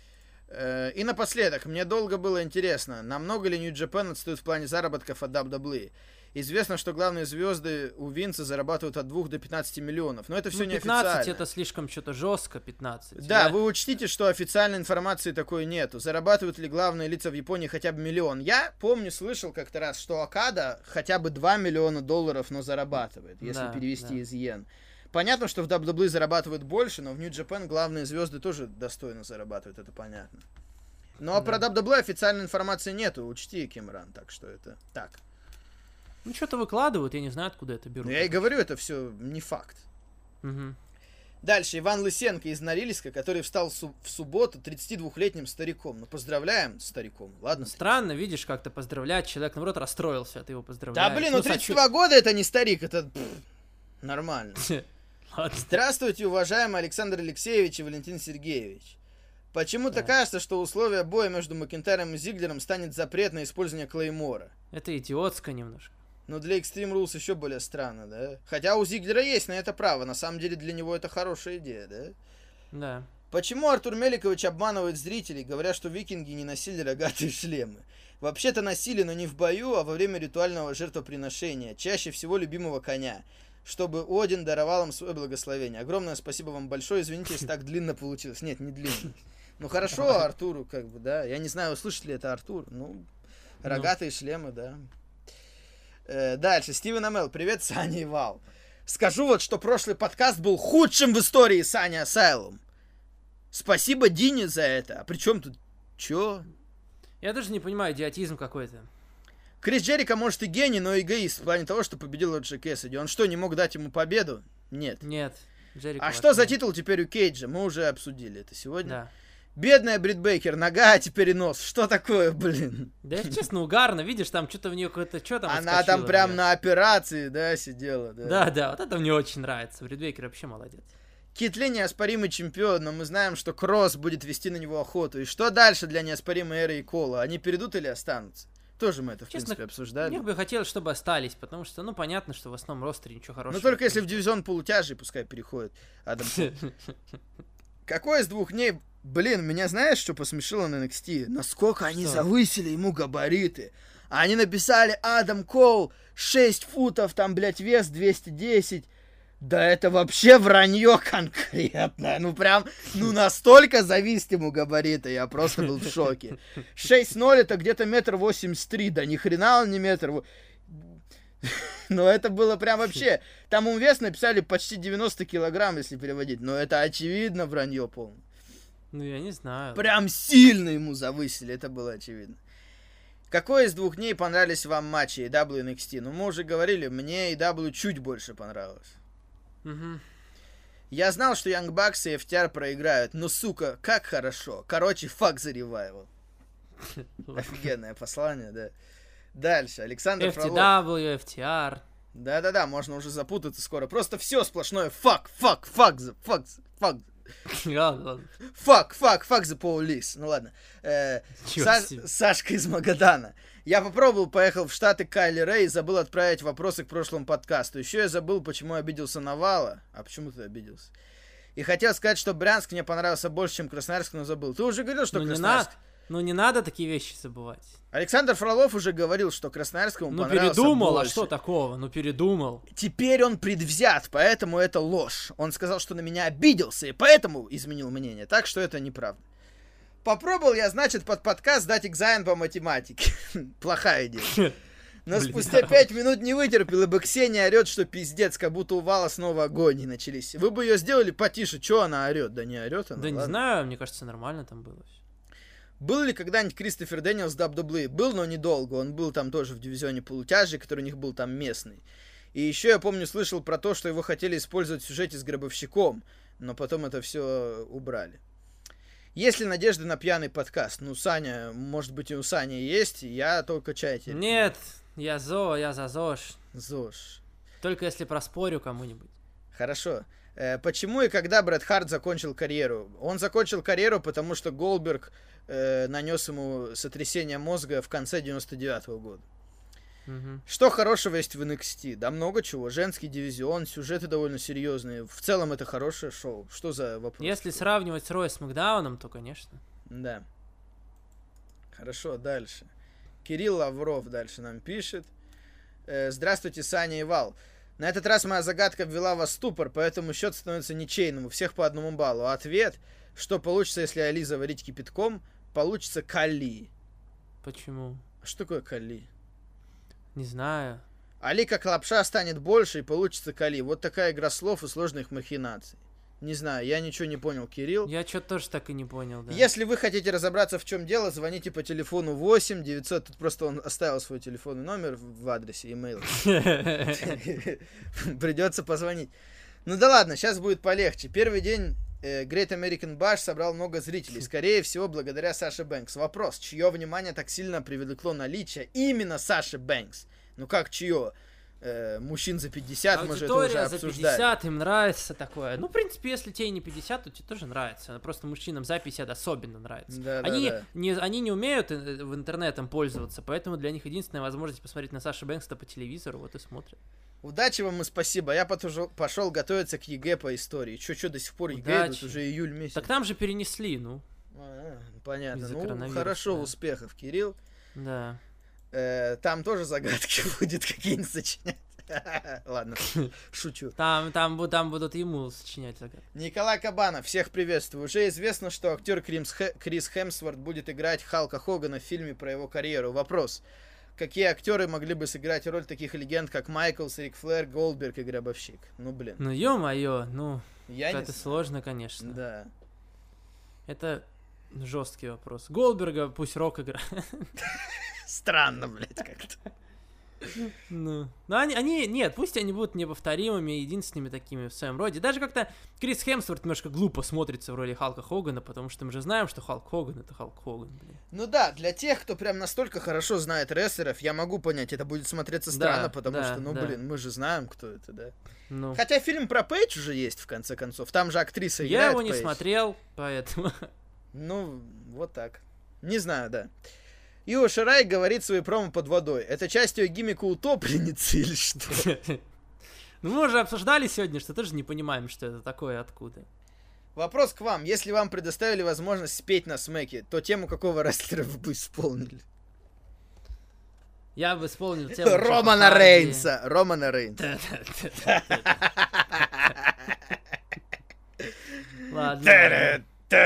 Э, И напоследок, мне долго было интересно, намного ли New Japan отстают в плане заработков от дабл ю дабл ю и. Известно, что главные звезды у Винса зарабатывают от двух до пятнадцати миллионов, но это все Ну, не пятнадцать официально. это слишком что-то жестко, пятнадцать. Да, Я- вы учтите, что официальной информации такой нету. Зарабатывают ли главные лица в Японии хотя бы миллион? Я помню, слышал как-то раз, что Окада хотя бы два миллиона долларов, но зарабатывает, если Да, перевести да. из йен. Понятно, что в дабл ю дабл ю и зарабатывают больше, но в New Japan главные звезды тоже достойно зарабатывают, это понятно. Ну а Да. про дабл ю дабл ю официальной информации нету, учти, Кимран, так что это так. Ну, что-то выкладывают, я не знаю, откуда это берут. Но я и говорю, это все не факт. Мгм. Дальше Иван Лысенко из Норильска, который встал в, суб- в субботу тридцатидвухлетним стариком. Ну, поздравляем стариком, ладно? Странно, видишь, как-то поздравлять человек, наоборот, расстроился, а ты его Да, поздравляешь. блин, ну сочу- тридцать два года это не старик, это пф, нормально. Ладно. Здравствуйте, уважаемый Александр Алексеевич и Валентин Сергеевич. Почему-то Да. кажется, что условия боя между Макентайром и Зиглером станет запрет на использование Клеймора. Это идиотско немножко. Но для Extreme Rules еще более странно, да? Хотя у Зиглера есть на это право, на самом деле для него это хорошая идея, да? Да. Почему Артур Меликович обманывает зрителей, говоря, что викинги не носили рогатые шлемы? Вообще-то носили, но не в бою, а во время ритуального жертвоприношения, чаще всего любимого коня, чтобы Один даровал им свое благословение. Огромное спасибо вам большое, извините, если так длинно получилось. Нет, не длинно. Ну хорошо, Артуру, как бы, да. Я не знаю, услышит ли это Артур. Ну, рогатые шлемы, да. Э, дальше, Стивен Амел. Привет, Саня и Вал. Скажу вот, что прошлый подкаст был худшим в истории Саня Асайлум. Спасибо Дине за это. А при чем тут... Чё? Я даже не понимаю, идиотизм какой-то. Крис Джерико, может, и гений, но эгоист в плане того, что победил Роджер Кэссиди. Он что, не мог дать ему победу? Нет. Нет. Джерико А вас что за нет. титул теперь у Кейджа? Мы уже обсудили это сегодня. Да. Бедная Брит Бейкер, нога, а теперь и нос. Что такое, блин? Да, если честно, угарно, видишь, там что-то в нее какое-то, что там Она отскочило там в прям неё? на операции, да, сидела. Да, Да, да, вот это мне очень нравится. Бритбейкер вообще молодец. Кит Ли неоспоримый чемпион, но мы знаем, что Кросс будет вести на него охоту. И что дальше для неоспоримой Эры и Кола? Они перейдут или останутся? Тоже мы это, в Честно, принципе, обсуждали. Мне бы хотелось, чтобы остались, потому что, ну, понятно, что в основном ростере ничего хорошего. Ну, только нет. если в дивизион полутяжей пускай переходит Адам Кол. Какой из двух дней Блин, меня знаешь, что посмешило на эн экс ти? Насколько они Что? завысили ему габариты. Они написали Адам Коул шесть футов, там, блядь, вес двести десять. Да это вообще вранье конкретное. Ну прям, ну настолько зависли ему габариты, я просто был в шоке. шесть ноль это где-то метр восемьдесят три, да ни хрена он не метр. во- Но это было прям вообще. Там ему вес написали почти девяносто килограмм, если переводить. Но это очевидно вранье полное. Ну, я не знаю. Прям сильно ему завысили, это было очевидно. Какой из двух дней понравились вам матчи эй дабл ю и эн экс ти? Ну, мы уже говорили, мне эй дабл ю чуть больше понравилось. Мгм. Я знал, что Young Bucks и эф ти ар проиграют, но, сука, как хорошо. Короче, fuck the revival. Офигенное послание, да. Дальше, Александр эф ти Фролов. дабл ю, эф ти ар. Да-да-да, можно уже запутаться скоро. Просто все сплошное fuck, fuck, fuck the, fuck the, fuck the. Ладно, ладно. Fuck, fuck, fuck the police. Ну ладно. Э, Чё Са- себе. Сашка из Магадана. Я попробовал, поехал в Штаты к Кайли Рэй и забыл отправить вопросы к прошлому подкасту. Еще я забыл, почему я обиделся на Вала. А почему ты обиделся? И хотел сказать, что Брянск мне понравился больше, чем Красноярск, но забыл. Ты уже говорил, что Ну, не Красноярск... на- ну не надо такие вещи забывать. Александр Фролов уже говорил, что Красноярск ему Ну понравился передумал, больше. а что такого? Ну передумал. Теперь он предвзят, поэтому это ложь. Он сказал, что на меня обиделся, и поэтому изменил мнение. Так что это неправда. Попробовал я, значит, под подкаст дать экзамен по математике. Плохая идея. Но Блин, спустя да. пять минут не вытерпел, ибо Ксения орет, что пиздец, как будто у Вала снова агонии начались. Вы бы ее сделали потише, чё она орет? Да не орет она, Да не ладно. знаю, мне кажется, нормально там было всё. Был ли когда-нибудь Кристофер Дэниелс в дабл ю дабл ю и? Был, но недолго. Он был там тоже в дивизионе полутяжей, который у них был там местный. И еще я помню, слышал про то, что его хотели использовать в сюжете с Гробовщиком, но потом это все убрали. Есть ли надежды на пьяный подкаст? Ну, Саня, может быть, и у Сани есть, я только чай терпю. Нет, я зо, я за ЗОЖ. ЗОЖ. Только если проспорю кому-нибудь. Хорошо. Э, почему и когда Брэд Харт закончил карьеру? Он закончил карьеру, потому что Голдберг э, нанес ему сотрясение мозга в конце девяносто девятого года. Мгм. Что хорошего есть в эн экс ти? Да много чего. Женский дивизион, сюжеты довольно серьезные. В целом это хорошее шоу. Что за вопрос? Если такой? сравнивать с Рой с Макдауном, то, конечно. Да. Хорошо, дальше. Кирилл Лавров дальше нам пишет. Э, Здравствуйте, Саня и Вал. На этот раз моя загадка ввела вас в ступор, поэтому счет становится ничейным. У всех по одному баллу. Ответ, что получится, если Ализа варить кипятком, получится кали. Почему? А что такое кали? Не знаю. Али как лапша станет больше и получится кали. Вот такая игра слов и сложных махинаций. Не знаю, я ничего не понял, Кирилл. Я что-то тоже так и не понял, да. Если вы хотите разобраться, в чем дело, звоните по телефону восемь девятьсот. Тут просто он оставил свой телефонный номер в адресе, имейл. Придется позвонить. Ну да ладно, сейчас будет полегче. Первый день э, Great American Bash собрал много зрителей. Скорее всего, благодаря Саше Бэнкс. Вопрос, чье внимание так сильно привлекло наличие именно Саши Бэнкс? Ну как чье? Э, мужчин за пятьдесят, мы же это уже Аудитория за обсуждали. пятьдесят, им нравится такое. Ну, в принципе, если тебе не пятьдесят, то тебе тоже нравится. Просто мужчинам за пятьдесят особенно нравится. Да, да, они, да. Не, они не умеют э, в интернетом пользоваться, поэтому для них единственная возможность посмотреть на Сашу Бэнкса по телевизору, вот и смотрят. Удачи вам и спасибо. Я потужу- пошел готовиться к ЕГЭ по истории. Че-че, до сих пор ЕГЭ идут, Удачи. уже июль месяц. Так там же перенесли, ну, А, понятно. Из-за Ну, коронавируса, хорошо, да. успехов, Кирилл. да. Э, там тоже загадки будет какие-нибудь сочинять. Ладно, шучу. Там, там, бу- там будут ему сочинять загадки. Николай Кабанов, всех приветствую. Уже известно, что актер Кримс Хэ- Крис Хемсворт будет играть Халка Хогана в фильме про его карьеру. Вопрос. Какие актеры могли бы сыграть роль таких легенд, как Майклс, Рик Флэр, Голдберг и Гробовщик? Ну, блин. Ну, ё-моё, ну, Я не это знаю. сложно, конечно. Да. Это жесткий вопрос. Голдберга пусть Рок играет. Странно, блядь, как-то. Ну, ну они, они, нет, пусть они будут неповторимыми, единственными такими в своем роде. Даже как-то Крис Хемсворт немножко глупо смотрится в роли Халка Хогана, потому что мы же знаем, что Халк Хоган — это Халк Хоган, блин. Ну да, для тех, кто прям настолько хорошо знает рестлеров, я могу понять, это будет смотреться странно, Да, потому да, что, ну да. блин, мы же знаем, кто это, да. Ну, Хотя фильм про Пейдж уже есть, в конце концов. Там же актриса я играет его не Пейдж. смотрел, поэтому... Ну, вот так. Не знаю, да. Ио Ширай говорит свои промо под водой. Это часть ее гиммика утопленницы или что? Ну, мы уже обсуждали сегодня, что тоже не понимаем, что это такое, откуда. Вопрос к вам. Если вам предоставили возможность спеть на смеке, то тему какого рестлера вы бы исполнили? Я бы исполнил тему Романа Рейнса. Романа Рейнса. Ладно.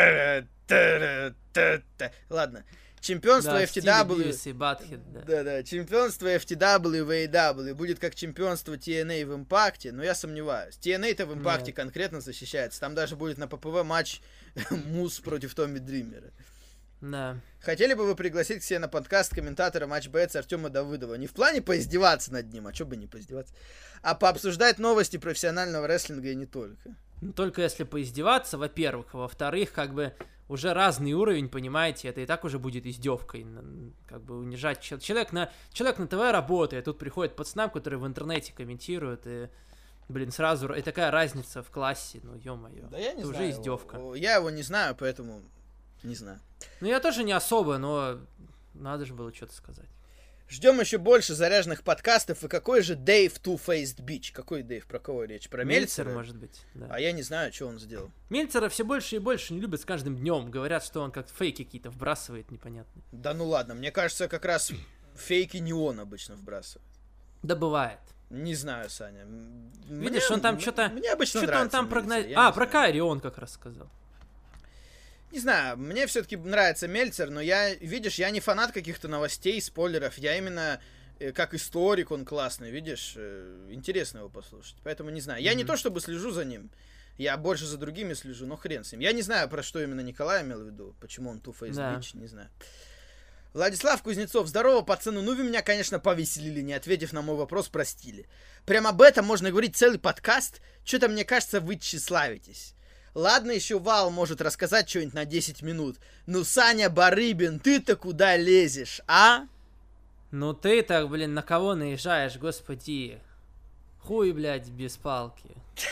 Ладно. Чемпионство эф ти дабл ю... Да-да, чемпионство эф ти дабл ю в эй и дабл ю будет как чемпионство ти эн эй в Импакте, но я сомневаюсь. ти эн эй-то в Импакте Нет. конкретно защищается. Там даже будет на ППВ матч Мус против Томми Дримера. Да. Хотели бы вы пригласить к себе на подкаст комментатора матч боец Артема Давыдова? Не в плане поиздеваться над ним, а чё бы не поиздеваться, а пообсуждать новости профессионального рестлинга и не только. Ну, только если поиздеваться, во-первых. А во-вторых, как бы уже разный уровень, понимаете, это и так уже будет издевкой. Как бы унижать человек на, человек на ТВ работает, тут приходит пацанам, которые в интернете комментируют, и, блин, сразу, и такая разница в классе, ну, ё-моё. Да я не это знаю. Уже издевка. Его. Я его не знаю, поэтому не знаю. Ну, я тоже не особо, но надо же было что-то сказать. Ждем еще больше заряженных подкастов. И какой же Дэйв Two-Faced Bitch? Какой Дэйв? Про кого речь? Про Мельцера? Мельцер, может быть, да. А я не знаю, что он сделал. Мельцера все больше и больше не любят с каждым днем. Говорят, что он как фейки какие-то вбрасывает непонятные. Да ну ладно, мне кажется, как раз фейки не он обычно вбрасывает. Да бывает. Не знаю, Саня. Видишь, мне, он там что-то... Мне обычно что-то нравится он там прогноз... А, про Кайри он как раз сказал. Не знаю, мне все-таки нравится Мельцер, но я, видишь, я не фанат каких-то новостей, спойлеров. Я именно э, как историк он классный, видишь, э, интересно его послушать. Поэтому не знаю. Я mm-hmm. не то чтобы слежу за ним, я больше за другими слежу, но хрен с ним. Я не знаю, про что именно Николай имел в виду, почему он Two-Faced да. Bitch, не знаю. Владислав Кузнецов, здорово, пацаны. Ну вы меня, конечно, повеселили, не ответив на мой вопрос, простили. Прям об этом можно говорить целый подкаст. Что-то, мне кажется, вы тщеславитесь. Ладно, еще Вал может рассказать что-нибудь на десять минут. Ну, Саня Барыбин, ты-то куда лезешь, а? Ну ты так, блин, на кого наезжаешь, господи? Хуй, блядь, без палки.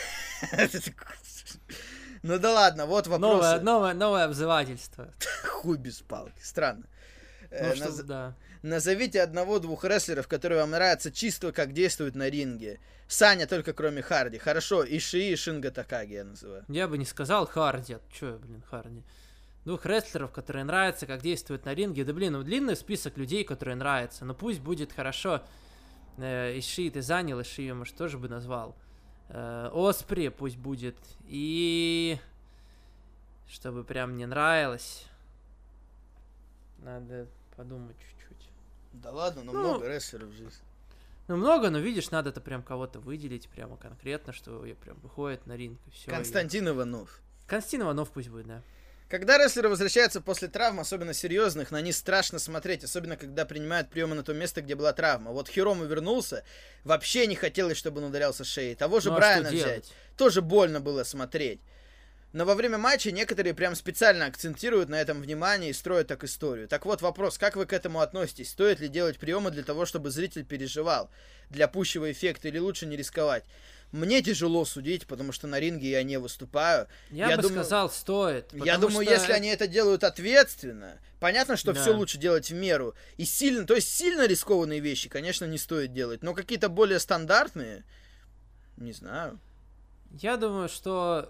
Ну да ладно, вот вопрос. Новое, новое, новое обзывательство. Хуй без палки, странно. Ну, что, Наз... да. Назовите одного-двух рестлеров, которые вам нравятся чисто, как действуют на ринге. Саня только кроме Харди. Хорошо, Ишии и Шинго Такаги я называю. Я бы не сказал Харди. Чё, блин, Харди? Двух рестлеров, которые нравятся, как действуют на ринге. Да, блин, ну длинный список людей, которые нравятся. Но пусть будет хорошо. Э, Ишии ты занял, Ишии, может, тоже бы назвал. Э, Оспри пусть будет. И... Чтобы прям мне нравилось. Надо подумать чуть-чуть. Да ладно, но ну, много рестлеров в жизни. Ну, много, но видишь, надо это прям кого-то выделить, прямо конкретно, что я прям выходит на ринг и все. Константин я... Иванов. Константин Иванов пусть будет, да. Когда рестлеры возвращаются после травм, особенно серьезных, на них страшно смотреть, особенно когда принимают приемы на то место, где была травма. Вот Хирому вернулся, вообще не хотелось, чтобы он ударялся шеей. Того же ну, Брайана а взять, тоже больно было смотреть. Но во время матча некоторые прям специально акцентируют на этом внимание и строят так историю. Так вот вопрос, как вы к этому относитесь? Стоит ли делать приемы для того, чтобы зритель переживал? Для пущего эффекта или лучше не рисковать? Мне тяжело судить, потому что на ринге я не выступаю. Я, я бы думаю, сказал, стоит. Я думаю, что... если они это делают ответственно, понятно, что да. все лучше делать в меру. И сильно, то есть сильно рискованные вещи, конечно, не стоит делать. Но какие-то более стандартные, не знаю. Я думаю, что...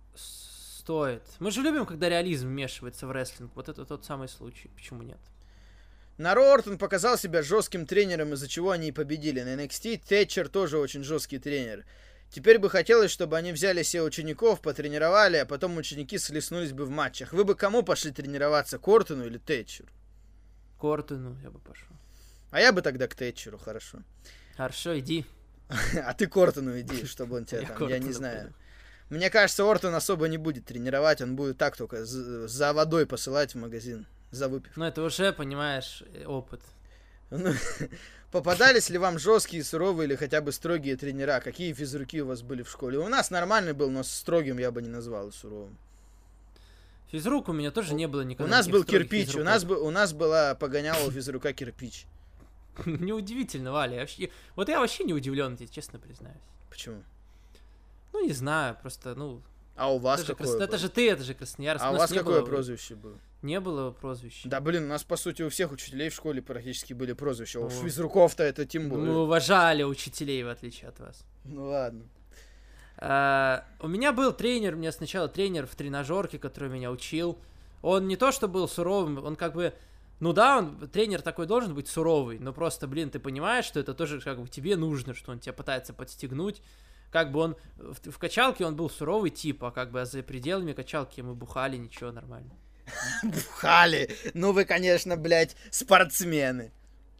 Стоит. Мы же любим, когда реализм вмешивается в рестлинг. Вот это тот самый случай. Почему нет? Наро Ортон показал себя жестким тренером, из-за чего они и победили. На эн экс ти Тэтчер тоже очень жесткий тренер. Теперь бы хотелось, чтобы они взяли себе учеников, потренировали, а потом ученики слеснулись бы в матчах. Вы бы кому пошли тренироваться, к Ортону или Тэтчеру? К Ортону я бы пошел. А я бы тогда к Тэтчеру, хорошо. Хорошо, иди. А ты к Ортону иди, чтобы он тебя там, я не знаю... Мне кажется, Ортон особо не будет тренировать, он будет так только за водой посылать в магазин, за выпивкой. Ну, это уже, понимаешь, опыт. Ну, попадались ли вам жесткие, суровые или хотя бы строгие тренера? Какие физруки у вас были в школе? У нас нормальный был, но строгим я бы не назвал и суровым. Физрук у меня тоже не было никогда. У нас был кирпич, у нас, у нас была погоняла у физрука кирпич. Неудивительно, Валя. Вообще... Вот я вообще не удивлен, тебе честно признаюсь. Почему? Ну, не знаю, просто, ну... А у вас это какое крас... было? Это же ты, это же Красноярск. А у, у вас какое было... прозвище было? Не было прозвища. Да, блин, у нас, по сути, у всех учителей в школе практически были прозвища. О. У физруков-то это тем более. Мы уважали учителей, в отличие от вас. Ну, ладно. А, у меня был тренер, у меня сначала тренер в тренажерке, который меня учил. Он не то что был суровым, он как бы... Ну да, он, тренер такой должен быть суровый, но просто, блин, ты понимаешь, что это тоже как бы тебе нужно, что он тебя пытается подстегнуть. Как бы он... В, в качалке он был суровый тип, а как бы за пределами качалки мы бухали, ничего, нормально. Бухали? Ну вы, конечно, блядь, спортсмены.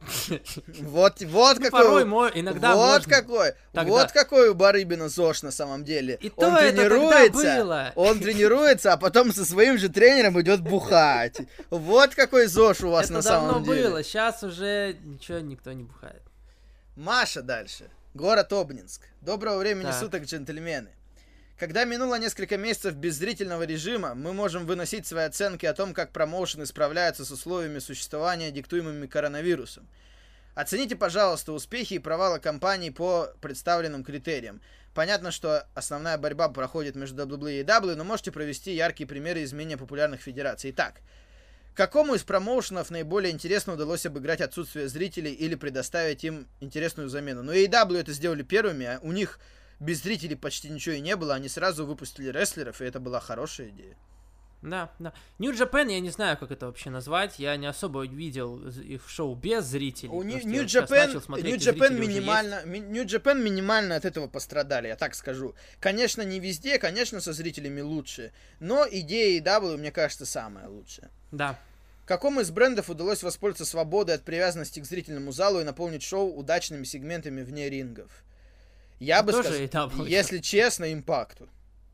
Вот, вот ну, какой, порой мой, иногда вот можно. какой, Тогда... вот какой у Барыбина ЗОЖ на самом деле. И он то тренируется, он тренируется, а потом со своим же тренером идет бухать. Вот какой ЗОЖ у вас это на самом деле. Это давно было, сейчас уже ничего никто не бухает. Маша дальше. Город Обнинск. Доброго времени так. суток, джентльмены. Когда минуло несколько месяцев без зрительного режима, мы можем выносить свои оценки о том, как промоушены справляются с условиями существования, диктуемыми коронавирусом. Оцените, пожалуйста, успехи и провалы компаний по представленным критериям. Понятно, что основная борьба проходит между дабл ю дабл ю и и дабл ю, но можете провести яркие примеры из менее популярных федераций. Итак, какому из промоушенов наиболее интересно удалось обыграть отсутствие зрителей или предоставить им интересную замену? Ну, и эй и дабл ю это сделали первыми, а у них... Без зрителей почти ничего и не было, они сразу выпустили рестлеров, и это была хорошая идея. Да, да. New Japan, я не знаю, как это вообще назвать, я не особо видел их шоу без зрителей. У New, New Japan, New Japan минимально, New Japan минимально от этого пострадали, я так скажу. Конечно, не везде, конечно, со зрителями лучше, но идея эй и дабл ю, мне кажется, самая лучшая. Да. Какому из брендов удалось воспользоваться свободой от привязанности к зрительному залу и наполнить шоу удачными сегментами вне рингов? Я бы сказал, если честно, Импакту.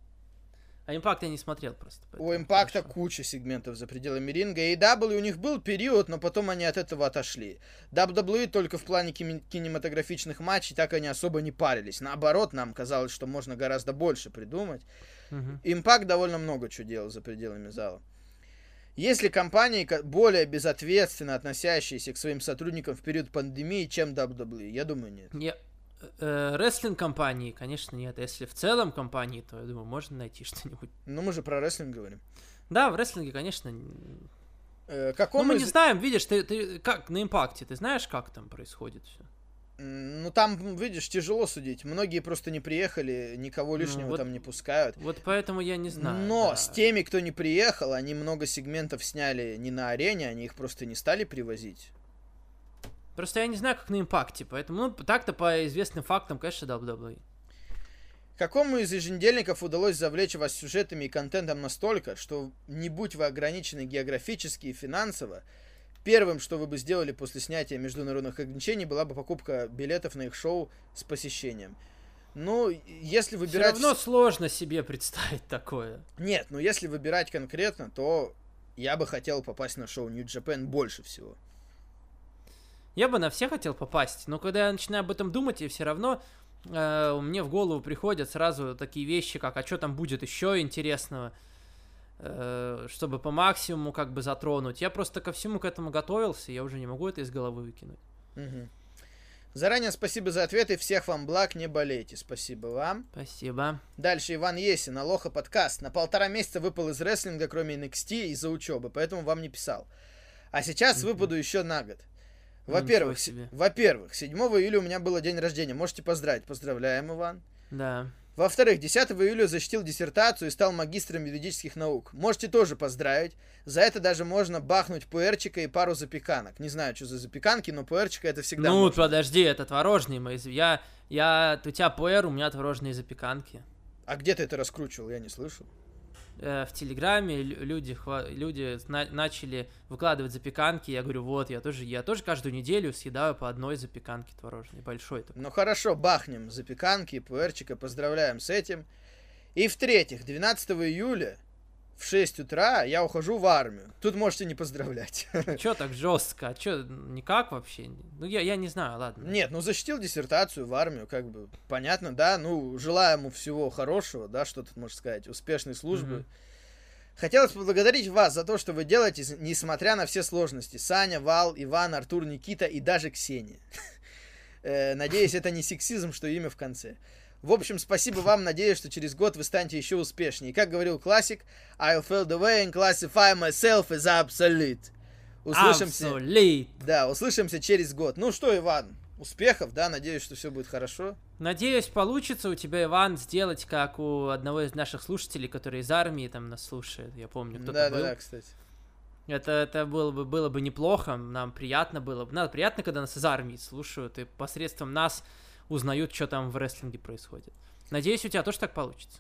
А Импакт я не смотрел просто. У Импакта куча сегментов за пределами ринга. эй и дабл ю у них был период, но потом они от этого отошли. дабл ю дабл ю и только в плане кинематографичных матчей так они особо не парились. Наоборот, нам казалось, что можно гораздо больше придумать. Импакт угу. довольно много чего делал за пределами зала. Есть ли компании, более безответственно относящиеся к своим сотрудникам в период пандемии, чем дабл ю дабл ю и? Я думаю, нет. Нет. Рестлинг-компании, конечно, нет. Если в целом компании, то, я думаю, можно найти что-нибудь. Ну, мы же про рестлинг говорим. Да, в рестлинге, конечно. Э, какому ну, мы из... не знаем, видишь, ты, ты как на Импакте, ты знаешь, как там происходит все? Ну, там, видишь, тяжело судить. Многие просто не приехали, никого лишнего ну, вот, там не пускают. Вот поэтому я не знаю. Но да. с теми, кто не приехал, они много сегментов сняли не на арене, они их просто не стали привозить. Просто я не знаю, как на Импакте, поэтому, ну, так-то по известным фактам, конечно, дабл ю дабл ю и. Какому из еженедельников удалось завлечь вас сюжетами и контентом настолько, что, не будь вы ограничены географически и финансово, первым, что вы бы сделали после снятия международных ограничений, была бы покупка билетов на их шоу с посещением? Ну, если выбирать... Все равно сложно себе представить такое. Нет, ну если выбирать конкретно, то я бы хотел попасть на шоу New Japan больше всего. Я бы на все хотел попасть, но когда я начинаю об этом думать, и все равно э, мне в голову приходят сразу такие вещи, как, а что там будет еще интересного, э, чтобы по максимуму как бы затронуть. Я просто ко всему к этому готовился, я уже не могу это из головы выкинуть. Угу. Заранее спасибо за ответы, всех вам благ, не болейте. Спасибо вам. Спасибо. Дальше Иван Есин, Алоха подкаст. На полтора месяца выпал из рестлинга, кроме эн экс ти, из-за учебы, поэтому вам не писал. А сейчас угу. выпаду еще на год. Во-первых, с... во-первых, седьмого июля у меня был день рождения. Можете поздравить. Поздравляем, Иван. Да. Во-вторых, десятого июля защитил диссертацию и стал магистром юридических наук. Можете тоже поздравить. За это даже можно бахнуть пуэрчика и пару запеканок. Не знаю, что за запеканки, но пуэрчика это всегда Ну, можно. подожди, это творожные мои. Я, я, у тебя пуэр, у меня творожные запеканки. А где ты это раскручивал? Я не слышал. В Телеграме люди, люди на, начали выкладывать запеканки. Я говорю, вот, я тоже, я тоже каждую неделю съедаю по одной запеканке творожной, большой такой. Ну хорошо, бахнем запеканки, пуэрчика, поздравляем с этим. И в-третьих, двенадцатого июля в шесть утра я ухожу в армию. Тут можете не поздравлять. Чё так жестко? А чё, никак вообще? Ну, я, я не знаю, ладно. Нет, ну защитил диссертацию в армию, как бы, понятно, да, ну, желаю ему всего хорошего, да, что тут можно сказать, успешной службы. Mm-hmm. Хотелось поблагодарить вас за то, что вы делаете, несмотря на все сложности. Саня, Вал, Иван, Артур, Никита и даже Ксения. Надеюсь, это не сексизм, что имя в конце. В общем, спасибо вам, надеюсь, что через год вы станете еще успешнее. И как говорил классик, I'll feel the way and classify myself as absolute. Услышимся... Absolute. Да, услышимся через год. Ну что, Иван, Успехов, да, надеюсь, что все будет хорошо. Надеюсь, получится у тебя, Иван, сделать, как у одного из наших слушателей, который из армии там нас слушает. Я помню, кто-то да, был. Да, да, кстати. Это, это было бы, было бы неплохо, нам приятно было бы. Нам приятно, когда нас из армии слушают и посредством нас узнают, что там в рестлинге происходит. Надеюсь, у тебя тоже так получится.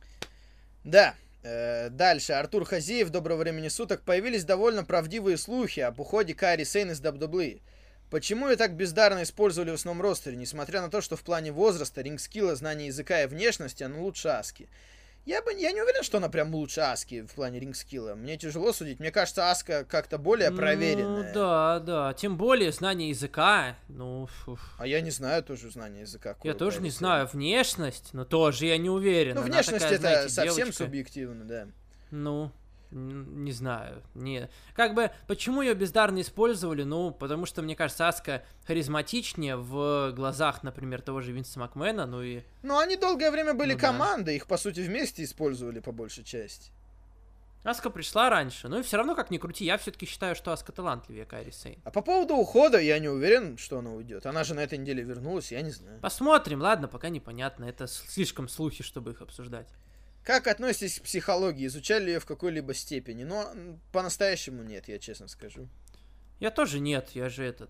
Да. Э, дальше. Артур Хазиев, доброго времени суток. Появились довольно правдивые слухи об уходе Кайри Сейн из дабл ю дабл ю и. Почему ее так бездарно использовали в основном ростере, несмотря на то, что в плане возраста, ринг-скилла, знания языка и внешности она лучше Аски? Я бы, я не уверен, что она прям лучше Аски в плане ринг-скилла. Мне тяжело судить. Мне кажется, Аска как-то более проверенная. Ну, да, да. Тем более знание языка. Ну, фуф. А я не знаю тоже знание языка. Я тоже не знаю. Внешность, но тоже я не уверен. Ну, она внешность такая, это знаете, совсем девочка. субъективно, да. Ну, не знаю. Не. Как бы, почему ее бездарно использовали? Ну, потому что, мне кажется, Аска харизматичнее в глазах, например, того же Винса Макмена, ну и... Ну, они долгое время были ну, командой, да. Их, по сути, вместе использовали, по большей части. Аска пришла раньше, ну и все равно, как ни крути, я все-таки считаю, что Аска талантливее Кайри Сейн. А по поводу ухода, я не уверен, что она уйдет. Она же на этой неделе вернулась, я не знаю. Посмотрим, ладно, пока непонятно, это слишком слухи, чтобы их обсуждать. Как относитесь к психологии? Изучали ее в какой-либо степени? Но по-настоящему нет, я честно скажу. Я тоже нет, я же этот,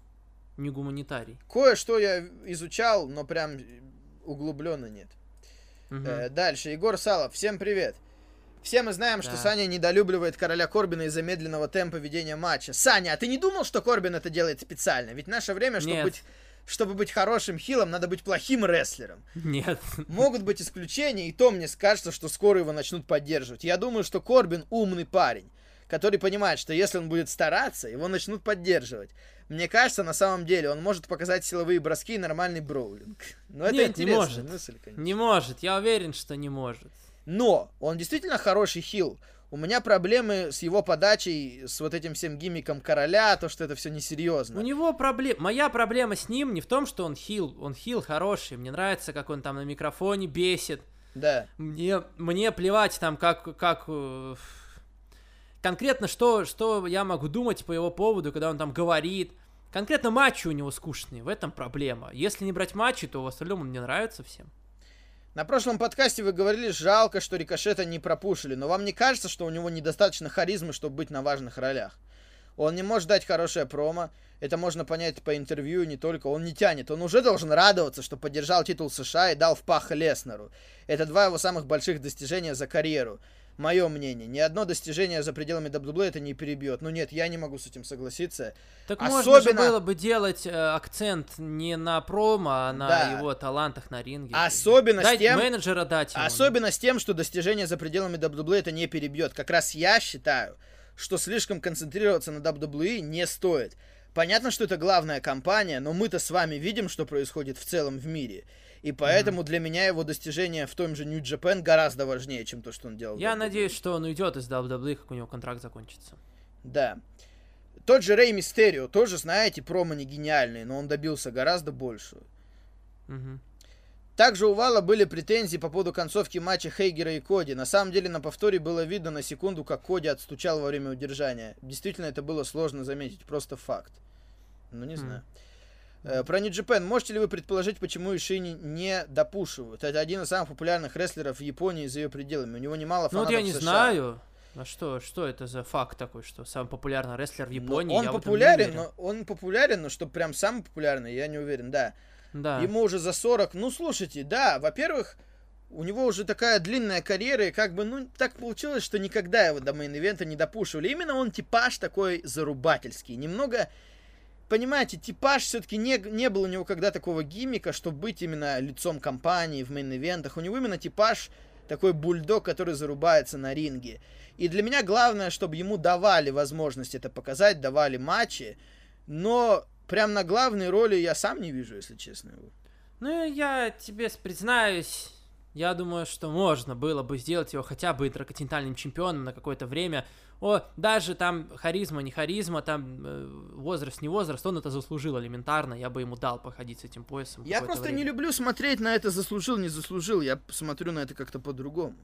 не гуманитарий. Кое-что я изучал, но прям углубленно нет. Угу. Э, дальше, Егор Салов, всем привет. Все мы знаем, Да. что Саня недолюбливает короля Корбина из-за медленного темпа ведения матча. Саня, а ты не думал, что Корбин это делает специально? Ведь в наше время, чтобы Нет. быть... Чтобы быть хорошим хилом, надо быть плохим рестлером. Нет. Могут быть исключения, и то мне кажется, что скоро его начнут поддерживать. Я думаю, что Корбин умный парень, который понимает, что если он будет стараться, его начнут поддерживать. Мне кажется, на самом деле, он может показать силовые броски и нормальный броулинг. Но это Нет, не интересная может. мысль, конечно. Не может, я уверен, что не может. Но он действительно хороший хил. У меня проблемы с его подачей, с вот этим всем гиммиком короля, то, что это все несерьезно. У него проблема... Моя проблема с ним не в том, что он хил. Он хил хороший. Мне нравится, как он там на микрофоне бесит. Да. Мне, мне плевать там, как... как э, конкретно, что, что я могу думать по его поводу, когда он там говорит. Конкретно матчи у него скучные. В этом проблема. Если не брать матчи, то в остальном он мне нравится всем. На прошлом подкасте вы говорили, жалко, что Рикошета не пропушили, но вам не кажется, что у него недостаточно харизмы, чтобы быть на важных ролях? Он не может дать хорошее промо, это можно понять по интервью, не только, он не тянет, он уже должен радоваться, что поддержал титул США и дал в пах Леснеру. Это два его самых больших достижения за карьеру. Мое мнение, ни одно достижение за пределами дабл ю дабл ю и это не перебьет. Ну нет, я не могу с этим согласиться. Так Особенно... можно же было бы делать э, акцент не на промо, а на Да. его талантах на ринге. Особенно Дать с тем... менеджера дать ему. Особенно с тем, что достижение за пределами дабл ю дабл ю и это не перебьет. Как раз я считаю, что слишком концентрироваться на дабл ю дабл ю и не стоит. Понятно, что это главная компания, но мы-то с вами видим, что происходит в целом в мире. И поэтому mm-hmm. для меня его достижение в том же New Japan гораздо важнее, чем то, что он делал. Я надеюсь, что он уйдет из дабл ю дабл ю и, как у него контракт закончится. Да. Тот же Рэй Мистерио, тоже, знаете, промо не гениальный, но он добился гораздо большего. Угу. Также у Вала были претензии по поводу концовки матча Хейгера и Коди. На самом деле на повторе было видно на секунду, как Коди отстучал во время удержания. Действительно, это было сложно заметить, просто факт. Ну, не знаю. Mm. Про New Japan. Можете ли вы предположить, почему Ишини не допушивают? Это один из самых популярных рестлеров в Японии за ее пределами. У него немало фанатов. Ну вот я не США. знаю. А что, что это за факт такой, что самый популярный рестлер в Японии? Но он я популярен, но он популярен, но что прям самый популярный, я не уверен, да. Да. Ему уже за сорок. Ну, слушайте, да, во-первых, у него уже такая длинная карьера, и как бы, ну, так получилось, что никогда его до мейн-ивента не допушивали. Именно он типаж такой зарубательский. Немного, понимаете, типаж все-таки не, не был у него когда такого гиммика, чтобы быть именно лицом компании в мейн-ивентах. У него именно типаж такой бульдог, который зарубается на ринге. И для меня главное, чтобы ему давали возможность это показать, давали матчи, но прям на главной роли я сам не вижу, если честно, его. Ну, я тебе признаюсь, я думаю, что можно было бы сделать его хотя бы интерконтинентальным чемпионом на какое-то время. О, даже там харизма, не харизма, там э, возраст, не возраст, он это заслужил элементарно, я бы ему дал походить с этим поясом. Я просто время. не люблю смотреть на это заслужил, не заслужил, я смотрю на это как-то по-другому.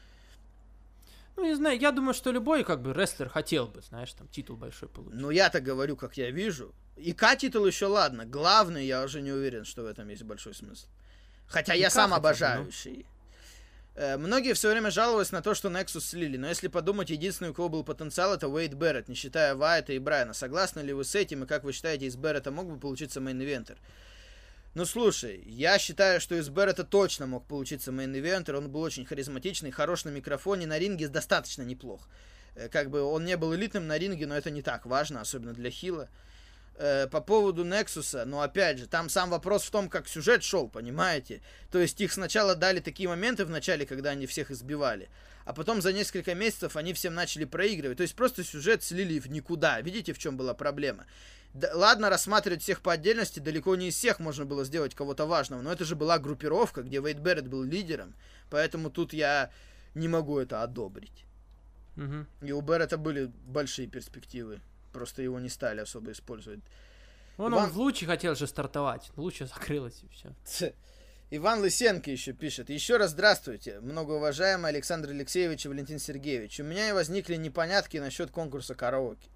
Ну, не знаю, я думаю, что любой, как бы, рестлер хотел бы, знаешь, там, титул большой получить. Но я-то говорю, как я вижу. ИК титул еще ладно. Главный, я уже не уверен, что в этом есть большой смысл. Хотя я сам обожающий. Ну. Многие все время жаловались на то, что Nexus слили, но если подумать, единственный, у кого был потенциал, это Уэйд Берретт, не считая Вайта и Брайана. Согласны ли вы с этим, и как вы считаете, из Берретта мог бы получиться мейн-ивентер? Ну, слушай, я считаю, что из Берретта точно мог получиться мейн-ивентер, он был очень харизматичный, хорош на микрофоне, на ринге достаточно неплох. Как бы он не был элитным на ринге, но это не так важно, особенно для хила. По поводу Нексуса, ну опять же, там сам вопрос в том, как сюжет шел, понимаете? То есть их сначала дали такие моменты в начале, когда они всех избивали, а потом за несколько месяцев они всем начали проигрывать. То есть просто сюжет слили в никуда. Видите, в чем была проблема? Да, ладно, рассматривать всех по отдельности, далеко не из всех можно было сделать кого-то важного, но это же была группировка, где Уэйд Берретт был лидером, поэтому тут я не могу это одобрить. Угу. И у Берретта были большие перспективы. Просто его не стали особо использовать. Он, Иван... он в Луче хотел же стартовать. Лучше закрылось и все. Иван Лысенко еще пишет. Еще раз здравствуйте, многоуважаемый Александр Алексеевич и Валентин Сергеевич. У меня и возникли непонятки насчет конкурса караоке.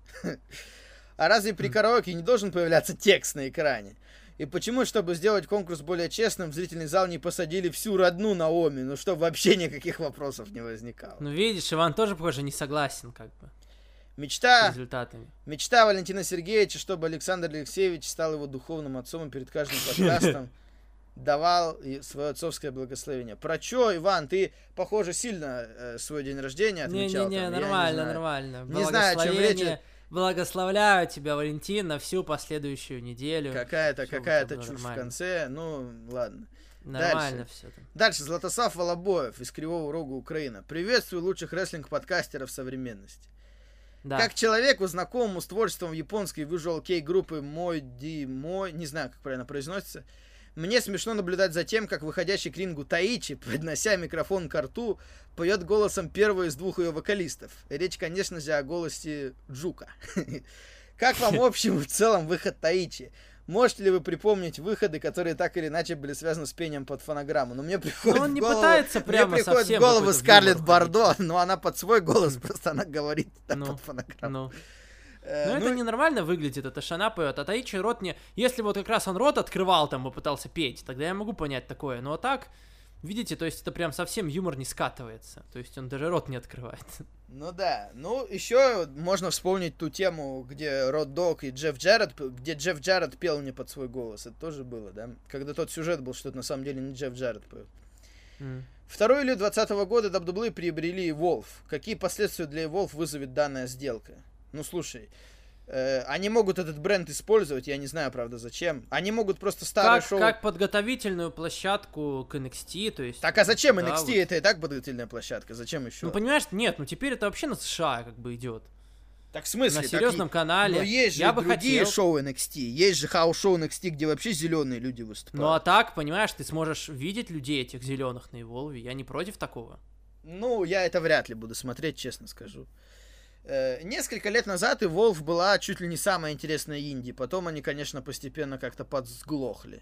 А разве при караоке не должен появляться текст на экране? И почему, чтобы сделать конкурс более честным, в зрительный зал не посадили всю родну Наоми? Ну, чтобы вообще никаких вопросов не возникало. Ну, видишь, Иван тоже, похоже, не согласен, как бы. Мечта, результатами. Мечта Валентина Сергеевича, чтобы Александр Алексеевич стал его духовным отцом и перед каждым подкастом давал свое отцовское благословение. Про чё, Иван, ты, похоже, сильно э, свой день рождения отмечал. Не-не-не, нормально, не нормально. Не знаю, о чем речь. Благословляю тебя, Валентин, на всю последующую неделю. Какая-то, какая-то чушь нормально. В конце, ну, ладно. Нормально Дальше. все там. Дальше, Златослав Волобоев из Кривого Рога, Украина. Приветствую лучших рестлинг-подкастеров современности. Да. Как человеку, знакомому с творчеством японской visual kei группы Мой Ди Мой, не знаю, как правильно произносится, мне смешно наблюдать за тем, как выходящий к рингу Таичи, поднося микрофон к рту, поет голосом первого из двух ее вокалистов. Речь, конечно же, о голосе Джука. Как вам, в общем, в целом выход Таичи? Можете ли вы припомнить выходы, которые так или иначе были связаны с пением под фонограмму? Но мне приходит он в не голову, пытается прямо мне приходит в голову Скарлетт Бардо, но она под свой голос, просто она говорит ну, под фонограмму. Ну. Ну, это ненормально выглядит, это ж она поет, а Таичи рот не... Если вот как раз он рот открывал там и пытался петь, тогда я могу понять такое, но так, видите, то есть это прям совсем юмор не скатывается, то есть он даже рот не открывает. Ну да, ну еще можно вспомнить ту тему, где Род Дог и Джефф Джаррет, где Джефф Джаррет пел не под свой голос, это тоже было, да? Когда тот сюжет был, что это на самом деле не Джефф Джаррет пел. Mm. Второй июля двадцатого года дабл ю дабл ю и приобрели Evolve. Какие последствия для Evolve вызовет данная сделка? Ну, слушай, э, они могут этот бренд использовать, я не знаю, правда, зачем. Они могут просто старое как, шоу... Как подготовительную площадку к эн экс ти, то есть... Так, а зачем да, эн экс ти? вот. Это и так подготовительная площадка, зачем еще? Ну, понимаешь, нет, ну теперь это вообще на США как бы идет. Так, в смысле? На серьезном так, канале. Но есть же я бы другие хотел... шоу эн экс ти. Есть же хаус-шоу эн экс ти, где вообще зеленые люди выступают. Ну, а так, понимаешь, ты сможешь видеть людей этих зеленых на Evolve. Я не против такого. Ну, я это вряд ли буду смотреть, честно скажу. Э, несколько лет назад Evolve была чуть ли не самая интересная инди. Потом они, конечно, постепенно как-то подсглохли.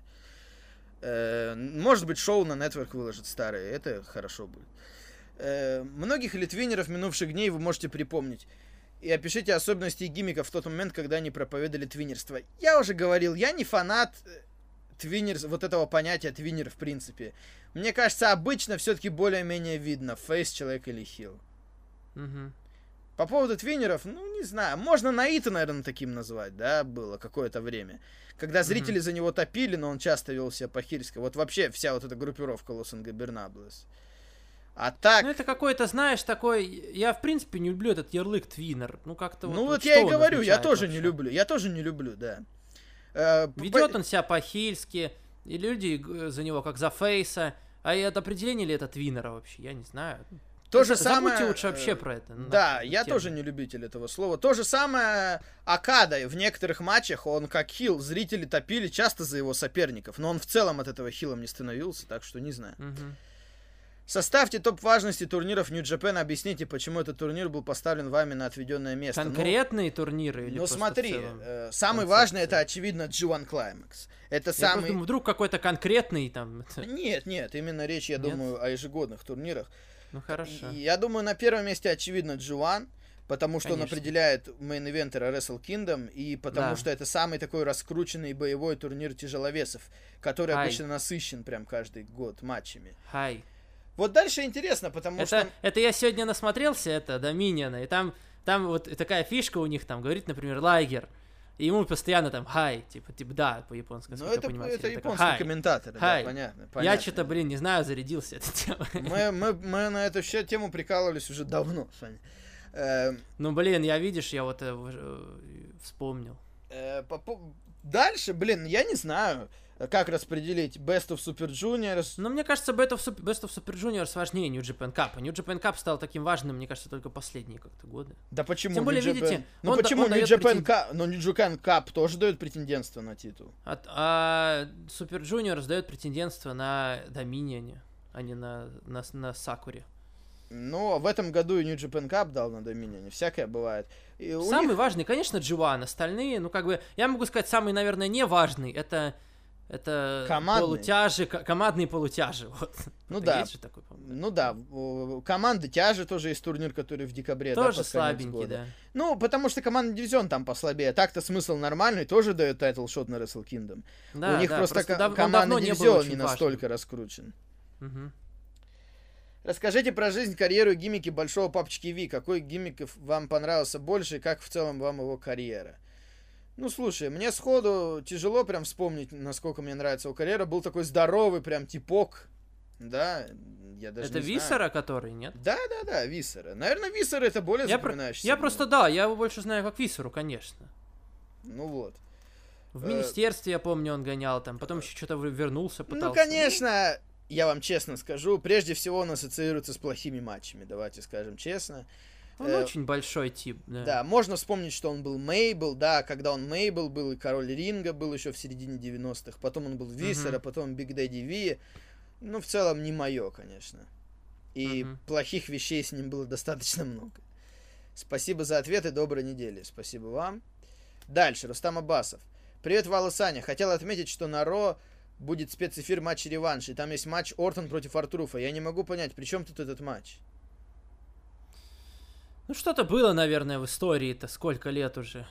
Э, может быть, шоу на Network выложат старые. Это хорошо будет. Э, многих литвинеров минувших дней вы можете припомнить. И опишите особенности и гиммиков в тот момент, когда они проповедовали твиннерство. Я уже говорил, я не фанат твиннер, вот этого понятия твиннер в принципе. Мне кажется, обычно все-таки более-менее видно, фейс человек или хил. Угу. По поводу твиннеров, ну, не знаю, можно Наита, наверное, таким назвать, да, было какое-то время. Когда зрители mm-hmm. за него топили, но он часто вел себя по-хильски. Вот вообще вся вот эта группировка Лос Ингобернаблес. А так... Ну, это какой-то, знаешь, такой... Я, в принципе, не люблю этот ярлык твиннер. Ну, как-то Ну, вот, вот я и говорю, я тоже вообще? не люблю. Я тоже не люблю, да. Э, Ведет по... он себя по-хильски, и люди за него как за фейса. А это определение ли это твиннера вообще? Я не знаю. То же Забудьте самое... лучше вообще про это. Да, я тему. тоже не любитель этого слова. То же самое Окада. В некоторых матчах он как хил. Зрители топили часто за его соперников. Но он в целом от этого хилом не становился, так что не знаю. Угу. Составьте топ важности турниров New Japan. Объясните, почему этот турнир был поставлен вами на отведенное место. Конкретные ну, турниры? Или ну смотри, э, самый концепция? важный это, очевидно, джи один Climax. Это я самый... думаю, вдруг какой-то конкретный там... Нет, нет, именно речь, я нет? думаю, о ежегодных турнирах. Ну хорошо. Я думаю, на первом месте, очевидно, джи один. потому что Конечно. он определяет мейн-ивентера Wrestle Kingdom, и потому Да. что это самый такой раскрученный боевой турнир тяжеловесов, который Ай. обычно насыщен прям каждый год матчами. Хай. Вот дальше интересно, потому Это, что... это я сегодня насмотрелся, это, Доминиона, и там, там вот такая фишка у них, там, говорит, например, Лайгер, и ему постоянно там хай, типа, типа, да, по-японски, Ну, насколько это, я понимаю. это такой, японский «Хай». комментатор, да, Хай. понятно, Я понятно. что-то, блин, не знаю, зарядился этой темой. Мы, мы, мы на эту ща- тему прикалывались уже давно, Саня. Эм, Ну, блин, я, видишь, я вот э, э, вспомнил. э, по по- Дальше, блин, я не знаю, как распределить Best of Super Juniors. Но мне кажется, Best of, Super, Best of Super Juniors важнее New Japan Cup. New Japan Cup стал таким важным, мне кажется, только последние как-то годы. Да почему? Тем более, New Japan- видите, ну он да- почему он New дает Japan претен- Cup, но New Japan Cup тоже дает претендентство на титул. А, а Super Juniors дает претендентство на Доминионе, а не на, на, на Сакуре. Ну, а в этом году и New Japan Cup дал на Доминионе, всякое бывает. И у Самый них- важный, конечно, джи один. Остальные, ну, как бы, я могу сказать, самый, наверное, не важный, это, это Командный. полутяжи, ко- командные полутяжи, вот. Ну Это да. есть же такой, по-моему. Ну да, у команды тяжи тоже есть турнир, который в декабре, да, Тоже под конец слабенький, года. да. Ну, потому что командный дивизион там послабее. Так-то смысл нормальный, тоже дает тайтл-шот на Wrestle Kingdom. Да, У них да, просто, ко- дав- он командный давно не был дивизион очень не важным. настолько раскручен. Мгм. Расскажите про жизнь, карьеру и гиммики большого папочки Ви. Какой гиммик вам понравился больше и как в целом вам его карьера? Ну, слушай, мне сходу тяжело прям вспомнить, насколько мне нравится его карьера. Был такой здоровый прям типок. Да, я даже Это не знаю. Висера, который, нет? Да, да, да, Висера. Наверное, Висера это более Я, про- запоминающийся. я мне. просто, да, я его больше знаю как Висеру, конечно. Ну вот. В Э, министерстве, я помню, он гонял там, потом еще что-то вернулся, пытался. Ну, конечно, я вам честно скажу, прежде всего он ассоциируется с плохими матчами, давайте скажем честно. Он э, очень большой тип, да. Да, можно вспомнить, что он был Мейбл, да, когда он Мейбл был, и Король Ринга был еще в середине девяностых, потом он был Висера, Мгм. потом Биг Дэдди Ви. Ну, в целом, не мое, конечно. И Мгм. плохих вещей с ним было достаточно много. Спасибо за ответ и доброй недели. Спасибо вам. Дальше, Рустам Аббасов. Привет, Вал и Саня. Хотел отметить, что на Ро будет спецэфир матча реванш, и там есть матч Ортон против Артруфа. Я не могу понять, при чем тут этот матч? Ну что-то было, наверное, в истории-то, сколько лет уже.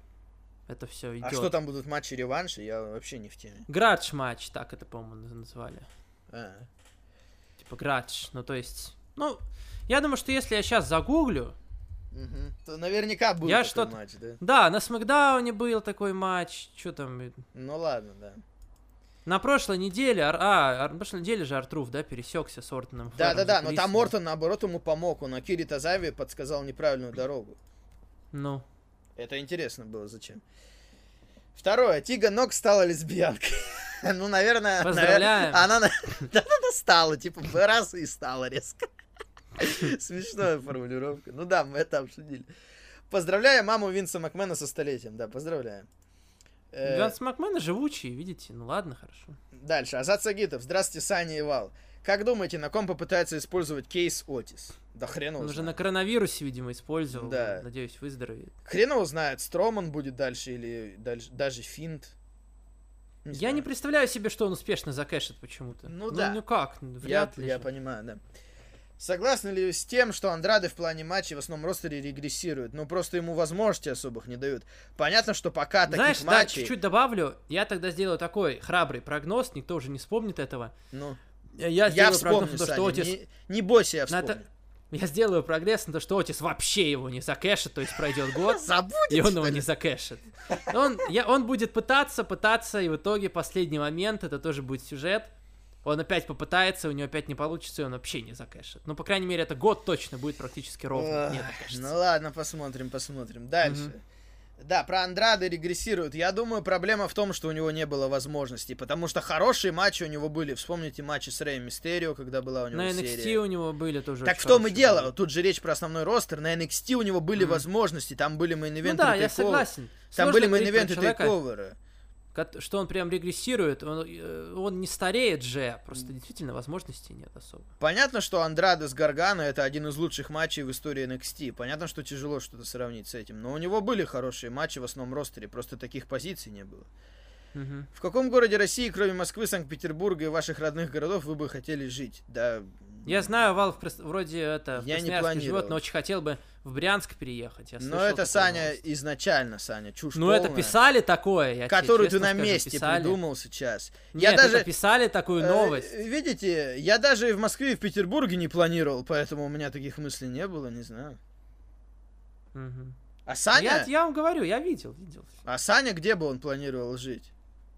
Это все идет. А что там будут матчи реванши? Я вообще не в теме. Градж матч, так это, по-моему, называли. А. Типа градж. Ну, то есть. Ну, я думаю, что если я сейчас загуглю. Мгм. То наверняка будет Я такой что-то- матч, да? Да, на Смакдауне был такой матч. Что там? Ну ладно, да. На прошлой неделе. Ар- А, ар- на прошлой неделе же Артруф, да, пересекся с Ортоном. Да-да-да, но там Ортон, наоборот, ему помог. Он Акири Тазави подсказал неправильную дорогу. Ну. Это интересно было, зачем. Второе. Тига Нокс стала лесбиянкой. Ну, наверное... Поздравляем. наверное, Она на- да-да-да, стала. Типа, раз и стала резко. Смешная формулировка. Ну да, мы это обсудили. Поздравляю маму Винса Макмена со столетием. Да, поздравляем. Э, Винс Макмен живучий, видите. Ну ладно, хорошо. Дальше. Азат Сагитов. Здравствуйте, Саня и Вал. Как думаете, на ком попытается использовать кейс Отис? Да хрен его Он уже знает. на коронавирусе, видимо, использовал. Да. Надеюсь, выздоровеет. Хрен его знает, Строман будет дальше или дальше, даже Финт. Не Я знаю. не представляю себе, что он успешно закэшит почему-то. Ну да. Ну как, Я, вряд ли. я же. понимаю, да. Согласны ли вы с тем, что Андрады в плане матчей в основном ростере регрессирует? Ну, просто ему возможности особых не дают. Понятно, что пока Знаешь, таких да, матчей... чуть-чуть добавлю. Я тогда сделаю такой храбрый прогноз, никто уже не вспомнит этого. Ну, Я я сделаю вспомню, прогноз на то, Саня, что Отис... не, не бойся, я на вспомню. это- Я сделаю прогресс на то, что Отис вообще его не закэшит, то есть пройдет год, Забудь! и он его не закэшит. Он, я, он будет пытаться, пытаться, и в итоге последний момент, это тоже будет сюжет, он опять попытается, у него опять не получится, и он вообще не закэшит. Ну, по крайней мере, это год точно будет практически ровно. Ох, Не закэшится. ну ладно, посмотрим, посмотрим. Дальше. Да, про Андрады регрессируют. Я думаю, проблема в том, что у него не было возможностей, потому что хорошие матчи у него были. Вспомните матчи с Рэем Мистерио, когда была у него На эн экс ти серия. у него были тоже Так очень в том и хорошие дело. бои. Тут же речь про основной ростер. На эн экс ти у него были Мгм. возможности. Там были Ну мейн-ивенты да, и я тейковеры. согласен. Там Сложно были говорить про мейн-ивенты и человека, тейковеры. кот- что он прям регрессирует, он, э, он не стареет же, просто действительно возможностей нет особо. Понятно, что Андрады с Гаргано это один из лучших матчей в истории эн экс ти. Понятно, что тяжело что-то сравнить с этим. Но у него были хорошие матчи в основном ростере. Просто таких позиций не было. Мгм. В каком городе России, кроме Москвы, Санкт-Петербурга и ваших родных городов, вы бы хотели жить? Да, Я знаю, Valve прос- вроде это в Я не Красноярске планировал. живет, но очень хотел бы в Брянск переехать. Я Но слышал это, такую Саня, новость. изначально, Саня, чушь Ну, полная, это писали такое, я тебе которую ты честно на скажу, месте писали. придумал сейчас. Нет, я даже это писали такую э, новость. видите, я даже и в Москве, и в Петербурге не планировал, поэтому у меня таких мыслей не было, не знаю. Мгм. А Саня, Я, я вам говорю, я видел, видел. а Саня где бы он планировал жить?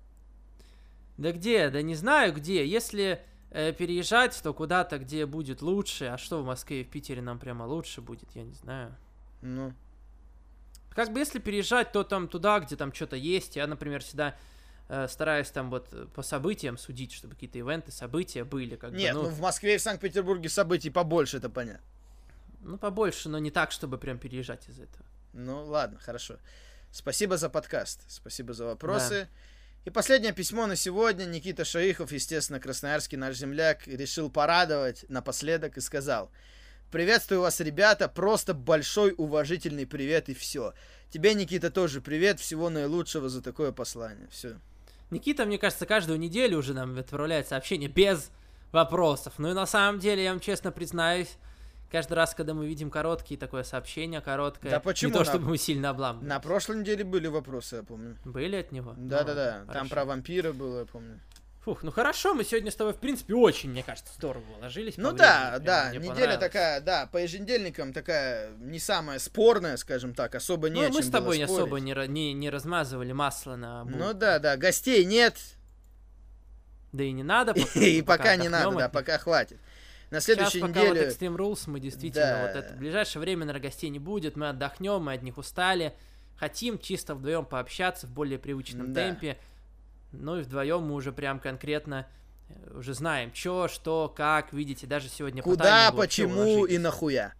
Да где? Да не знаю где. Если э, переезжать, то куда-то, где будет лучше. А что в Москве и в Питере нам прямо лучше будет, я не знаю. Ну, Как бы если переезжать, то там туда, где там что-то есть. Я, например, всегда э, стараюсь там вот э, по событиям судить, чтобы какие-то ивенты, события были. Как нет, бы, ну ну, в Москве и в Санкт-Петербурге событий побольше, это понятно. ну, побольше, но не так, чтобы прям переезжать из этого. Ну, ладно, хорошо. Спасибо за подкаст, спасибо за вопросы. И последнее письмо на сегодня. Никита Шаихов, естественно, красноярский наш земляк, решил порадовать напоследок и сказал: приветствую вас, ребята, просто большой уважительный привет и все. Тебе, Никита, тоже привет, всего наилучшего за такое послание. Все. Никита, мне кажется, каждую неделю уже нам отправляет сообщение без вопросов. Ну и на самом деле, я вам честно признаюсь, каждый раз, когда мы видим короткие такое сообщение, короткое, Да почему не то, на- чтобы мы сильно обламывали. На прошлой неделе были вопросы, я помню. Были от него? Да-да-да, Ну, там хорошо. про вампира было, я помню. Фух, ну хорошо, мы сегодня с тобой, в принципе, очень, мне кажется, здорово уложились. Ну по да, времени, да, прям мне неделя понравилось. такая, да, по еженедельникам такая не самая спорная, скажем так, особо не Ну, о мы чем с тобой было не спорить. особо не, ра- не, не размазывали масло на булку. Ну да, да, гостей нет, Да и не надо. пока- и пока не отдохнем надо, от да, них. пока хватит. На Сейчас, следующей пока вот неделе... Extreme Rules, мы действительно, Да. вот это, в ближайшее время, наверное, гостей не будет, мы отдохнем, мы от них устали, хотим чисто вдвоем пообщаться в более привычном Да. темпе, ну и вдвоем мы уже прям конкретно э, уже знаем, что, что, как, видите, даже сегодня по Куда, таймингу вообще почему уложились. и нахуя.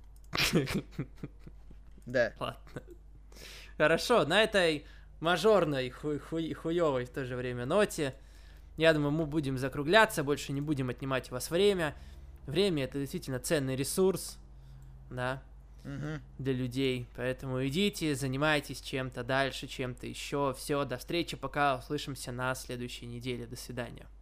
Да. Ладно. Хорошо, на этой мажорной, хуй, хуй, хуевой в то же время ноте, я думаю, мы будем закругляться, больше не будем отнимать у вас время. Время — это действительно ценный ресурс, да, Мгм. для людей. Поэтому идите, занимайтесь чем-то дальше, чем-то еще. Все, до встречи, пока, услышимся на следующей неделе. До свидания.